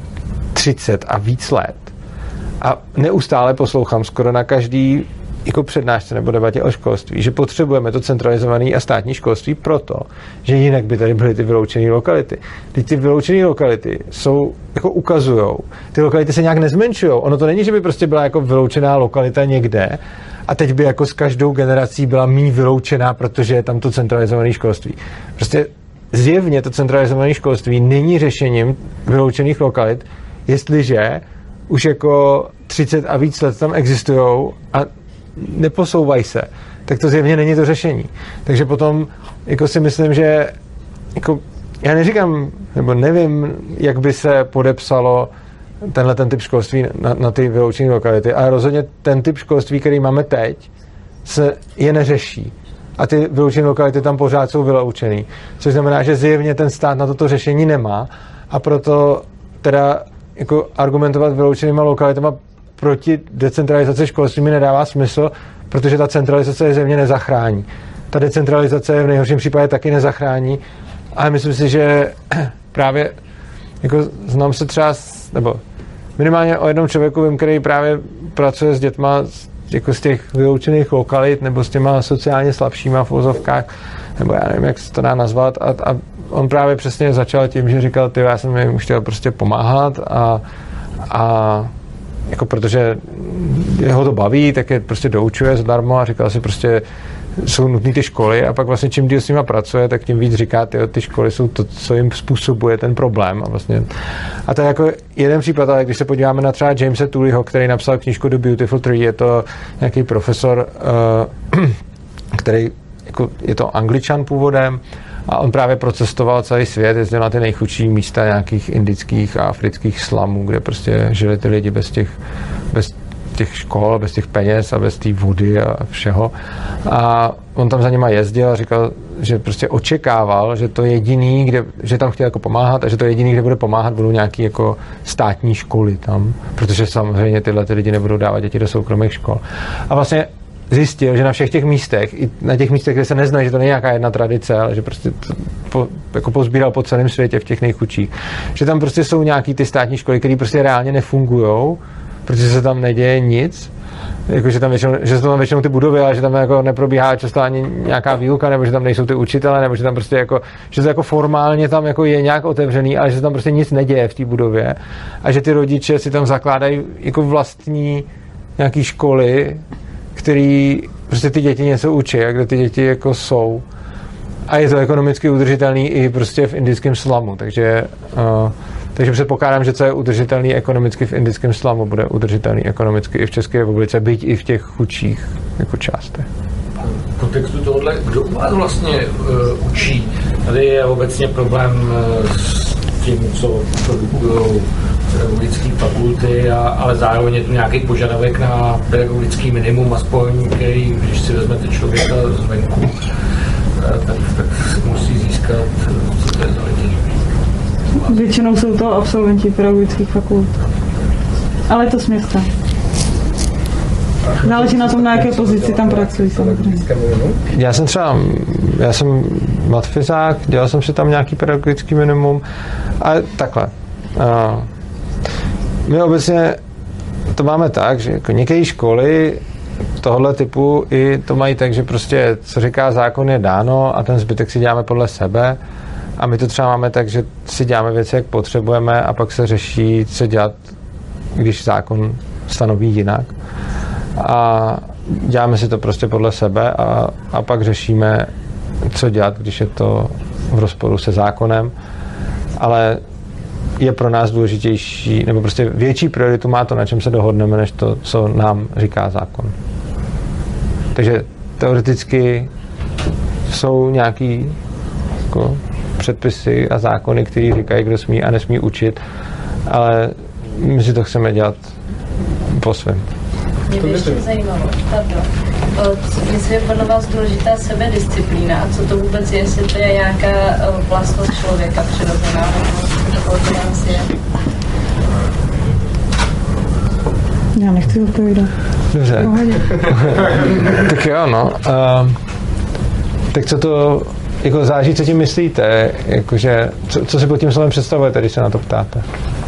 třicet a víc let. A neustále poslouchám skoro na každý jako přednášce nebo debatě o školství, že potřebujeme to centralizované a státní školství proto, že jinak by tady byly ty vyloučené lokality. Teď ty vyloučené lokality jsou, jako ukazujou, ty lokality se nějak nezmenšujou. Ono to není, že by prostě byla jako vyloučená lokalita někde a teď by jako s každou generací byla míň vyloučená, protože je tam to centralizované školství. Prostě zjevně to centralizované školství není řešením vyloučených lokalit, jestliže už jako třicet a víc let tam existujou a neposouvají se, tak to zjevně není to řešení. Takže potom jako si myslím, že jako, já neříkám, nebo nevím, jak by se podepsalo tenhle ten typ školství na, na ty vyloučené lokality, ale rozhodně ten typ školství, který máme teď, se je neřeší. A ty vyloučené lokality tam pořád jsou vyloučený. Což znamená, že zjevně ten stát na toto řešení nemá a proto teda jako argumentovat vyloučenýma lokalitama proti decentralizaci školství mi nedává smysl, protože ta centralizace je země nezachrání. Ta decentralizace v nejhorším případě taky nezachrání, ale myslím si, že právě jako znám se třeba, nebo minimálně o jednom člověku vím, který právě pracuje s dětma jako z těch vyloučených lokalit nebo s těma sociálně slabšíma v uvozovkách, nebo já nevím, jak se to dá nazvat a, a on právě přesně začal tím, že říkal, ty, já jsem jim chtěl prostě pomáhat a, a jako protože jeho to baví, tak je prostě doučuje zadarmo a říkal si prostě, jsou nutné ty školy a pak vlastně čím díl s nima pracuje, tak tím víc říká, tyjo, ty školy jsou to, co jim způsobuje ten problém a vlastně a to je jako jeden případ, ale když se podíváme na třeba Jamesa Tooleyho, který napsal knížku The Beautiful Tree, je to nějaký profesor, uh, který jako, je to Angličan původem a on právě procestoval celý svět, jezdil na ty nejchudší místa nějakých indických a afrických slamů, kde prostě žili ty lidi bez těch, bez těch škol, bez těch peněz a bez té vody a všeho. A on tam za nima jezdil a říkal, že prostě očekával, že to jediný, kde, že tam chtěl jako pomáhat a že to jediný, kde bude pomáhat, budou nějaký jako státní školy tam, protože samozřejmě tyhle ty lidi nebudou dávat děti do soukromých škol. A vlastně zjistil, že na všech těch místech, i na těch místech, kde se nezná, že to není nějaká jedna tradice, ale že prostě to po, jako pozbíral po celém světě v těch nejchudších, že tam prostě jsou nějaký ty státní školy, které prostě reálně nefungujou, protože se tam neděje nic, jako, že, tam většinou, že jsou tam většinou ty budovy, ale že tam jako neprobíhá často ani nějaká výuka, nebo že tam nejsou ty učitele, nebo že tam prostě jako, že to jako formálně tam jako je nějak otevřený, ale že se tam prostě nic neděje v té budově a že ty rodiče si tam zakládají jako vlastní nějaký školy, který prostě ty děti něco učí a kde ty děti jako jsou. A je to ekonomicky udržitelný i prostě v indickém slamu, takže uh, takže předpokládám, že co je udržitelný ekonomicky v indickém slamu, bude udržitelný ekonomicky i v České republice, byť i v těch chudších jako částech. V kontextu tohohle, kdo u vás vlastně uh, učí? Tady je obecně problém uh, s tím, co produkují pedagogické fakulty, a, ale zároveň je tu nějaký požadavek na pedagogický minimum, aspoň který, když si vezmete člověka zvenku, uh, tak, tak musí získat, co to je za lidi. Většinou jsou to absolventi pedagogických fakult. Ale to směsta. Záleží na tom, na jaké pozici tam pracují samozřejmě. Já jsem třeba, já jsem matfizák, dělal jsem si tam nějaký pedagogický minimum, ale takhle. My obecně to máme tak, že jako některé školy tohle typu i to mají tak, že prostě co říká zákon je dáno a ten zbytek si děláme podle sebe. A my to třeba máme tak, že si děláme věci, jak potřebujeme a pak se řeší, co dělat, když zákon stanoví jinak. A děláme si to prostě podle sebe a, a pak řešíme, co dělat, když je to v rozporu se zákonem. Ale je pro nás důležitější, nebo prostě větší prioritu má to, na čem se dohodneme, než to, co nám říká zákon. Takže teoreticky jsou nějaký jako předpisy a zákony, které říkají, kdo smí a nesmí učit, ale my si to chceme dělat po svém. Mě by ještě zajímalo, pardon, jestli je podle vás důležitá sebedisciplína, co to vůbec je, jestli to je nějaká vlastnost člověka přirozená, nebo to nás je? Já nechci odpovídat. Dobře. Tak jo, no. Uh, tak co to jako záleží, co tím myslíte, jakože, co, co si pod tím slovem představujete, když se na to ptáte?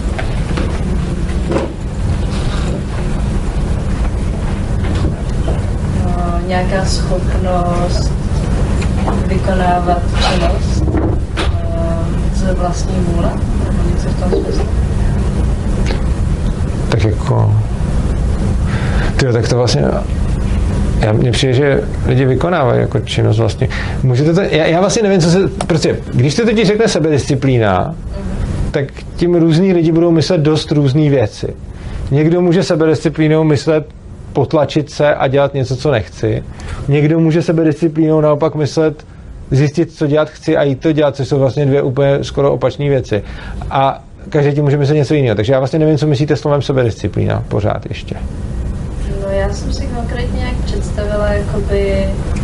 No, nějaká schopnost vykonávat činnost ze vlastní vůle, nebo něco v tom smyslu? Tak jako... Tyjo, tak to vlastně... Já, mně přijde, že lidi vykonávají jako činnost vlastně. Můžete to, já, já vlastně nevím, co se... Prostě, když to teď řekne sebedisciplína, tak tím různý lidi budou myslet dost různý věci. Někdo může sebedisciplínou myslet potlačit se a dělat něco, co nechci. Někdo může sebedisciplínou naopak myslet zjistit, co dělat chci a jít to dělat, což jsou vlastně dvě úplně skoro opačné věci. A každý tím může myslet něco jiného. Takže já vlastně nevím, co myslíte slovem sebedisciplína pořád ještě. No já jsem si konkrétně nějak představila jakoby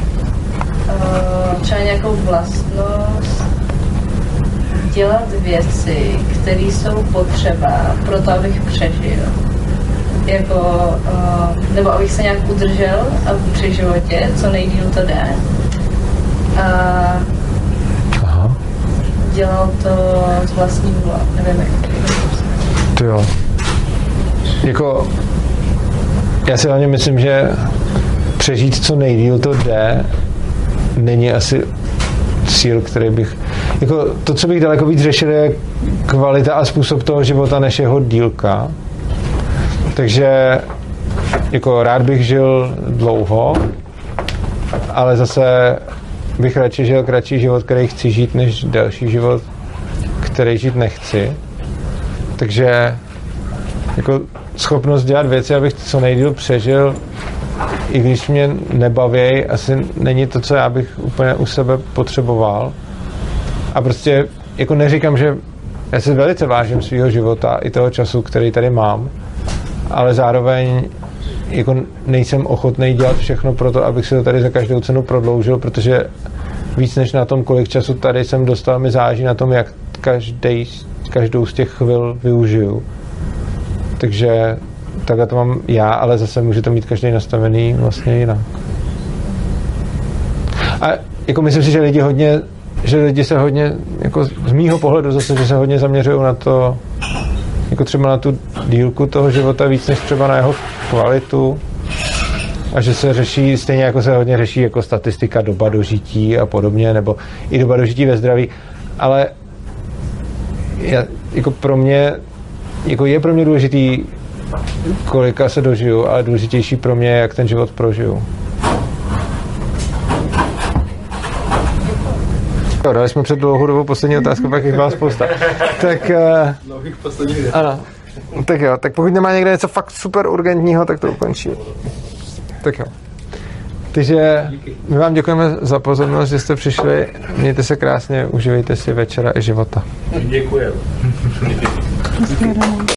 uh, třeba nějakou vlastnost dělat věci, které jsou potřeba pro to, abych přežil. Jako, uh, nebo abych se nějak udržel a při životě, co nejdýl to jde. A Aha. dělal to z vlastní vůle. Nevím, jak to jo. Jako já si hlavně myslím, že přežít co nejdýl to jde, není asi cíl, který bych... Jako to, co bych daleko víc řešil, je kvalita a způsob toho života, než jeho dílka. Takže jako rád bych žil dlouho, ale zase bych radši žil kratší život, který chci žít, než delší život, který žít nechci. Takže jako schopnost dělat věci, abych co nejdýl přežil, i když mě nebaví, asi není to, co já bych úplně u sebe potřeboval. A prostě jako neříkám, že já si velice vážím svýho života i toho času, který tady mám, ale zároveň jako nejsem ochotný dělat všechno pro to, abych si to tady za každou cenu prodloužil, protože víc než na tom, kolik času tady jsem dostal, mi záleží na tom, jak každý, každou z těch chvil využiju. Takže takhle to mám já, ale zase může to mít každý nastavený vlastně jinak. A jako myslím si, že lidi hodně, že lidi se hodně, jako z mýho pohledu zase, že se hodně zaměřují na to, jako třeba na tu dílku toho života víc než třeba na jeho kvalitu a že se řeší, stejně jako se hodně řeší jako statistika doba dožití a podobně, nebo i doba dožití ve zdraví, ale já, jako pro mě jako je pro mě důležitý, kolika se dožiju, ale důležitější pro mě je, jak ten život prožiju. Jo, dali jsme před dlouhou dobou poslední otázku, pak jich byla spousta. Tak, Dlouhých posledních věc. ano. Tak jo, tak pokud nemá někde něco fakt super urgentního, tak to ukončí. Tak jo. Takže my vám děkujeme za pozornost, že jste přišli. Mějte se krásně, uživejte si večera i života. Děkujeme.